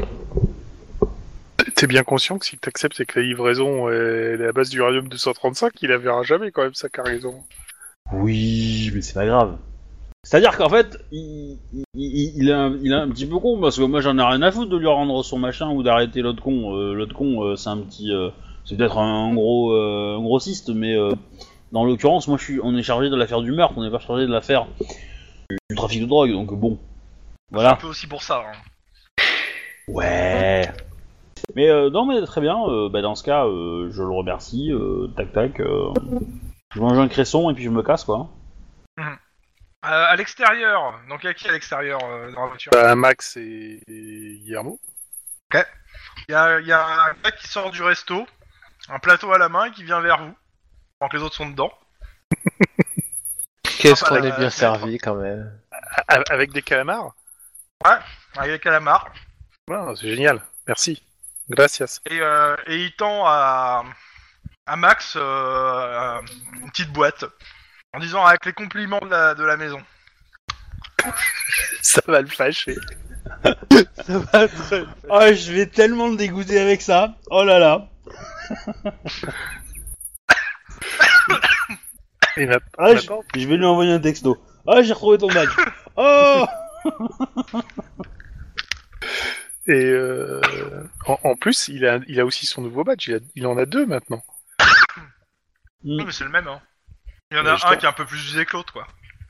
T'es bien conscient que si t'acceptes et que la livraison est à la base d'uranium deux cent trente-cinq, il la verra jamais quand même sa cargaison. Oui, mais c'est pas grave. C'est-à-dire qu'en fait, il, il, il, il, est un, il est un petit peu con, parce que moi j'en ai rien à foutre de lui rendre son machin ou d'arrêter l'autre con. Euh, l'autre con, euh, c'est un petit... Euh, c'est peut-être un gros euh, un grossiste, mais euh, dans l'occurrence, moi je suis, on est chargé de l'affaire du meurtre, on n'est pas chargé de l'affaire du, du trafic de drogue, donc bon. C'est un Voilà. peu aussi pour ça. Hein. Ouais. Mais euh, non, mais très bien, euh, bah, dans ce cas, euh, je le remercie, euh, tac tac. Euh, je mange un cresson et puis je me casse, quoi. Euh, à l'extérieur, donc il y a qui à l'extérieur euh, dans la voiture? Bah, Max et, et Guillermo. Il y a, il y a un gars qui sort du resto, un plateau à la main et qui vient vers vous, pendant que les autres sont dedans. Qu'est-ce Ah, qu'on bah, est la- bien la servi quand même. A- Avec des calamars. Avec calamar. Ouais, c'est génial. Merci. Gracias. Et, euh, et il tend à, à Max euh, une petite boîte, en disant avec les compliments de la, de la maison. Ça va le fâcher. Ça va très... Oh, je vais tellement le dégoûter avec ça. Oh là là. Et ma- Ah, je... maintenant, je vais lui envoyer un texto. Ah, j'ai retrouvé ton badge. Oh. Et euh, en, en plus, il a, il a aussi son nouveau badge. Il, a- il en a deux maintenant. Oui, Mm. mais c'est le même, hein. Il y en Ouais, a je un t'en- qui est un peu plus usé que l'autre, quoi.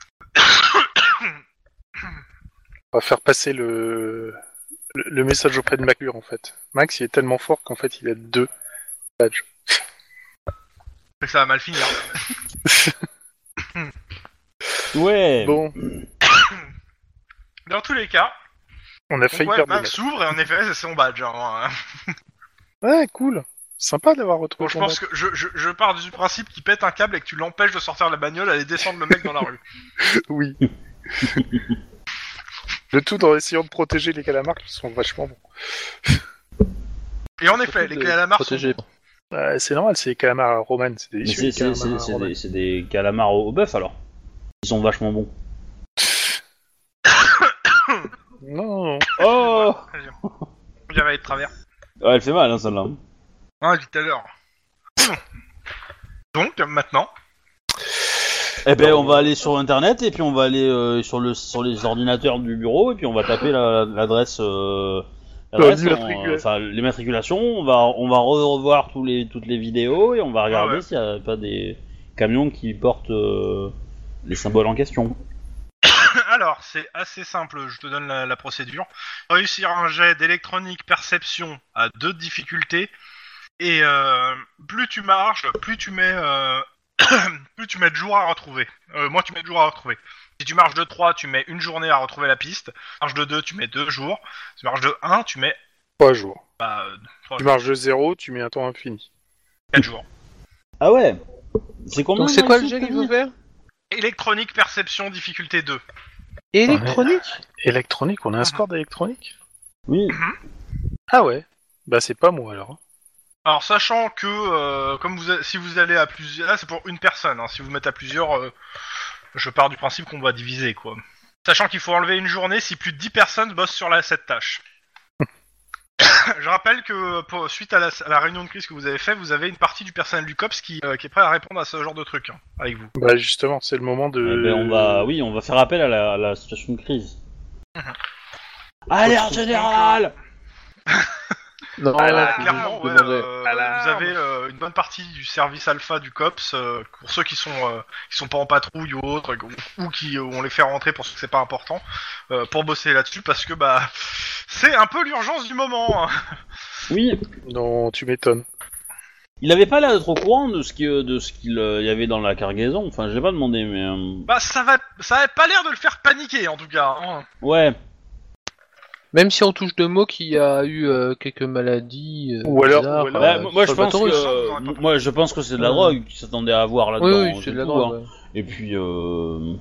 On va faire passer le, le, le message auprès de Maclure en fait. Max, il est tellement fort qu'en fait, il a deux badges. C'est que ça va mal finir. Ouais. Bon, Dans tous les cas, on a donc, failli ouais, perdre le Max s'ouvre et en effet, c'est son badge. Hein. mec. Ouais, cool. Sympa d'avoir retrouvé Donc, je ton pense que je, je, je pars du principe qu'il pète un câble et que tu l'empêches de sortir de la bagnole, aller descendre le mec dans la rue. badge. Oui. Le tout en essayant de protéger les calamars qui sont vachement bons. Et en effet, les de calamars sont protéger. Ouais, c'est normal, c'est les calamars romanes, c'est Mais délicieux. c'est, les c'est, calamars c'est, c'est, romanes. des, c'est des calamars au, au bœuf alors. Ils sont vachement bons. Non, non, non. Oh. J'avais de travers. Ouais, elle fait mal hein, celle-là. Ah, depuis tout à l'heure. Donc, maintenant, Eh ben, on va aller sur internet et puis on va aller euh, sur le sur les ordinateurs du bureau et puis on va taper la, l'adresse, euh, l'adresse Euh, en- l'immatricula- enfin les matriculations. On va on va revoir tous les toutes les vidéos et on va regarder Ah ouais. s'il y a pas des camions qui portent euh, les symboles en question. c'est assez simple, je te donne la, la procédure. Réussir un jet d'électronique perception à deux difficultés, et euh, plus tu marches, plus tu mets euh, plus tu mets de jours à retrouver. Euh, moins tu mets de jours à retrouver. Si tu marches de trois, tu mets une journée à retrouver la piste. Si tu marches de deux, tu mets deux jours. Si tu marches de un, tu mets... Trois jours. Bah, euh, trois Tu jours. marches de zéro, tu mets un temps infini. Quatre jours. Ah ouais. C'est combien Donc c'est quoi le ici, jeu t'as qu'il faut dit faire? Électronique perception difficulté deux. Électronique? Électronique, on a un score d'électronique? Oui. Ah ouais. Bah c'est pas moi alors. Alors sachant que euh, comme vous, a- si vous allez à plusieurs, là c'est pour une personne. Hein, si vous mettez à plusieurs, euh, je pars du principe qu'on va diviser quoi. Sachant qu'il faut enlever une journée si plus de dix personnes bossent sur la, cette tâche. Je rappelle que pour, suite à la, à la réunion de crise que vous avez fait, vous avez une partie du personnel du COPS qui, euh, qui est prêt à répondre à ce genre de truc hein, avec vous. Bah justement, c'est le moment de... Eh ben, on va, oui, on va faire appel à la, à la situation de crise. Alerte générale. Non, Ah là, faut Clairement, juste ouais, demander. euh, Alarme. vous avez euh, une bonne partie du service alpha du COPS, euh, pour ceux qui sont euh, qui sont pas en patrouille ou autres, ou, ou qui euh, on les fait rentrer pour ceux que c'est pas important, euh, pour bosser là-dessus parce que bah c'est un peu l'urgence du moment. Hein. Oui. Non, tu m'étonnes. Il avait pas l'air d'être au courant de ce qui, de ce qu'il euh, y avait dans la cargaison. Enfin, je l'ai pas demandé, mais euh, Bah ça va, ça avait pas l'air de le faire paniquer en tout cas. Hein. ouais. Même si on touche de mots qu'il y a eu euh, quelques maladies euh, Ou alors- bizarres, ou alors- Bah, euh, moi, je sur le pense bateau que, russe. euh, moi, je pense que c'est de la Ouais. drogue qu'ils s'attendaient à avoir là-dedans. Oui, oui, c'est c'est de la tout, drogue. hein. Ouais. Et puis, euh...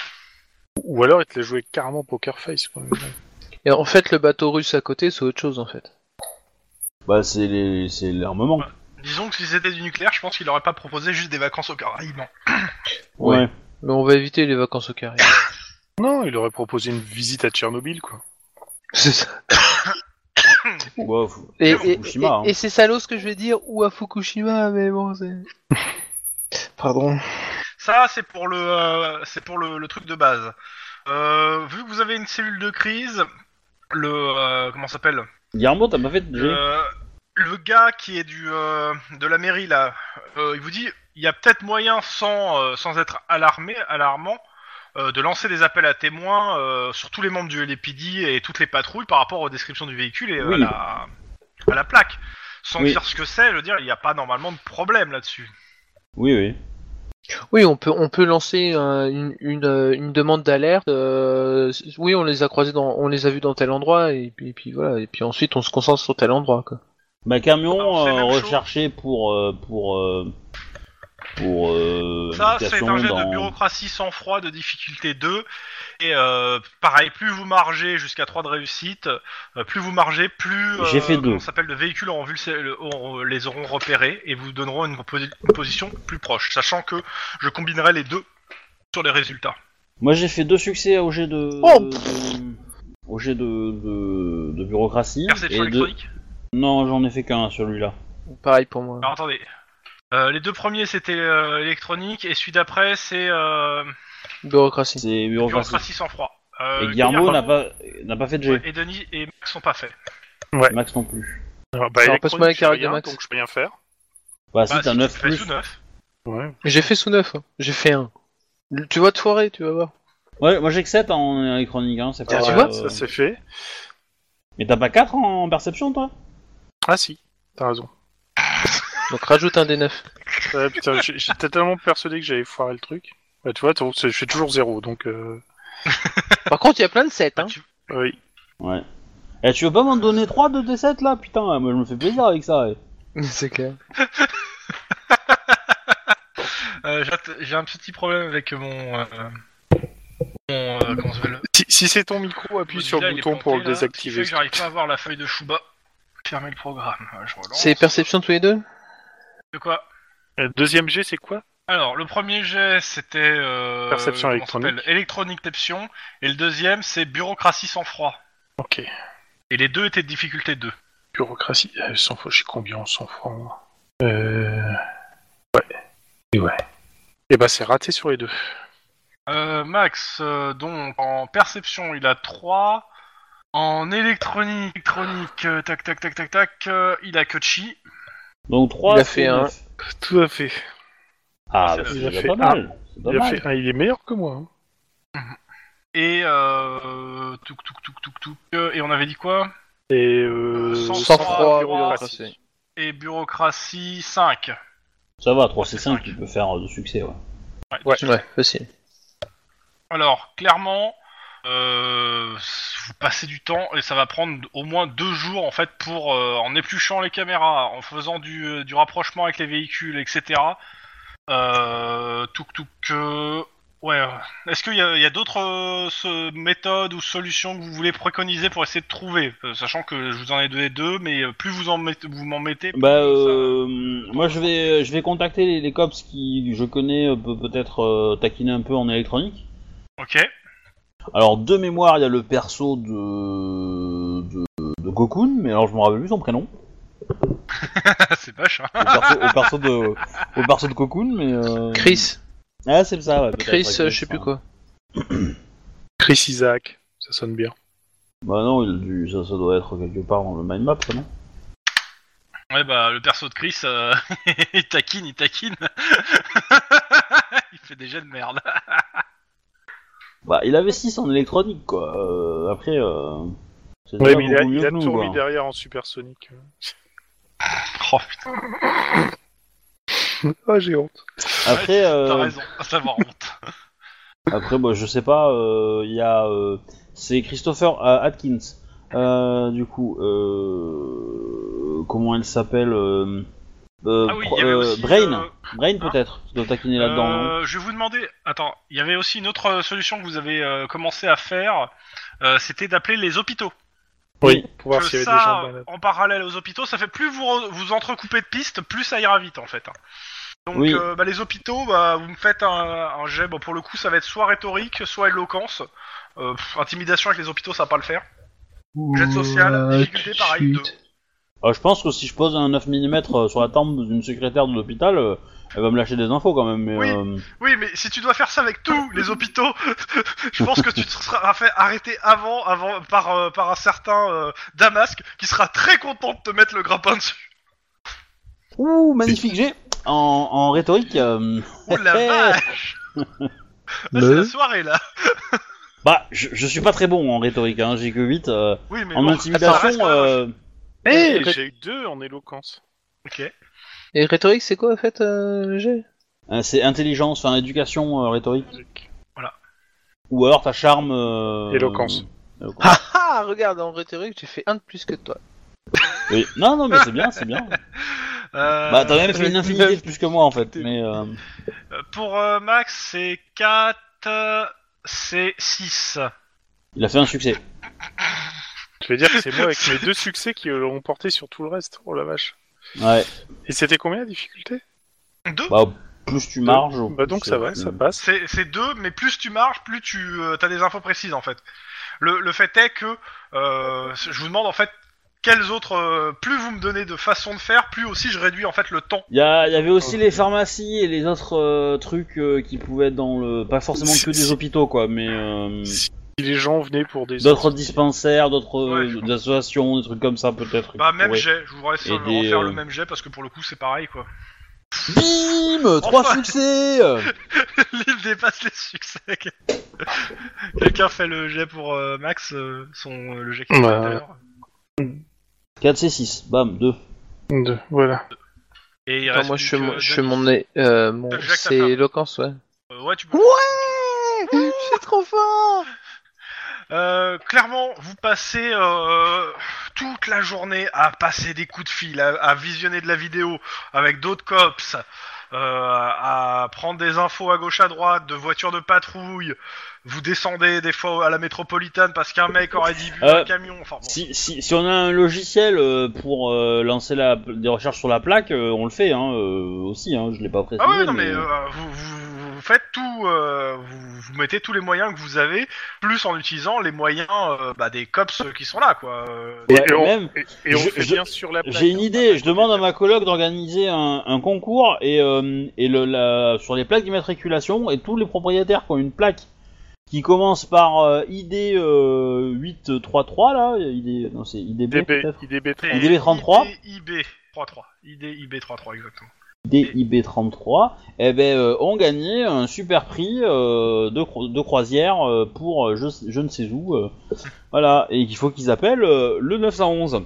Ou alors il te l'a joué carrément Poker Face quoi. Et en fait, le bateau russe à côté, c'est autre chose en fait. bah, c'est les, c'est l'armement. Ouais. Disons que si c'était du nucléaire, je pense qu'il aurait pas proposé juste des vacances aux Caraïbes. hein. Ouais. Ouais. Mais on va éviter les vacances au Caraïbes. Non, il aurait proposé une visite à Tchernobyl quoi. C'est ça. Ouais, faut- Et, à et, Fukushima, et- hein. et c'est salaud ce que je vais dire, ou à Fukushima, mais bon, c'est... Pardon. Ça c'est pour le euh, c'est pour le, le truc de base. Euh, vu que vous avez une cellule de crise, le euh, comment ça s'appelle Guillermo, t'as pas fait de G Euh, le gars qui est du euh, de la mairie là, euh, il vous dit il y a peut-être moyen sans euh, sans être alarmé alarmant euh, de lancer des appels à témoins euh, sur tous les membres du L A P D et toutes les patrouilles par rapport aux descriptions du véhicule et euh, Oui. à, la, à la plaque. Sans Oui. dire ce que c'est, je veux dire, il n'y a pas normalement de problème là-dessus. Oui, oui. Oui, on peut, on peut lancer euh, une, une, euh, une demande d'alerte. euh, oui, on les a croisés dans, on les a vus dans tel endroit, et puis, et puis voilà, et puis ensuite on se concentre sur tel endroit, quoi. Bah, camion Alors, c'est euh, même chaud. recherché pour euh, pour euh, pour euh, Ça, c'est indication un jet dans... de bureaucratie sans froid de difficulté deux. Et euh, pareil, plus vous margez jusqu'à trois de réussite, euh, plus vous margez, plus euh, J'ai fait deux. comment ça s'appelle, de véhicules auront vu le- le- auront- les auront repérés et vous donneront une, posi- une position plus proche, sachant que je combinerai les deux sur les résultats. Moi, j'ai fait deux succès au jet de, Oh de- au jet de, de, de bureaucratie. Perception et deux- électronique. Non, j'en ai fait qu'un celui-là. Pareil pour moi. Alors attendez. Euh, les deux premiers c'était euh, électronique et celui d'après c'est euh, Bureaucratie. C'est bureaucratie. bureaucratie sans froid. Euh, Et Guillermo n'a pas n'a pas fait de jet. Ouais, et Denis et Max sont pas faits. Max non plus. Alors, bah, Alors, électronique, passe-moi la j'ai carte de rien, Max. donc je peux rien faire. Bah, si Bah, t'as si, neuf tu fais plus. sous neuf. Ouais. J'ai fait sous neuf. hein. J'ai fait un. Tu vas te foirer, tu vas voir. Ouais, moi j'ai que sept en électronique, hein, c'est Ah, pas... tu vois, euh, Ça c'est fait. Mais t'as pas quatre en perception, toi? Ah si, t'as raison. Donc rajoute un des neuf. Ouais, putain, j'ai- j'étais tellement persuadé que j'allais foirer le truc. Bah, tu vois, donc, c'est- je fais toujours zéro, donc euh... Par contre, il y a plein de sept. Hein. Tu- oui. Ouais. Eh, tu veux pas m'en donner trois de D sept, là? Putain, moi je me fais plaisir avec ça, ouais. C'est clair. Euh, j'ai- J'ai un petit problème avec mon. Euh, mon euh, comment ça s'appelle Si, si c'est ton micro, appuie sur Là, le il est bouton pour planté, le là, ce qui désactiver. fait que j'arrive pas à voir la feuille de Chouba. Fermer le programme. Euh, Je relance. C'est perception tous les deux. De quoi? Le deuxième G, c'est quoi? Alors, le premier jet, c'était. Euh, Perception comment ça s'appelle électronique. Électronique-ception. Et le deuxième, c'est bureaucratie sans froid. Ok. Et les deux étaient de difficulté deux. Bureaucratie, euh, sans froid, je suis combien en sans froid moi Euh... Ouais. Et ouais. Et bah c'est raté sur les deux. Euh, Max, euh, donc, en perception, il a trois. En électronique, électronique, euh, tac, tac, tac, tac, tac, euh, il a que chi. Donc trois, Il a c'est fait un. neuf. Tout à fait. Ah, Il bah, a c'est fait déjà un. pas mal. C'est pas Il, a mal. fait un, il est meilleur que moi. Hein. et euh, touc, touc, touc, touc, touc, euh, et on avait dit quoi? Et euh, Sans- Sang-froid, bureaucratie. bureaucratie. Et bureaucratie cinq. Ça va, trois C cinq, cinq. tu peux faire de succès, ouais. Ouais. Ouais. Ouais, facile. Alors, clairement, euh, vous passez du temps et ça va prendre au moins deux jours en fait pour, euh, en épluchant les caméras, en faisant du, du rapprochement avec les véhicules, et cetera. Euh, tout, tout que, ouais. Est-ce qu'il y a, il y a d'autres euh, ce- méthodes ou solutions que vous voulez préconiser pour essayer de trouver, euh, sachant que je vous en ai donné deux, mais euh, plus vous en mettez, vous m'en mettez, plus Bah, ça- euh, moi je vais, je vais contacter les, les cops qui, je connais, euh, peut peut-être euh, taquiner un peu en électronique. Ok. Alors, de mémoire, il y a le perso de, de, de Cocoon, mais alors je me rappelle plus son prénom. C'est moche. Hein. Au perso, au perso de, au perso de Cocoon, mais. Euh... Chris. Ah, c'est ça, ouais. peut-être, Chris, ouais, euh, je sais plus quoi. Chris Isaac, ça sonne bien. Bah non, il a dû- ça, ça doit être quelque part dans le mind map, ça, non? Ouais, bah, le perso de Chris, euh, il taquine, il taquine. Il fait des jets de merde. Bah, il avait six en électronique, quoi. Euh, après, euh... c'est Ouais, déjà mais il a, beaucoup mieux il a que nous, tout quoi. remis derrière en supersonique. Oh putain, Ah, j'ai honte. Après, t'as euh... raison, à savoir honte. après, bah, je sais pas, euh, il y a... Euh... C'est Christopher euh, Atkins. Euh, du coup, euh... comment elle s'appelle euh... Euh, Ah oui, Pro- il y avait euh, aussi, Brain, euh, Brain peut-être, qui doit taquiner là-dedans, non? Euh, je vais vous demander, attends, il y avait aussi une autre solution que vous avez euh, commencé à faire, euh, c'était d'appeler les hôpitaux. Oui, pour voir Que s'il y avait ça, des gens malades. en parallèle aux hôpitaux, ça fait plus vous re- vous entrecoupez de pistes, plus ça ira vite en fait. Donc Oui. euh, bah, les hôpitaux, bah, vous me faites un, un jet, bon, pour le coup ça va être soit rhétorique, soit éloquence. Euh, pff, intimidation avec les hôpitaux, ça va pas le faire. Jet social, difficulté pareil, deux. Euh, je pense que si je pose un neuf millimètres sur la tempe d'une secrétaire de l'hôpital, euh, elle va me lâcher des infos quand même, mais... Oui. Euh... Oui, mais si tu dois faire ça avec tous les hôpitaux, je pense que tu te seras fait arrêter avant, avant par, euh, par un certain euh, Damasque qui sera très content de te mettre le grappin dessus. Ouh, magnifique jet en, en rhétorique. Euh... Ouh la vache. Là, c'est Le- la soirée là. Bah, je, je suis pas très bon en rhétorique, hein, j'ai que huit. Euh... Oui, mais En bon, ça intimidation, reste quand même- euh... Eh, ré- j'ai eu deux en éloquence. Ok. Et rhétorique, c'est quoi en fait euh, le jet? euh, c'est intelligence, enfin éducation euh, rhétorique. Voilà. Ou alors t'as charme... Euh... Éloquence. euh, éloquence. Ah ah, regarde, en rhétorique, j'ai fait un de plus que toi. Oui. Non, non, mais c'est bien, c'est bien. Euh, Bah, t'as même fait une infinité de plus que moi en fait, mais... Euh... Pour euh, Max, c'est quatre, euh, c'est six. Il a fait un succès. Je vais dire que c'est moi avec mes deux succès qui l'ont porté sur tout le reste. Oh la vache. Ouais. Et c'était combien la difficulté? Deux. Bah, plus tu marges... Bah donc plus, ça euh, va, ça plus- passe. C'est, c'est deux, mais plus tu marches, plus tu euh, as des infos précises en fait. Le, le fait est que euh, je vous demande en fait quelles autres, euh, plus vous me donnez de façons de faire, plus aussi je réduis en fait le temps. Il y, a- y avait aussi Ok. les pharmacies et les autres euh, trucs euh, qui pouvaient être dans le... Pas forcément que Si- des si- hôpitaux, quoi, mais... Euh... Si les gens venaient pour des D'autres dispensaires, d'autres Ouais, euh, je des associations, des trucs comme ça, peut-être. Bah qui même pourraient- jet, je voudrais Et refaire des, le euh, même jet parce que pour le coup c'est pareil quoi. Bim Trois Enfin. succès L'île dépasse les succès. Quelqu'un fait le jet pour euh, Max, euh, son euh, le jet qu'il a fait Ouais. tout à l'heure. quatre C six, bam, deux. Deux, voilà. Et il Attends, reste moi, plus je fais que mon, je fais Denis. mon, nez- euh, mon T'as le jet que t'as c'est fait. éloquence, ouais. Euh, ouais, tu peux. Ouais, je suis trop fort. Euh, clairement, vous passez euh, toute la journée à passer des coups de fil, à, à visionner de la vidéo avec d'autres cops, euh, à prendre des infos à gauche à droite, de voitures de patrouille. Vous descendez des fois à la métropolitaine parce qu'un mec aurait dit vu Euh, un camion. Enfin bon. Si, si, si on a un logiciel euh, pour euh, lancer la, des recherches sur la plaque, euh, on le fait hein, euh, aussi, hein, je l'ai pas précisé. Ah ouais, non mais, mais... euh, vous, vous, vous faites tout, euh, vous, vous mettez tous les moyens que vous avez, plus en utilisant les moyens euh, bah, des cops qui sont là quoi. Euh, Ouais, et, on, même, et, et on je- fait je- bien sur la plaque. J'ai une hein. idée, je demande à ma coloc d'organiser un, un concours et, euh, et le, la, sur les plaques d'immatriculation et tous les propriétaires qui ont une plaque qui commence par euh, I D euh, huit trente trois là, I D, non c'est I D B I D B, peut-être. I D B c'est I D B trente-trois. I D I B trente-trois. I D I B trente-trois exactement. D I B trente-trois, eh ben, euh, ont gagné un super prix euh, de, cro- de croisière euh, pour euh, je, je ne sais où. euh, voilà, et qu'il faut qu'ils appellent euh, le neuf cent onze.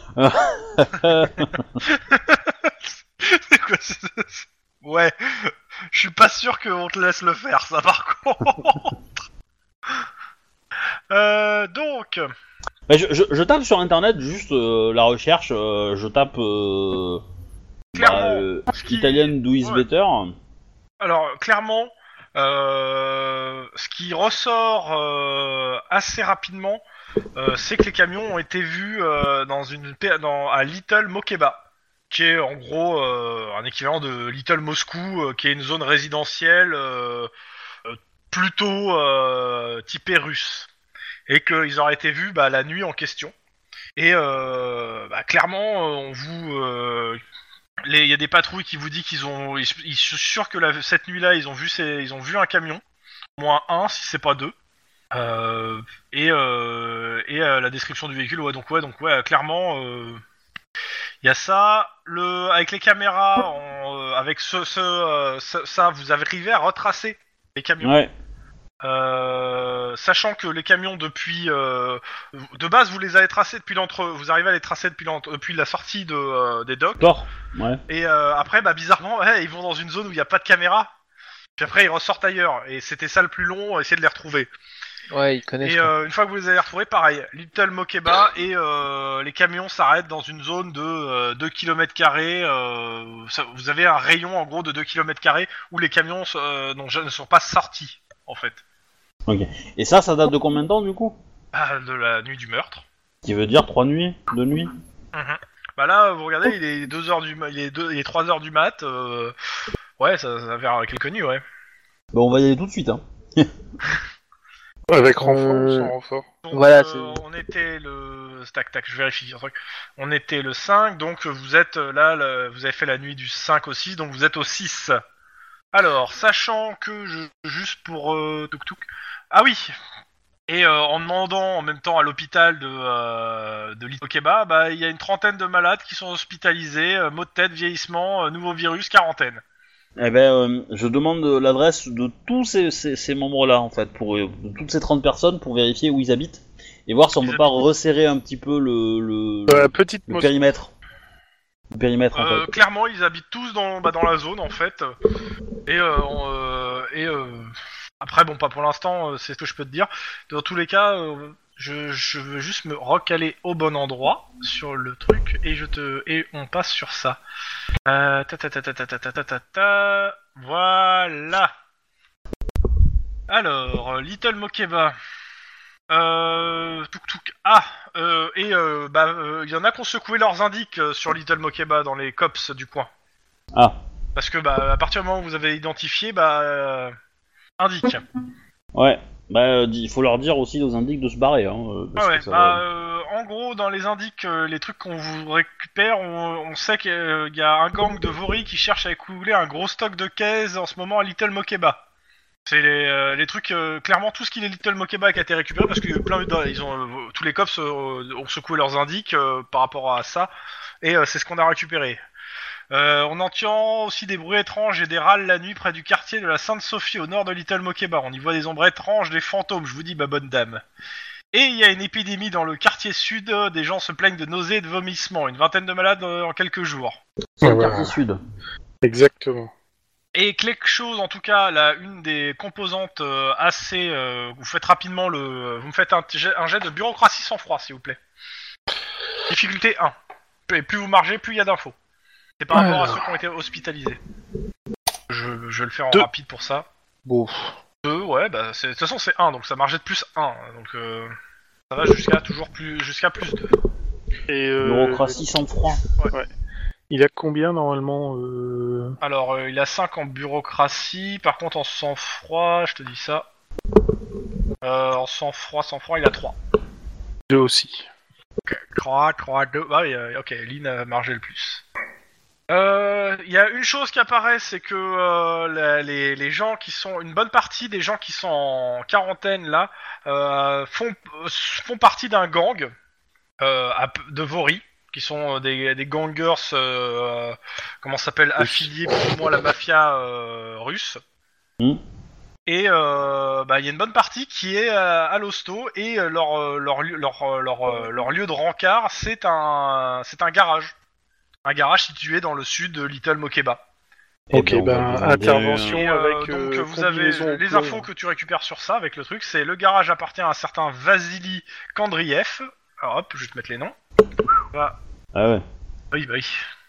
C'est quoi, c'est- c'est- Ouais, je suis pas sûr qu'on te laisse le faire, ça par contre. euh, donc, Bah, je, je, je tape sur internet juste euh, la recherche, euh, je tape euh, clairement, bah, euh, ce qui- Italian Do Is ouais. Better. alors clairement, euh, ce qui ressort euh, assez rapidement, euh, c'est que les camions ont été vus euh, dans une pa- dans à Little Mokeba, qui est en gros euh, un équivalent de Little Moscou, euh, qui est une zone résidentielle euh, euh, plutôt euh, typée russe, et qu'ils auraient été vus bah, la nuit en question. Et euh, bah, clairement, euh, on vous, euh, les- il y a des patrouilles qui vous disent qu'ils ont, ils, ils sont sûrs que la, cette nuit-là, ils ont vu, ces, ils ont vu un camion, au moins un, si c'est pas deux. Euh, et euh, et euh, la description du véhicule, ouais, donc ouais, donc ouais, clairement. Euh, Il y a ça, le avec les caméras, en, euh, avec ce, ce, euh, ce- ça, vous arrivez à retracer les camions, Ouais, euh, sachant que les camions depuis, euh, de base, vous les avez tracés depuis l'entre, vous arrivez à les tracer depuis l'entre, depuis la sortie de euh, des docks, tort. Ouais. et euh, après, bah bizarrement, ouais, ils vont dans une zone où il n'y a pas de caméra, puis après ils ressortent ailleurs, et c'était ça le plus long, essayer de les retrouver. Ouais, ils connaissent. Et quoi. euh, une fois que vous les avez retrouvés, pareil, Little Mokeba, et euh, les camions s'arrêtent dans une zone de euh, deux kilomètres carrés. Euh, ça- vous avez un rayon en gros de deux kilomètres carrés où les camions euh, non, ne sont pas sortis, en fait. Ok. Et ça, ça date de combien de temps du coup? Ah, de la nuit du meurtre. Qui veut dire trois nuits, deux nuits. Mhm. Bah là, vous regardez, il est deux heures du, ma- il est deux, il est trois heures du mat. Euh, ouais, ça, ça va faire quelques nuits, ouais. Bah on va y aller tout de suite. Hein. Avec renfort Euh, ou sans renfort? Donc, Voilà, euh, c'est- on était le tac tac, je vérifie un truc. On était le cinq, donc vous êtes euh, là, le- vous avez fait la nuit du cinq au six, donc vous êtes au six. Alors, sachant que je juste pour euh, touk touk. Ah oui. Et euh, en demandant en même temps à l'hôpital de euh, de Little Mokeba, bah il y a une trentaine de malades qui sont hospitalisés, euh, maux de tête, vieillissement, euh, nouveau virus, quarantaine. Eh ben, euh, je demande l'adresse de tous ces, ces, ces membres-là en fait, pour euh, de toutes ces trente personnes pour vérifier où ils habitent et voir si on Ils peut pas habitent. resserrer un petit peu le le, Euh, le, petite le Moscou. périmètre. Le périmètre en Euh, fait. clairement, ils habitent tous dans, bah, dans la zone en fait. Et, euh, on, euh, et euh, après, bon, pas pour l'instant, euh, c'est ce que je peux te dire. Dans tous les cas, euh, je, je veux juste me recaler au bon endroit sur le truc et je te et on passe sur ça. Euh, ta ta ta ta ta ta ta ta ta ta. Voilà. Alors, Little Mokeba. Euh, touk touk. Ah, euh, et euh, bah, il euh, y en a qui ont secoué leurs indices euh, sur Little Mokeba dans les cops du coin. Ah, Parce que bah, à partir du moment où vous avez identifié, bah, euh, indique. ouais. Bah, euh, il faut leur dire aussi aux indiques de se barrer. Hein, euh, parce Ah ouais, que ça bah, va- euh, en gros, dans les indices, euh, les trucs qu'on vous récupère, on, on sait qu'il y a un gang de Vori qui cherche à écouler un gros stock de caisses en ce moment à Little Mokeba. C'est les, euh, les trucs, euh, clairement tout ce qui est Little Mokeba qui a été récupéré parce que plein de, ils ont, euh, tous les cops euh, ont secoué leurs indices euh, par rapport à ça et euh, c'est ce qu'on a récupéré. Euh, on entend aussi des bruits étranges et des râles la nuit près du quartier de la Sainte-Sophie au nord de Little Mokeba. On y voit des ombres étranges, des fantômes, je vous dis ma bonne dame. Et il y a une épidémie dans le quartier sud, euh, des gens se plaignent de nausées et de vomissements, une vingtaine de malades euh, en quelques jours. C'est le Ouais, quartier ouais. sud. Exactement. Et quelque chose, en tout cas, là, une des composantes euh, assez... Euh, vous faites rapidement le... Vous me faites un, jet- un jet de bureaucratie sans froid, s'il vous plaît. Difficulté un. Et plus vous margez, plus il y a d'infos. C'est par rapport à Alors. ceux qui ont été hospitalisés. Je, je vais le faire en Deux. rapide pour ça. Bon. deux, ouais, bah, c'est- de toute façon, c'est un, donc ça margeait de plus un. Donc, euh, ça va jusqu'à toujours plus... Jusqu'à plus deux. Et euh, Bureaucratie sans froid. il a combien normalement euh... Alors, euh, il a cinq en bureaucratie, par contre, en sang-froid, je te dis ça. Euh, en sang-froid, sang-froid, il a trois. deux aussi. trois, trois, deux. Ah oui, euh, ok, Lynn a margé le plus. Euh, Il y a une chose qui apparaît, c'est que euh, la- les, les gens qui sont... Une bonne partie des gens qui sont en quarantaine, là, euh, font, font partie d'un gang euh, à p- de Vori. qui sont euh, des, des gangers, euh, comment ça s'appelle, affiliés plus ou moins à la mafia euh, russe. Mmh. Et euh, bah il y a une bonne partie qui est à, à l'hosto et euh, leur, euh, leur leur leur leur, euh, leur lieu de rencard c'est un c'est un garage, un garage situé dans le sud de Little Mokeba. Ok, Eh ben, on va ben demander, intervention Et, euh, avec donc euh, vous avez combinaison les plomb. infos que tu récupères sur ça avec le truc, c'est le garage appartient à un certain Vasily Kandriev. Alors hop, je vais te mettre les noms. Va, Ah ouais. oui bah oui.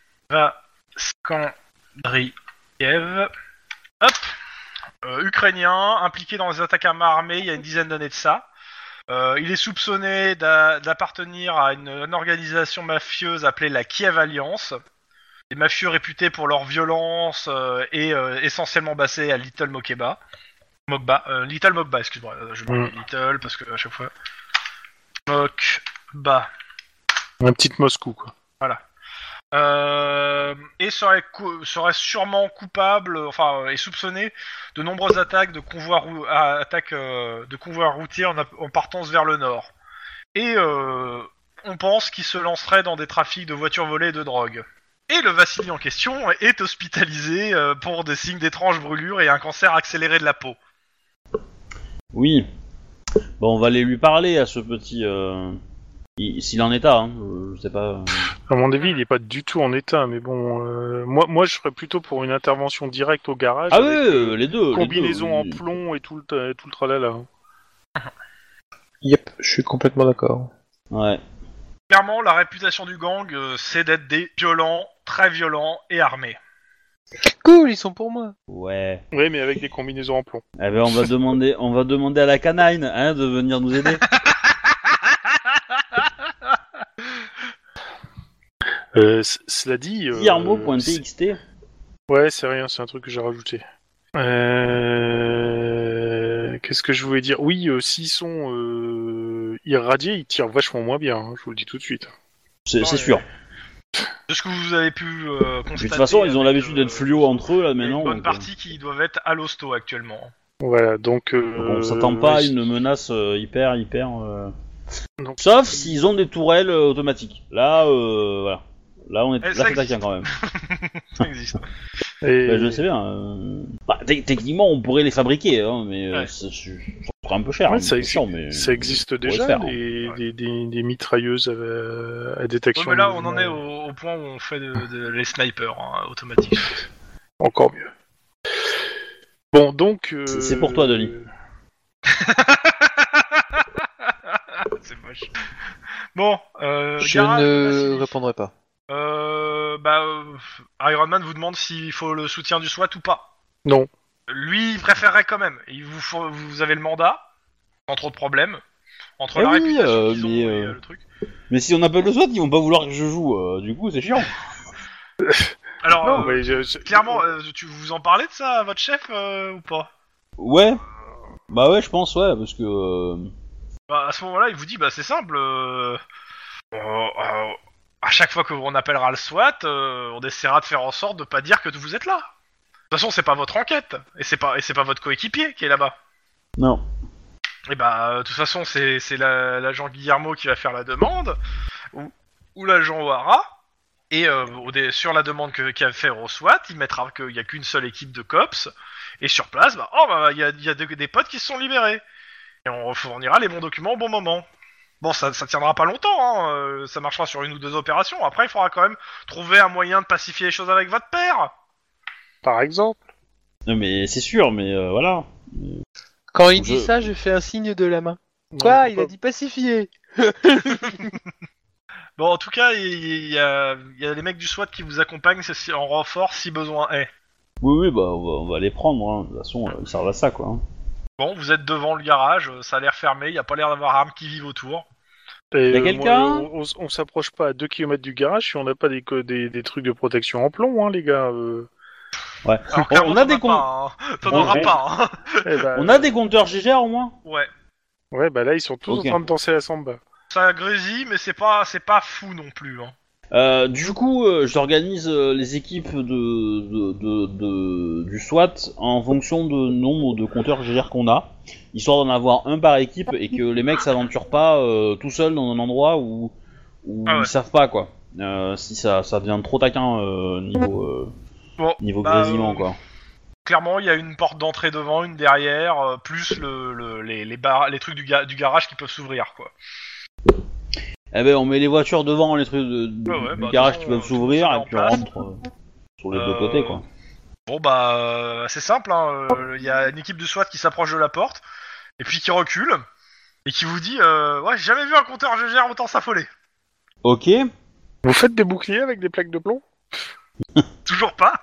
Kandriev. Hop. Euh, ukrainien, impliqué dans les attaques à main armée il y a une dizaine d'années de ça. Euh, il est soupçonné d'a- d'appartenir à une, une organisation mafieuse appelée la Kiev Alliance. Des mafieux réputés pour leur violence euh, et euh, essentiellement basés à Little Mokeba. Mokba, euh, Little Mokba, excuse-moi, euh, je me Mm. Little parce que à chaque fois. Mokba. Un petit Moscou, quoi. Voilà. Euh, et serait, cou- serait sûrement coupable, enfin, est soupçonné de nombreuses attaques de convois, rou- à- attaques, euh, de convois routiers en, en partance vers le nord. Et euh, on pense qu'il se lancerait dans des trafics de voitures volées et de drogue. Et le Vassili en question est hospitalisé euh, pour des signes d'étranges brûlures et un cancer accéléré de la peau. Oui. Bon, on va aller lui parler à ce petit... Euh... il- S'il en est à, hein. Je sais pas... euh. À mon avis, il est pas du tout en état, mais bon, euh, moi, moi, je serais plutôt pour une intervention directe au garage. Ah avec, ouais, euh, les deux. combinaison les deux, en plomb et tout le, ta- tout le tralala. Yep, je suis complètement d'accord. Ouais. Clairement, la réputation du gang, euh, c'est d'être des violents, très violents et armés. Cool, ils sont pour moi. Ouais. Oui, mais avec des combinaisons en plomb. Eh ben, on va demander, on va demander à la canine, hein, de venir nous aider. Euh, c- cela dit... euh, Guillermo.txt. Ouais, c'est rien, c'est un truc que j'ai rajouté. Euh... Qu'est-ce que je voulais dire? Oui, euh, s'ils sont euh, irradiés, ils tirent vachement moins bien, hein, je vous le dis tout de suite. C'est Non, c'est mais- sûr. De ce que vous avez pu euh, constater... De toute façon, ils ont avec, l'habitude euh, d'être fluo entre eux, là, il y a maintenant. une bonne donc, euh, partie qui doivent être à l'hosto actuellement. Voilà, donc... Euh, donc on s'attend pas à ouais, une menace euh, hyper, hyper... euh, donc- Sauf s'ils ont des tourelles euh, automatiques. Là, euh, voilà. Là, on est, Eh, là, ça c'est existe. taquin quand même. Ça existe. Et... Bah, je sais bien. euh, Bah, te- techniquement, on pourrait les fabriquer, hein, mais euh, Ouais. ça, ça serait un peu cher. Ouais, hein, ça, c'est exi- sûr, mais ça existe pourrait déjà, se faire, hein. des, Ouais. des, des, des mitrailleuses à, à détection. Ouais, mais là, de on en mouvement. est au, au point où on fait de, de- les snipers hein, automatiques. Encore mieux. Bon, donc... euh, C'est- c'est pour toi, Denis. C'est moche. Bon, euh, Je garage, ne Vassili. répondrai pas. Euh, bah, euh, Iron Man vous demande s'il faut le soutien du SWAT ou pas. Non. Lui, il préférerait quand même. Il vous, faut, vous avez le mandat, sans trop de problèmes. Entre Eh la oui, réputation euh, qu'ils ont mais, et euh, euh, le truc. Mais si on appelle le SWAT, ils vont pas vouloir que je joue. euh, du coup, c'est chiant. Alors, Non, euh, mais je- je- clairement, euh, tu vous en parlez de ça à votre chef euh, ou pas? Ouais. Bah ouais, je pense, ouais, parce que. euh, Bah, à ce moment-là, il vous dit, bah c'est simple. Euh, euh, euh, à chaque fois qu'on appellera le SWAT, euh, on essaiera de faire en sorte de pas dire que vous êtes là. De toute façon, c'est pas votre enquête et c'est pas et c'est pas votre coéquipier qui est là-bas. Non. Et bah, euh, de toute façon, c'est c'est la- l'agent Guillermo qui va faire la demande ou, ou l'agent O'Hara. Et euh, au dé- sur la demande que qu'il va faire au SWAT, il mettra qu'il y a qu'une seule équipe de cops. Et sur place, bah, oh bah, il y a, il y a des, des potes qui se sont libérés. Et on fournira les bons documents au bon moment. Bon, ça, ça tiendra pas longtemps, hein. euh, ça marchera sur une ou deux opérations. Après, il faudra quand même trouver un moyen de pacifier les choses avec votre père. Par exemple. Non, mais c'est sûr, mais euh, voilà. Quand il Je- dit ça, je fais un signe de la main. Non, Quoi? faut Il pas- a dit pacifier. Bon, en tout cas, il il y, a, il y a les mecs du SWAT qui vous accompagnent c'est si- en renfort si besoin est. Oui, oui, bah on va, on va les prendre. Hein. De toute façon, euh, ils servent à ça, quoi. hein. Bon, vous êtes devant le garage, euh, ça a l'air fermé, il y a pas l'air d'avoir armes qui vivent autour. Et, Y a euh, quelqu'un moi, on, on- on s'approche pas à deux kilomètres du garage si on n'a pas des, co- des, des trucs de protection en plomb, hein, les gars. euh. Ouais. Alors, On- clairement, on a t'en des as con- pas, hein. T'en on- auras on- pas, hein. Eh ben, On a des compteurs G G R au moins. Ouais. Ouais, bah là, ils sont tous Ok. en train de danser la samba. Ça grésille, mais c'est pas, c'est pas fou non plus, hein. Euh, du coup, euh, j'organise euh, les équipes de, de, de, de- du SWAT en fonction de nombre de compteurs G G R qu'on a, histoire d'en avoir un par équipe et que les mecs s'aventurent pas euh, tout seuls dans un endroit où, où Ah ouais. ils savent pas, quoi. euh, si ça, ça devient trop taquin euh, niveau, euh, Bon, niveau bah, grésillement, euh, quoi. Clairement, il y a une porte d'entrée devant, une derrière, euh, plus le, le, les, les, bar- les trucs du, ga- du garage qui peuvent s'ouvrir, quoi. Eh ben, on met les voitures devant, les trucs de, de- Ouais, ouais, du bah, garage de qui toute peuvent façon, s'ouvrir, tout et ça puis en on place. rentre euh, sur les deux Euh, côtés, quoi. Bon, bah, euh, c'est simple, hein. euh, Il y a une équipe de SWAT qui s'approche de la porte, et puis qui recule, et qui vous dit euh, ouais, j'ai jamais vu un compteur G G R autant s'affoler. Ok. Vous faites des boucliers avec des plaques de plomb? Toujours pas.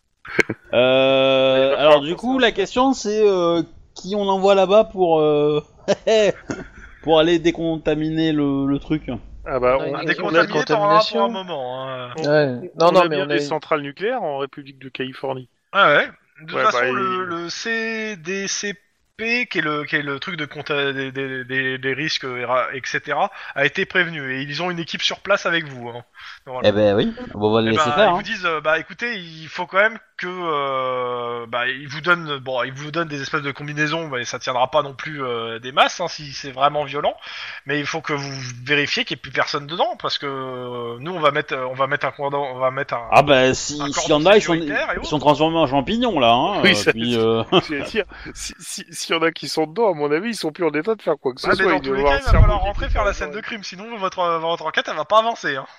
Euh, Il va alors falloir du penser coup, à la ça. question c'est euh, qui on envoie là-bas pour euh, pour aller décontaminer le, le truc. Ah bah, On a on, une Un équipe on de a, décontaminé, t'en auras pour un contamination. moment. Hein. on- Ouais. Non, on non, a mais bien on des a- centrales nucléaires en République de Californie. Ah ouais. De toute Ouais, façon, bah, le, il- le C D C P, qui est le, qui est le truc de compta des, des, des, des risques, et cetera, a été prévenu. Et ils ont une équipe sur place avec vous. Hein, Eh ben oui, bon, on va le Eh laisser ben, faire. ils Hein. vous disent, euh, bah écoutez, il faut quand même que, euh, bah ils vous donnent, bon, ils vous donnent des espèces de combinaisons, mais ça tiendra pas non plus euh, des masses, hein, si c'est vraiment violent. Mais il faut que vous vérifiez qu'il n'y ait plus personne dedans, parce que euh, nous on va mettre, on va mettre un cordon, on va mettre un. Ah ben si un s'il cordon y en a, ils sont sécuritaire et ils autres. sont transformés en champignons là. Hein, Oui, euh, ça- puis, euh, Je vais dire, si- si- s'il y en a qui sont dedans, à mon avis, ils sont plus en état de faire quoi que ce Ah, mais soit. dans Ils tous doivent les avoir cas, un il va cerveau falloir qui rentrer écoute faire dans la les scène de oreilles. crime, sinon votre, votre enquête elle va pas avancer. Hein.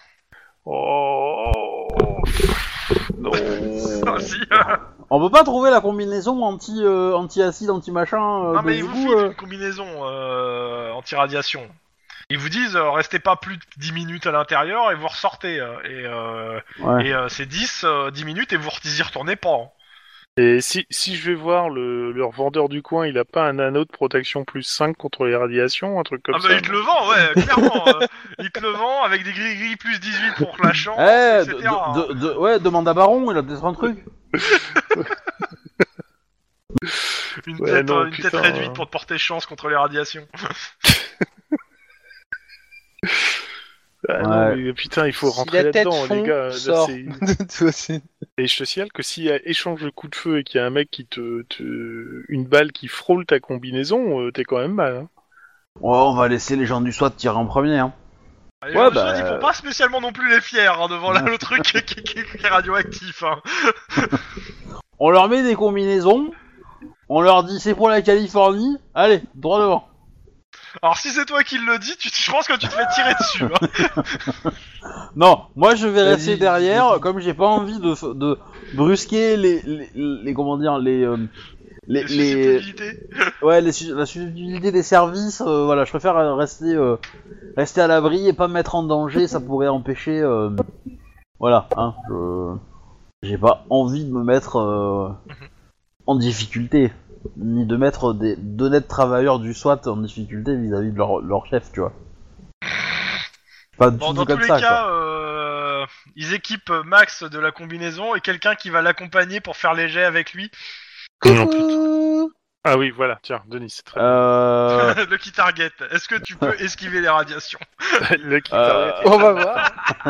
Oh non. Ah, si. on peut pas trouver la combinaison anti euh, anti acide anti machin. Euh, Non de- mais du ils vous coup, filent euh, une combinaison euh, anti-radiation. Ils vous disent euh, restez pas plus de dix minutes à l'intérieur et vous ressortez. euh, et euh, ouais. et euh, c'est dix, euh, dix minutes et vous y retournez pas. Hein. Et si, si je vais voir le, leur vendeur du coin, il a pas un anneau de protection plus cinq contre les radiations, un truc comme Ah bah ça il te le vend, ouais, clairement. euh, il te le vend avec des gris-gris plus dix-huit pour la chance, Eh, et de, cetera. de- de- de- ouais, demande à Baron, il a peut-être un truc. Une Ouais, tête, non, euh, une putain, tête réduite euh. pour te porter chance contre les radiations. Ah Ouais. non, mais putain, il faut Si rentrer la tête là-dedans, fond, les gars. Là, sort. c'est- Toi aussi. Et je te signale que s'il y a échange de coups de feu et qu'il y a un mec qui te, te... une balle qui frôle ta combinaison, euh, t'es quand même mal. Hein. Ouais, on va laisser les gens du SWAT tirer en premier. Hein. Les Ouais, gens de bah, SWAT, ils font pas spécialement non plus les fiers hein, devant là, le truc qui, qui- qui- qui est radioactif. Hein. On leur met des combinaisons. On leur dit c'est pour la Californie. Allez, droit devant. Alors si c'est toi qui le dis, tu, je pense que tu te fais tirer dessus. Hein. Non, moi je vais Vas-y, rester derrière, vas-y. comme j'ai pas envie de, de brusquer les, les, les comment dire les euh, les, Les les susceptibilités. ouais les, su- la susceptibilité des services. euh, voilà, je préfère rester euh, rester à l'abri et pas me mettre en danger. Ça pourrait empêcher. euh, voilà, hein. Je j'ai pas envie de me mettre euh, en difficulté, ni de mettre des d'honnêtes travailleurs du SWAT en difficulté vis-à-vis de leur, leur chef, tu vois. Pas du Bon, tout dans tous comme les ça, cas, quoi. euh, ils équipent Max de la combinaison et quelqu'un qui va l'accompagner pour faire les jets avec lui. Non, Coucou. Ah oui, voilà, tiens, Denis, c'est très Euh... le qui target. Est-ce que tu peux esquiver les radiations? bien. Le qui Euh, t'arrête. On va voir.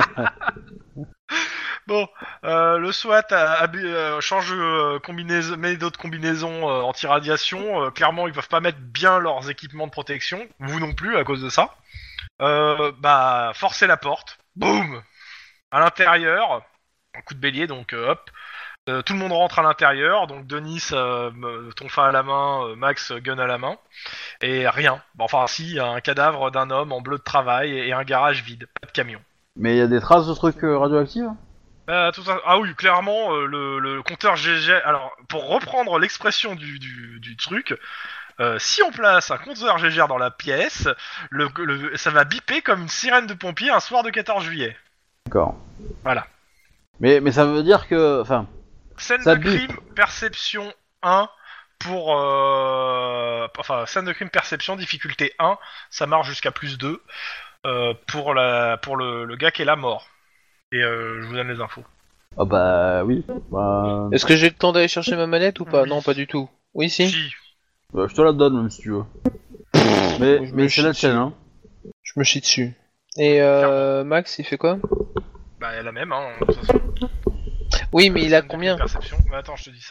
Bon, euh, le SWAT a, a- euh, change euh, combinaison, met d'autres combinaisons euh, anti-radiation. Euh, clairement, ils peuvent pas mettre bien leurs équipements de protection. Vous non plus à cause de ça. Euh, bah, forcez la porte. Boum. À l'intérieur, un coup de bélier, donc euh, hop. Euh, tout le monde rentre à l'intérieur, donc Denis, euh, me- tonfa à la main, euh, Max, euh, gun à la main, et rien. Bon, enfin, si, il y a un cadavre d'un homme en bleu de travail et, et un garage vide, pas de camion. Mais il y a des traces de trucs euh, radioactifs. Euh, tout ça... Ah oui, clairement, euh, le, le compteur G G... Alors, pour reprendre l'expression du, du, du truc, euh, si on place un compteur G G R dans la pièce, le, le, ça va biper comme une sirène de pompier un soir de quatorze juillet. D'accord. Voilà. Mais mais ça veut dire que, enfin, Scène Ça de bip. crime, perception un pour... Euh... Enfin, scène de crime, perception, difficulté un, ça marche jusqu'à plus deux euh, pour, la... pour le, le gars qui est là mort. Et euh, je vous donne les infos. ah bah oui. Bah, Est-ce que j'ai le temps d'aller chercher ma manette ou pas? Oui. Non, pas du tout. Oui, si. Si. bah, je te la donne même si tu veux. Mais Je mais me c'est la chie tienne, hein. Je me chie dessus. Et euh, Max, il fait quoi? Bah, elle a la même, hein, de toute façon. Oui, mais il a Scène de combien? crime, perception. Mais attends, je te dis ça.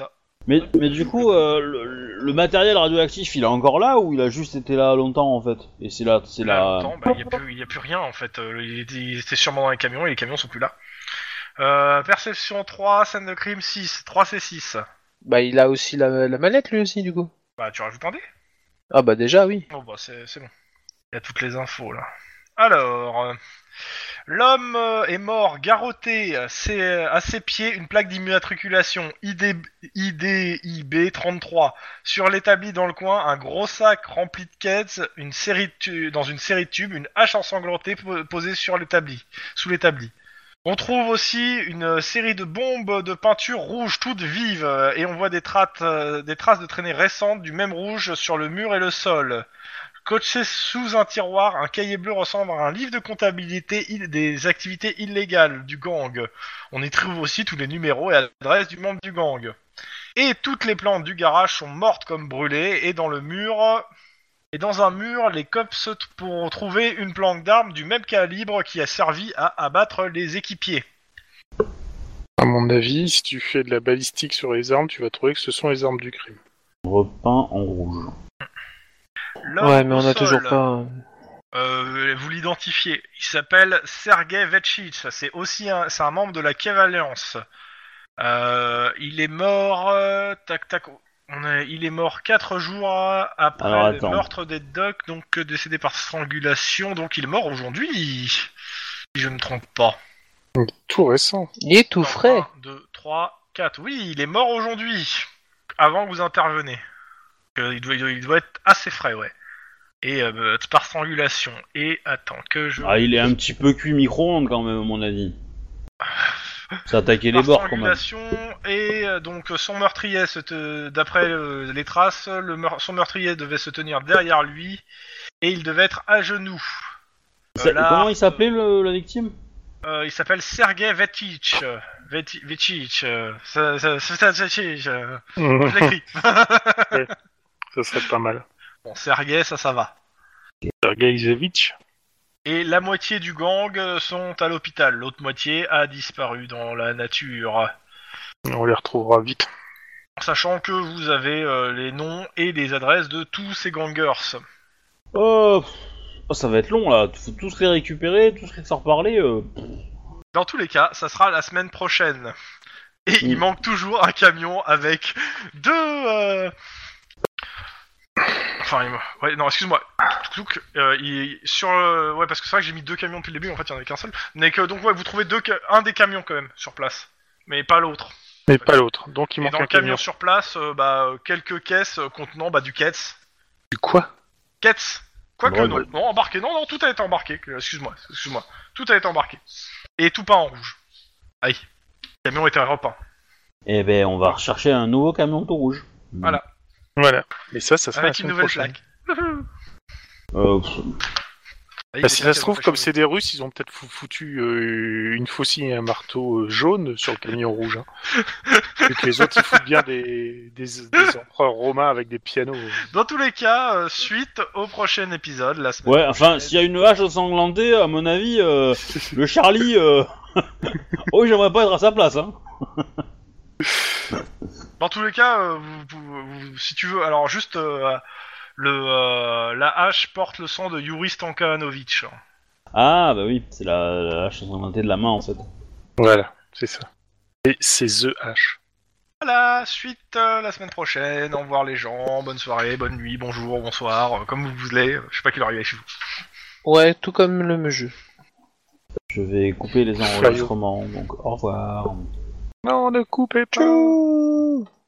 Mais, mais du coup, euh, le, le matériel radioactif, il est encore là ou il a juste été là longtemps en fait? Et c'est là, c'est Là, là. longtemps, bah, il y a plus, il y a plus rien en fait. Euh, il, était, il était sûrement dans les camions et les camions sont plus là. Euh, perception trois, scène de crime six, trois c'est six. Bah, il a aussi la, la manette lui aussi, du coup. Bah, tu rajoutes un dé? Ah bah déjà, oui. Bon, bah, c'est, c'est bon. Il y a toutes les infos là. Alors, euh, l'homme euh, est mort garrotté euh, c'est, euh, à ses pieds une plaque d'immatriculation I D, I D I B trente-trois. Sur l'établi dans le coin, un gros sac rempli de quêtes, une série de tu- dans une série de tubes, une hache ensanglantée po- posée sur l'établi, sous l'établi. On trouve aussi une série de bombes de peinture rouge toutes vives euh, et on voit des, traces, euh, des traces de traînées récentes du même rouge sur le mur et le sol. Coaché sous un tiroir, un cahier bleu ressemble à un livre de comptabilité ill- des activités illégales du gang. On y trouve aussi tous les numéros et adresses du membre du gang. Et toutes les plantes du garage sont mortes comme brûlées et dans le mur... Et dans un mur, les cops pourront trouver une planque d'armes du même calibre qui a servi à abattre les équipiers. À mon avis, si tu fais de la balistique sur les armes, tu vas trouver que ce sont les armes du crime. Repeint en rouge. L'homme Ouais, mais au on a sol, toujours pas... Euh, vous l'identifiez. Il s'appelle Sergei Vetchich. C'est aussi un, c'est un membre de la Kiev Alliance. Euh, il est mort. Euh, tac tac. On a, il est mort quatre jours après Alors, le attends. meurtre des Docs, donc euh, décédé par strangulation. Donc il est mort aujourd'hui, si je ne me trompe pas. Tout récent. Il est tout Non, frais. un, deux, trois, quatre. Oui, il est mort aujourd'hui. Avant que vous interveniez. Euh, il, doit, il doit être assez frais, ouais. Et euh, par strangulation. Et attends que je. Ah, il est un petit peu cuit micro-ondes quand même, à mon avis. Ça attaquait les Par bords quand même. strangulation et euh, donc son meurtrier, se te... d'après euh, les traces, le meur... son meurtrier devait se tenir derrière lui et il devait être à genoux. Ça- Euh, là, Comment il s'appelait le- la victime? euh, Il s'appelle Sergei Vetchich. Veti- Vetchich. euh, ça- ça- ça- ça- ça- ça- euh, Je l'écris. Ça serait pas mal. Bon, Sergei, ça, ça va. Sergeïevitch. Et la moitié du gang euh, sont à l'hôpital. L'autre moitié a disparu dans la nature. On les retrouvera vite. Sachant que vous avez euh, les noms et les adresses de tous ces gangers. Oh, pff, oh, ça va être long là. Faut tous les récupérer, tous les faire parler. Euh... Dans tous les cas, ça sera la semaine prochaine. Et Mm. il manque toujours un camion avec deux... Euh... Enfin, il me- ouais, non, excuse-moi. Tchouk, euh, il... Sur, euh, ouais, parce que c'est vrai que j'ai mis deux camions depuis le début, en fait, il n'y en avait qu'un seul. Mais que, donc, ouais, vous trouvez deux ca- un des camions, quand même, sur place. Mais pas l'autre. Mais pas l'autre. Donc il Et manque dans un le camion camion. sur place, euh, bah, euh, quelques caisses euh, contenant bah, du Ketz. Du quoi? Ketz Quoique Bon, non, bah- non, embarqué, non, non, tout a été embarqué, euh, excuse-moi, excuse-moi. Tout a été embarqué. Et tout peint en rouge. Aïe. Le camion était repeint. Eh ben, on va rechercher un nouveau camion tout rouge. Voilà. Voilà. Mais ça, ça sera Avec la une semaine nouvelle prochaine. plaque. Euh, pff, Aïe, Bah, c'est si ça ça se qui trouve, a comme fait c'est des Russes, ils ont peut-être fou- foutu euh, une faucille et un marteau euh, jaune sur le camion rouge. Hein. Vu que les autres, ils foutent bien des, des, des empereurs romains avec des pianos. Dans tous les cas, euh, suite au prochain épisode, la semaine Ouais, enfin, prochaine. s'il y a une hache ensanglantée, à mon avis, euh, le Charlie. Euh... oh, j'aimerais pas être à sa place, hein. Dans tous les cas, euh, vous, vous- vous- si tu veux, alors juste euh, le euh, la hache porte le sang de Yuri Stankanovic. Ah, bah oui, c'est la, la hache ensanglantée de la main en fait. Voilà, c'est ça. Et c'est The H. Voilà, suite euh, la semaine prochaine. Au revoir les gens, bonne soirée, bonne nuit, bonjour, bonsoir, euh, comme vous voulez. Je sais pas quelle heure il est chez vous. Ouais, tout comme le jeu. Je vais couper les enregistrements, donc au revoir. Non, ne coupez pas. Tchou